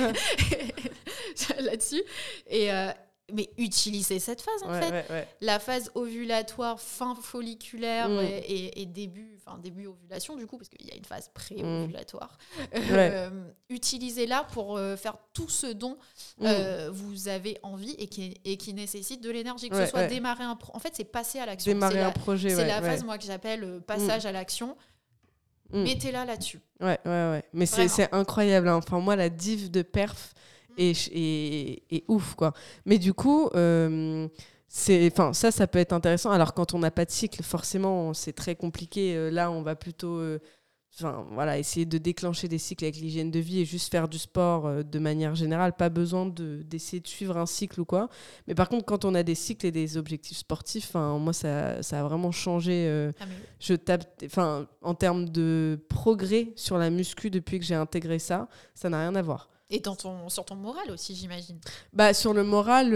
là-dessus. Et euh, mais utilisez cette phase en Ouais, fait. ouais, ouais. La phase ovulatoire, fin folliculaire Mm. et, et- et début, enfin début ovulation du coup, parce qu'il y a une phase pré-ovulatoire. Ouais. Euh, utilisez-la pour euh, faire tout ce dont Mm. euh, vous avez envie et qui, et qui nécessite de l'énergie. Que Ouais, ce soit ouais. démarrer un... Pro- en fait, c'est passer à l'action. Démarrer c'est un la, projet, c'est ouais. la ouais. phase, moi, que j'appelle euh, passage à l'action. Mm. Mettez-la là-dessus. Ouais, ouais, ouais. Mais c'est, Vraiment. c'est incroyable. Hein. Enfin, moi, la diff de perf est, est, est ouf, quoi. Mais du coup, euh, c'est, enfin, ça, ça peut être intéressant. Alors, quand on n'a pas de cycle, forcément, c'est très compliqué. Euh, là, on va plutôt... euh, Enfin, voilà, essayer de déclencher des cycles avec l'hygiène de vie et juste faire du sport euh, de manière générale. Pas besoin de, d'essayer de suivre un cycle ou quoi. Mais par contre, quand on a des cycles et des objectifs sportifs, 'fin, moi, ça, ça a vraiment changé. euh, Ah, mais- je tape, enfin, en termes de progrès sur la muscu depuis que j'ai intégré ça, ça n'a rien à voir. Et dans ton, sur ton moral aussi, j'imagine. Bah, sur le moral,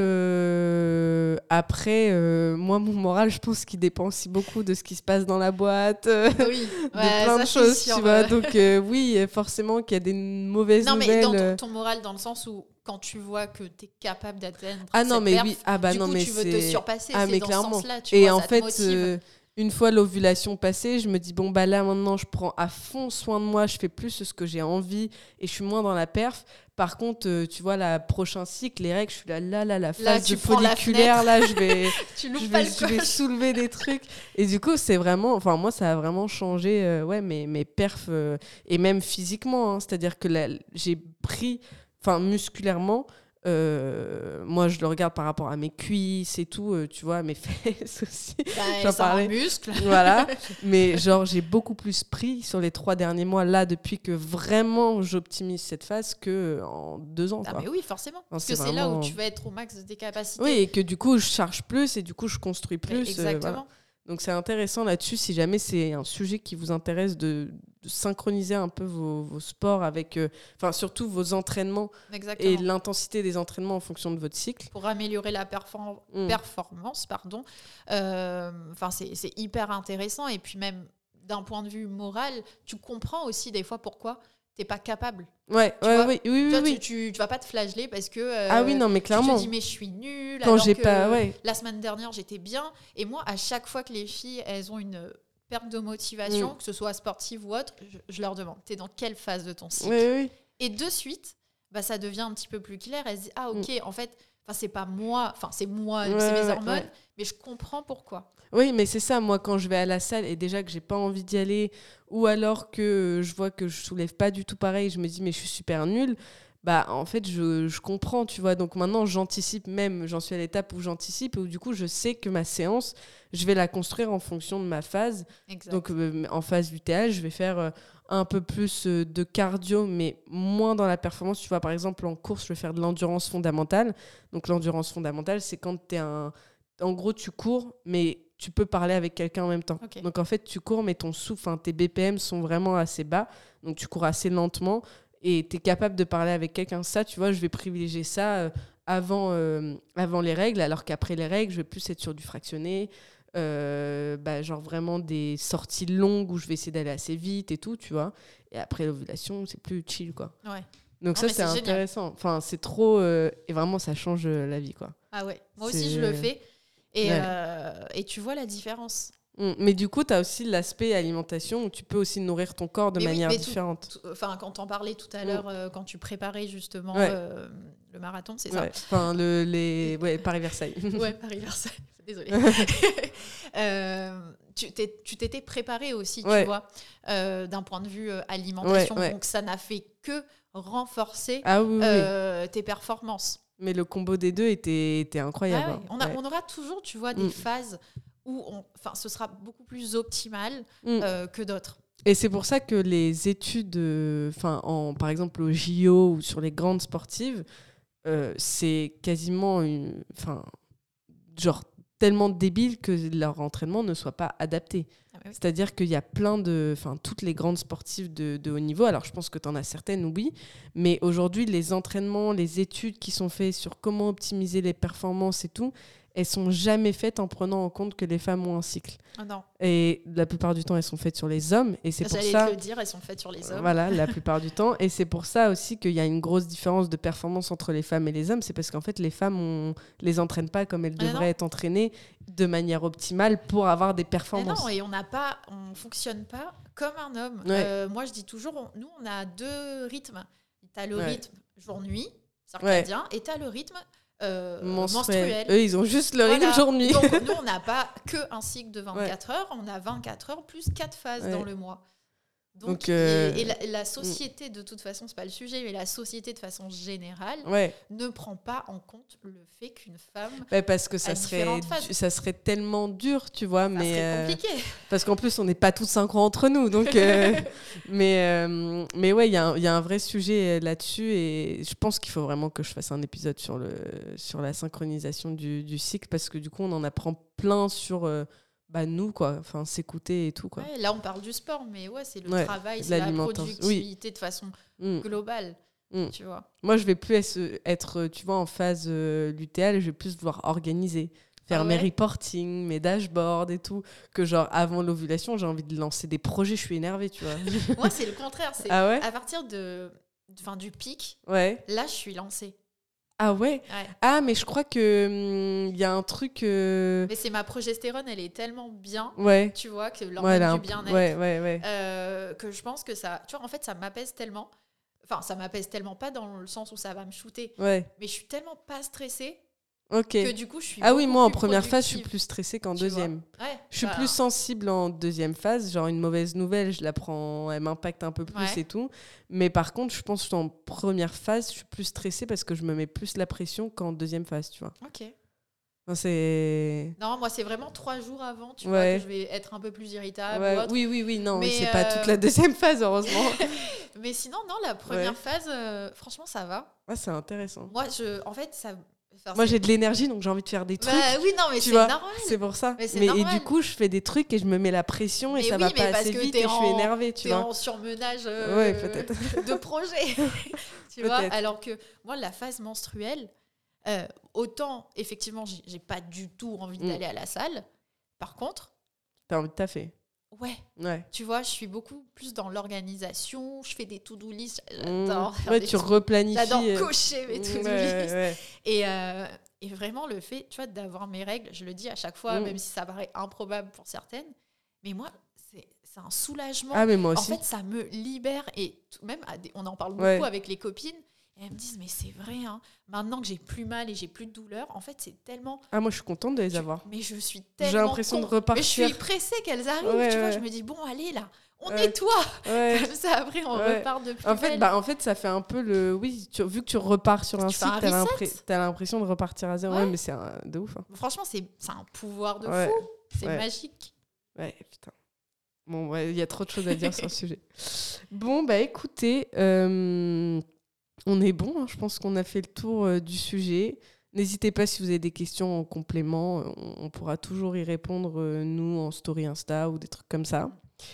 euh, après, euh, moi, mon moral, je pense qu'il dépend aussi beaucoup de ce qui se passe dans la boîte, euh, Oui, de plein de choses, tu vois. Donc, euh, oui, forcément qu'il y a des mauvaises Non, mais nouvelles. dans euh. ton, ton moral, dans le sens où quand tu vois que tu es capable d'atteindre Ah non, cette mais perf, oui, ah bah du non, coup, mais tu veux te c'est- surpasser. Ah, c'est mais dans clairement. ce sens-là, tu Et vois, en ça te fait, motive. euh, une fois l'ovulation passée, je me dis, bon, bah là, maintenant, je prends à fond soin de moi, je fais plus ce que j'ai envie et je suis moins dans la perf. Par contre, euh, tu vois, la prochain cycle, les règles, je suis là, là, là, la phase tu de prends la folliculaire, là, je vais, tu je loupes pas vais, le je vais coche. soulever des trucs. Et du coup, c'est vraiment, enfin, moi, ça a vraiment changé, euh, ouais, mes, mes perfs, euh, et même physiquement, hein. C'est-à-dire que là, j'ai pris, enfin, musculairement, euh, moi, je le regarde par rapport à mes cuisses et tout, euh, tu vois, mes fesses aussi. Bah, J'en c'est un parlais. muscle. Voilà, mais genre j'ai beaucoup plus pris sur les trois derniers mois là depuis que vraiment j'optimise cette phase que en deux ans, Ah, quoi. mais oui, forcément. Parce c'est que c'est là vraiment- où tu vas être au max de tes capacités. Oui, et que du coup je charge plus et du coup je construis Mais plus. euh, exactement. voilà. Donc c'est intéressant là-dessus, si jamais c'est un sujet qui vous intéresse, de, de synchroniser un peu vos, vos sports avec, enfin euh, surtout vos entraînements. Exactement. Et l'intensité des entraînements en fonction de votre cycle. Pour améliorer la perform- mmh. performance, pardon. Euh, c'est, c'est hyper intéressant. Et puis même d'un point de vue moral, tu comprends aussi des fois pourquoi t'es pas capable. Ouais, ouais, vois, oui, oui, toi, oui. Tu, tu, tu vas pas te flageller parce que euh, ah oui, non, mais clairement. tu te dis mais je suis nulle. Quand alors j'ai que pas, ouais. La semaine dernière j'étais bien. Et moi, à chaque fois que les filles elles ont une perte de motivation, mm. que ce soit sportive ou autre, je, je leur demande t'es dans quelle phase de ton cycle. Oui, oui. Et de suite, bah ça devient un petit peu plus clair. Elles se disent ah ok, mm. en fait, enfin c'est pas moi, enfin c'est moi, ouais, c'est mes hormones, ouais. mais je comprends pourquoi. Oui, mais c'est ça, moi, quand je vais à la salle et déjà que j'ai pas envie d'y aller, ou alors que je vois que je soulève pas du tout pareil, je me dis, mais je suis super nulle, bah, en fait, je, je comprends, tu vois. Donc maintenant, j'anticipe même, j'en suis à l'étape où j'anticipe, et où du coup, je sais que ma séance, je vais la construire en fonction de ma phase. Exact. Donc, euh, en phase U T H, je vais faire euh, un peu plus euh, de cardio, mais moins dans la performance. Tu vois, par exemple, en course, je vais faire de l'endurance fondamentale. Donc, l'endurance fondamentale, c'est quand t'es un... En gros, tu cours, mais tu peux parler avec quelqu'un en même temps. Okay. Donc, en fait, tu cours, mais ton souffle, tes B P M sont vraiment assez bas. Donc, tu cours assez lentement et tu es capable de parler avec quelqu'un. Ça, tu vois, je vais privilégier ça euh, avant, euh, avant les règles, alors qu'après les règles, je vais plus être sur du fractionné. Euh, bah, genre vraiment des sorties longues où je vais essayer d'aller assez vite et tout, tu vois. Et après l'ovulation, c'est plus chill, quoi. Ouais. Donc, non, ça, c'est, c'est intéressant. Enfin, c'est trop... Euh, et vraiment, ça change la vie, quoi. Ah ouais. Moi c'est... aussi, je le fais. Et, ouais. euh, et tu vois la différence. Mmh. Mais du coup, tu as aussi l'aspect alimentation où tu peux aussi nourrir ton corps de mais manière oui, différente. Enfin, quand t'en parlais tout à mmh. l'heure, euh, quand tu préparais justement ouais. euh, le marathon, c'est ouais. ça. Enfin, le, les... ouais, Paris-Versailles. ouais, Paris-Versailles. Désolée. euh, tu, t'es, tu t'étais préparée aussi, tu ouais. vois, euh, d'un point de vue euh, alimentation. Ouais, ouais. Donc, ça n'a fait que renforcer ah, oui, euh, oui. tes performances. Mais le combo des deux était, était incroyable. Ah ouais. on, a, ouais. on aura toujours, tu vois, des mmh. phases où on, ce sera beaucoup plus optimal mmh. euh, que d'autres. Et c'est pour ça que les études, euh, en, par exemple au J O ou sur les grandes sportives, euh, c'est quasiment une, genre tellement débile que leur entraînement ne soit pas adapté. Ah oui. C'est-à-dire qu'il y a plein de... Enfin, toutes les grandes sportives de, de haut niveau, alors je pense que tu en as certaines, oui, mais aujourd'hui, les entraînements, les études qui sont faites sur comment optimiser les performances et tout, elles sont jamais faites en prenant en compte que les femmes ont un cycle. Oh non. Et la plupart du temps, elles sont faites sur les hommes. Et c'est J'allais pour ça... te le dire, elles sont faites sur les hommes. Voilà, la plupart du temps. Et c'est pour ça aussi qu'il y a une grosse différence de performance entre les femmes et les hommes. C'est parce qu'en fait, les femmes, on les entraîne pas comme elles devraient ah être entraînées de manière optimale pour avoir des performances. Et non, et on n'a pas, on fonctionne pas comme un homme. Ouais. Euh, moi, je dis toujours, on, nous, on a deux rythmes. Tu as le ouais. rythme jour-nuit, circadien, ouais. et tu as le rythme Euh, menstruel. menstruel. Eux, ils ont juste le rythme voilà. jour-nuit. Donc, nous, on n'a pas qu'un cycle de vingt-quatre ouais. heures, on a vingt-quatre heures plus quatre phases ouais. dans le mois. Donc, Donc euh... et, et la, la société, de toute façon, c'est pas le sujet, mais la société, de façon générale, ouais. ne prend pas en compte le fait qu'une femme ouais, parce que ça serait, du, ça serait tellement dur, tu vois. Ça mais serait compliqué. Euh, parce qu'en plus, on n'est pas tous synchro entre nous. Donc, euh, mais, euh, mais ouais, il y, y a un vrai sujet là-dessus et je pense qu'il faut vraiment que je fasse un épisode sur, le, sur la synchronisation du, du cycle parce que du coup, on en apprend plein sur... Euh, bah nous quoi, enfin s'écouter et tout quoi. Ouais, là on parle du sport mais ouais, c'est le ouais, travail, c'est la productivité oui. de façon mmh. globale, mmh. tu vois. Moi je vais plus être tu vois en phase euh, l'U T L, je vais plus vouloir organiser, faire ah ouais. mes reporting, mes dashboards et tout, que genre avant l'ovulation, j'ai envie de lancer des projets, je suis énervée, tu vois. Moi c'est le contraire, c'est ah ouais à partir de enfin du pic. Ouais. Là je suis lancée. Ah ouais, ouais Ah, mais je crois que il hum, y a un truc... Euh... Mais c'est ma progestérone, elle est tellement bien, ouais. tu vois, que l'hormone ouais, du bien-être, ouais, ouais, ouais. Euh, que je pense que ça... Tu vois, en fait, ça m'apaise tellement. Enfin, ça m'apaise tellement pas dans le sens où ça va me shooter. Ouais. Mais je suis tellement pas stressée okay. que du coup, je suis Ah oui, moi, en plus première productive. phase, je suis plus stressée qu'en tu deuxième. Ouais, je suis bah... plus sensible en deuxième phase. Genre, une mauvaise nouvelle, je la prends, elle m'impacte un peu plus ouais. et tout. Mais par contre, je pense qu'en première phase, je suis plus stressée parce que je me mets plus la pression qu'en deuxième phase, tu vois. Ok. Non, c'est... non, moi, c'est vraiment trois jours avant, tu ouais. vois, que je vais être un peu plus irritable. Ouais. Ou autre. Oui, oui, oui, non, mais c'est euh... pas toute la deuxième phase, heureusement. Mais sinon, non, la première ouais. phase, euh, franchement, ça va. Ouais, c'est intéressant. Moi, je, en fait, ça, Enfin, Moi, c'est... j'ai de l'énergie, donc j'ai envie de faire des trucs. Bah, oui, non, mais tu c'est vois, normal. c'est pour ça. Mais c'est mais, normal. Et du coup, je fais des trucs et je me mets la pression mais et ça oui, va pas parce assez que vite t'es et je suis en... énervée, tu t'es vois. en surmenage euh, Ouais, peut-être. de projet. Tu vois, alors que moi, la phase menstruelle, euh, autant, effectivement, j'ai, j'ai pas du tout envie Mm. d'aller à la salle. Par contre, T'as envie de taffer. ouais, Ouais. tu vois, je suis beaucoup plus dans l'organisation. Je fais des to-do list. Mm. J'adore faire Ouais, des tu to- replanifies. J'adore euh, cocher mes to-do ouais, list. ouais. Et, euh, et vraiment, le fait, tu vois, d'avoir mes règles, je le dis à chaque fois, Mm. même si ça paraît improbable pour certaines, mais moi, c'est, c'est un soulagement. Ah, mais moi En aussi. fait, ça me libère. Et tout, même, à des- on en parle beaucoup Ouais. avec les copines. Et elles me disent, mais c'est vrai, hein, maintenant que j'ai plus mal et j'ai plus de douleur, en fait, c'est tellement... Ah, moi, je suis contente de les tu- avoir. Mais je suis J'ai tellement l'impression de con- repartir. Mais je suis pressée qu'elles arrivent, Ouais, tu vois. ouais. Je me dis, bon, allez, là, on Ouais. nettoie. Ouais. Comme ça, après, on Ouais. repart de plus En fait, belle. bah, en fait, ça fait un peu le. Oui, tu- vu que tu repars sur un Tu fais site, un t'as, reset. l'impré- t'as l'impression de repartir à zéro. Ouais, Ouais. mais c'est un... de ouf. Hein. Franchement, c'est, c'est un pouvoir de Ouais. fou. C'est Ouais. magique. Ouais, putain. Bon, ouais, il y a trop de choses à dire sur le sujet. Bon, bah écoutez, euh, on est bon. Hein, je pense qu'on a fait le tour euh, du sujet. N'hésitez pas si vous avez des questions en complément. On, on pourra toujours y répondre, euh, nous, en story Insta ou des trucs comme ça.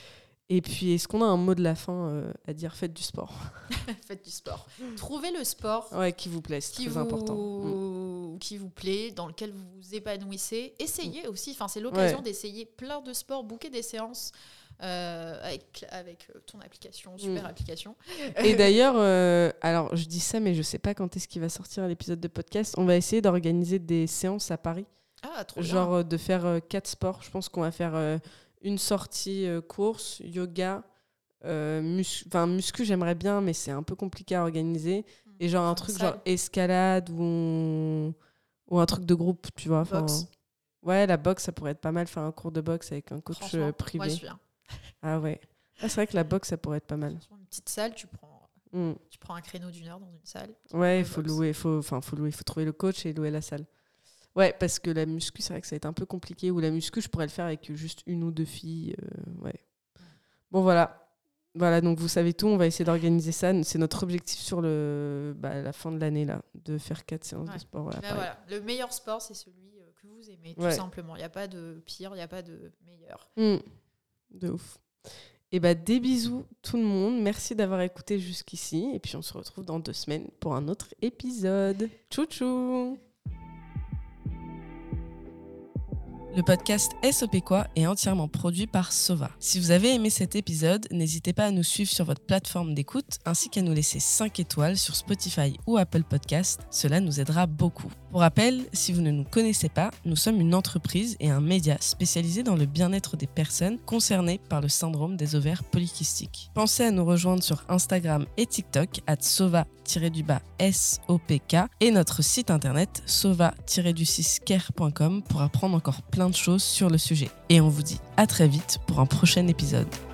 Et puis, est-ce qu'on a un mot de la fin euh, à dire? Faites du sport. Faites du sport. Trouvez le sport Ouais, qui vous plaît, c'est qui très vous, important. Mm. qui vous plaît, dans lequel vous vous épanouissez. Essayez aussi, enfin, c'est l'occasion Ouais. d'essayer plein de sports, booker des séances euh, avec, avec ton application, super Mm. application. Et d'ailleurs, euh, alors je dis ça, mais je sais pas quand est-ce qu'il va sortir l'épisode de podcast. On va essayer d'organiser des séances à Paris. Ah, trop Genre bien. euh, de faire euh, quatre sports. Je pense qu'on va faire euh, une sortie euh, course, yoga, euh, mus- enfin muscu, j'aimerais bien, mais c'est un peu compliqué à organiser. Et genre un En truc salle. genre escalade ou, on- ou un truc de groupe, tu vois. enfin, Boxe. Ouais, la boxe, ça pourrait être pas mal, faire un cours de boxe avec un coach Franchement, euh, moi, privé. je viens. Ah ouais. Ah, c'est vrai que la boxe, ça pourrait être pas mal. Sur une petite salle, tu prends, Mm. tu prends un créneau d'une heure dans une salle. Ouais, il de faut boxe. louer, faut, enfin, faut louer, faut trouver le coach et louer la salle. Ouais, parce que la muscu, c'est vrai que ça va être un peu compliqué. Ou la muscu, je pourrais le faire avec juste une ou deux filles. euh, ouais. Bon, voilà. Voilà, donc vous savez tout. On va essayer d'organiser ça. C'est notre objectif sur le, bah, la fin de l'année, là, de faire quatre séances Ouais. de sport. Ouais, à Mais Paris. voilà, le meilleur sport, c'est celui euh, que vous aimez, tout Ouais. simplement. Il n'y a pas de pire, il n'y a pas de meilleur. Mm. De ouf. Et bah, des bisous, tout le monde. Merci d'avoir écouté jusqu'ici. Et puis, on se retrouve dans deux semaines pour un autre épisode. Tchou tchou! Le podcast S O P Quoi est entièrement produit par Sova. Si vous avez aimé cet épisode, n'hésitez pas à nous suivre sur votre plateforme d'écoute ainsi qu'à nous laisser cinq étoiles sur Spotify ou Apple Podcast. Cela nous aidera beaucoup. Pour rappel, si vous ne nous connaissez pas, nous sommes une entreprise et un média spécialisé dans le bien-être des personnes concernées par le syndrome des ovaires polykystiques. Pensez à nous rejoindre sur Instagram et TikTok at sova-du-bas S O P K et notre site internet sova-du-six care point com pour apprendre encore plein de choses sur le sujet. Et on vous dit à très vite pour un prochain épisode.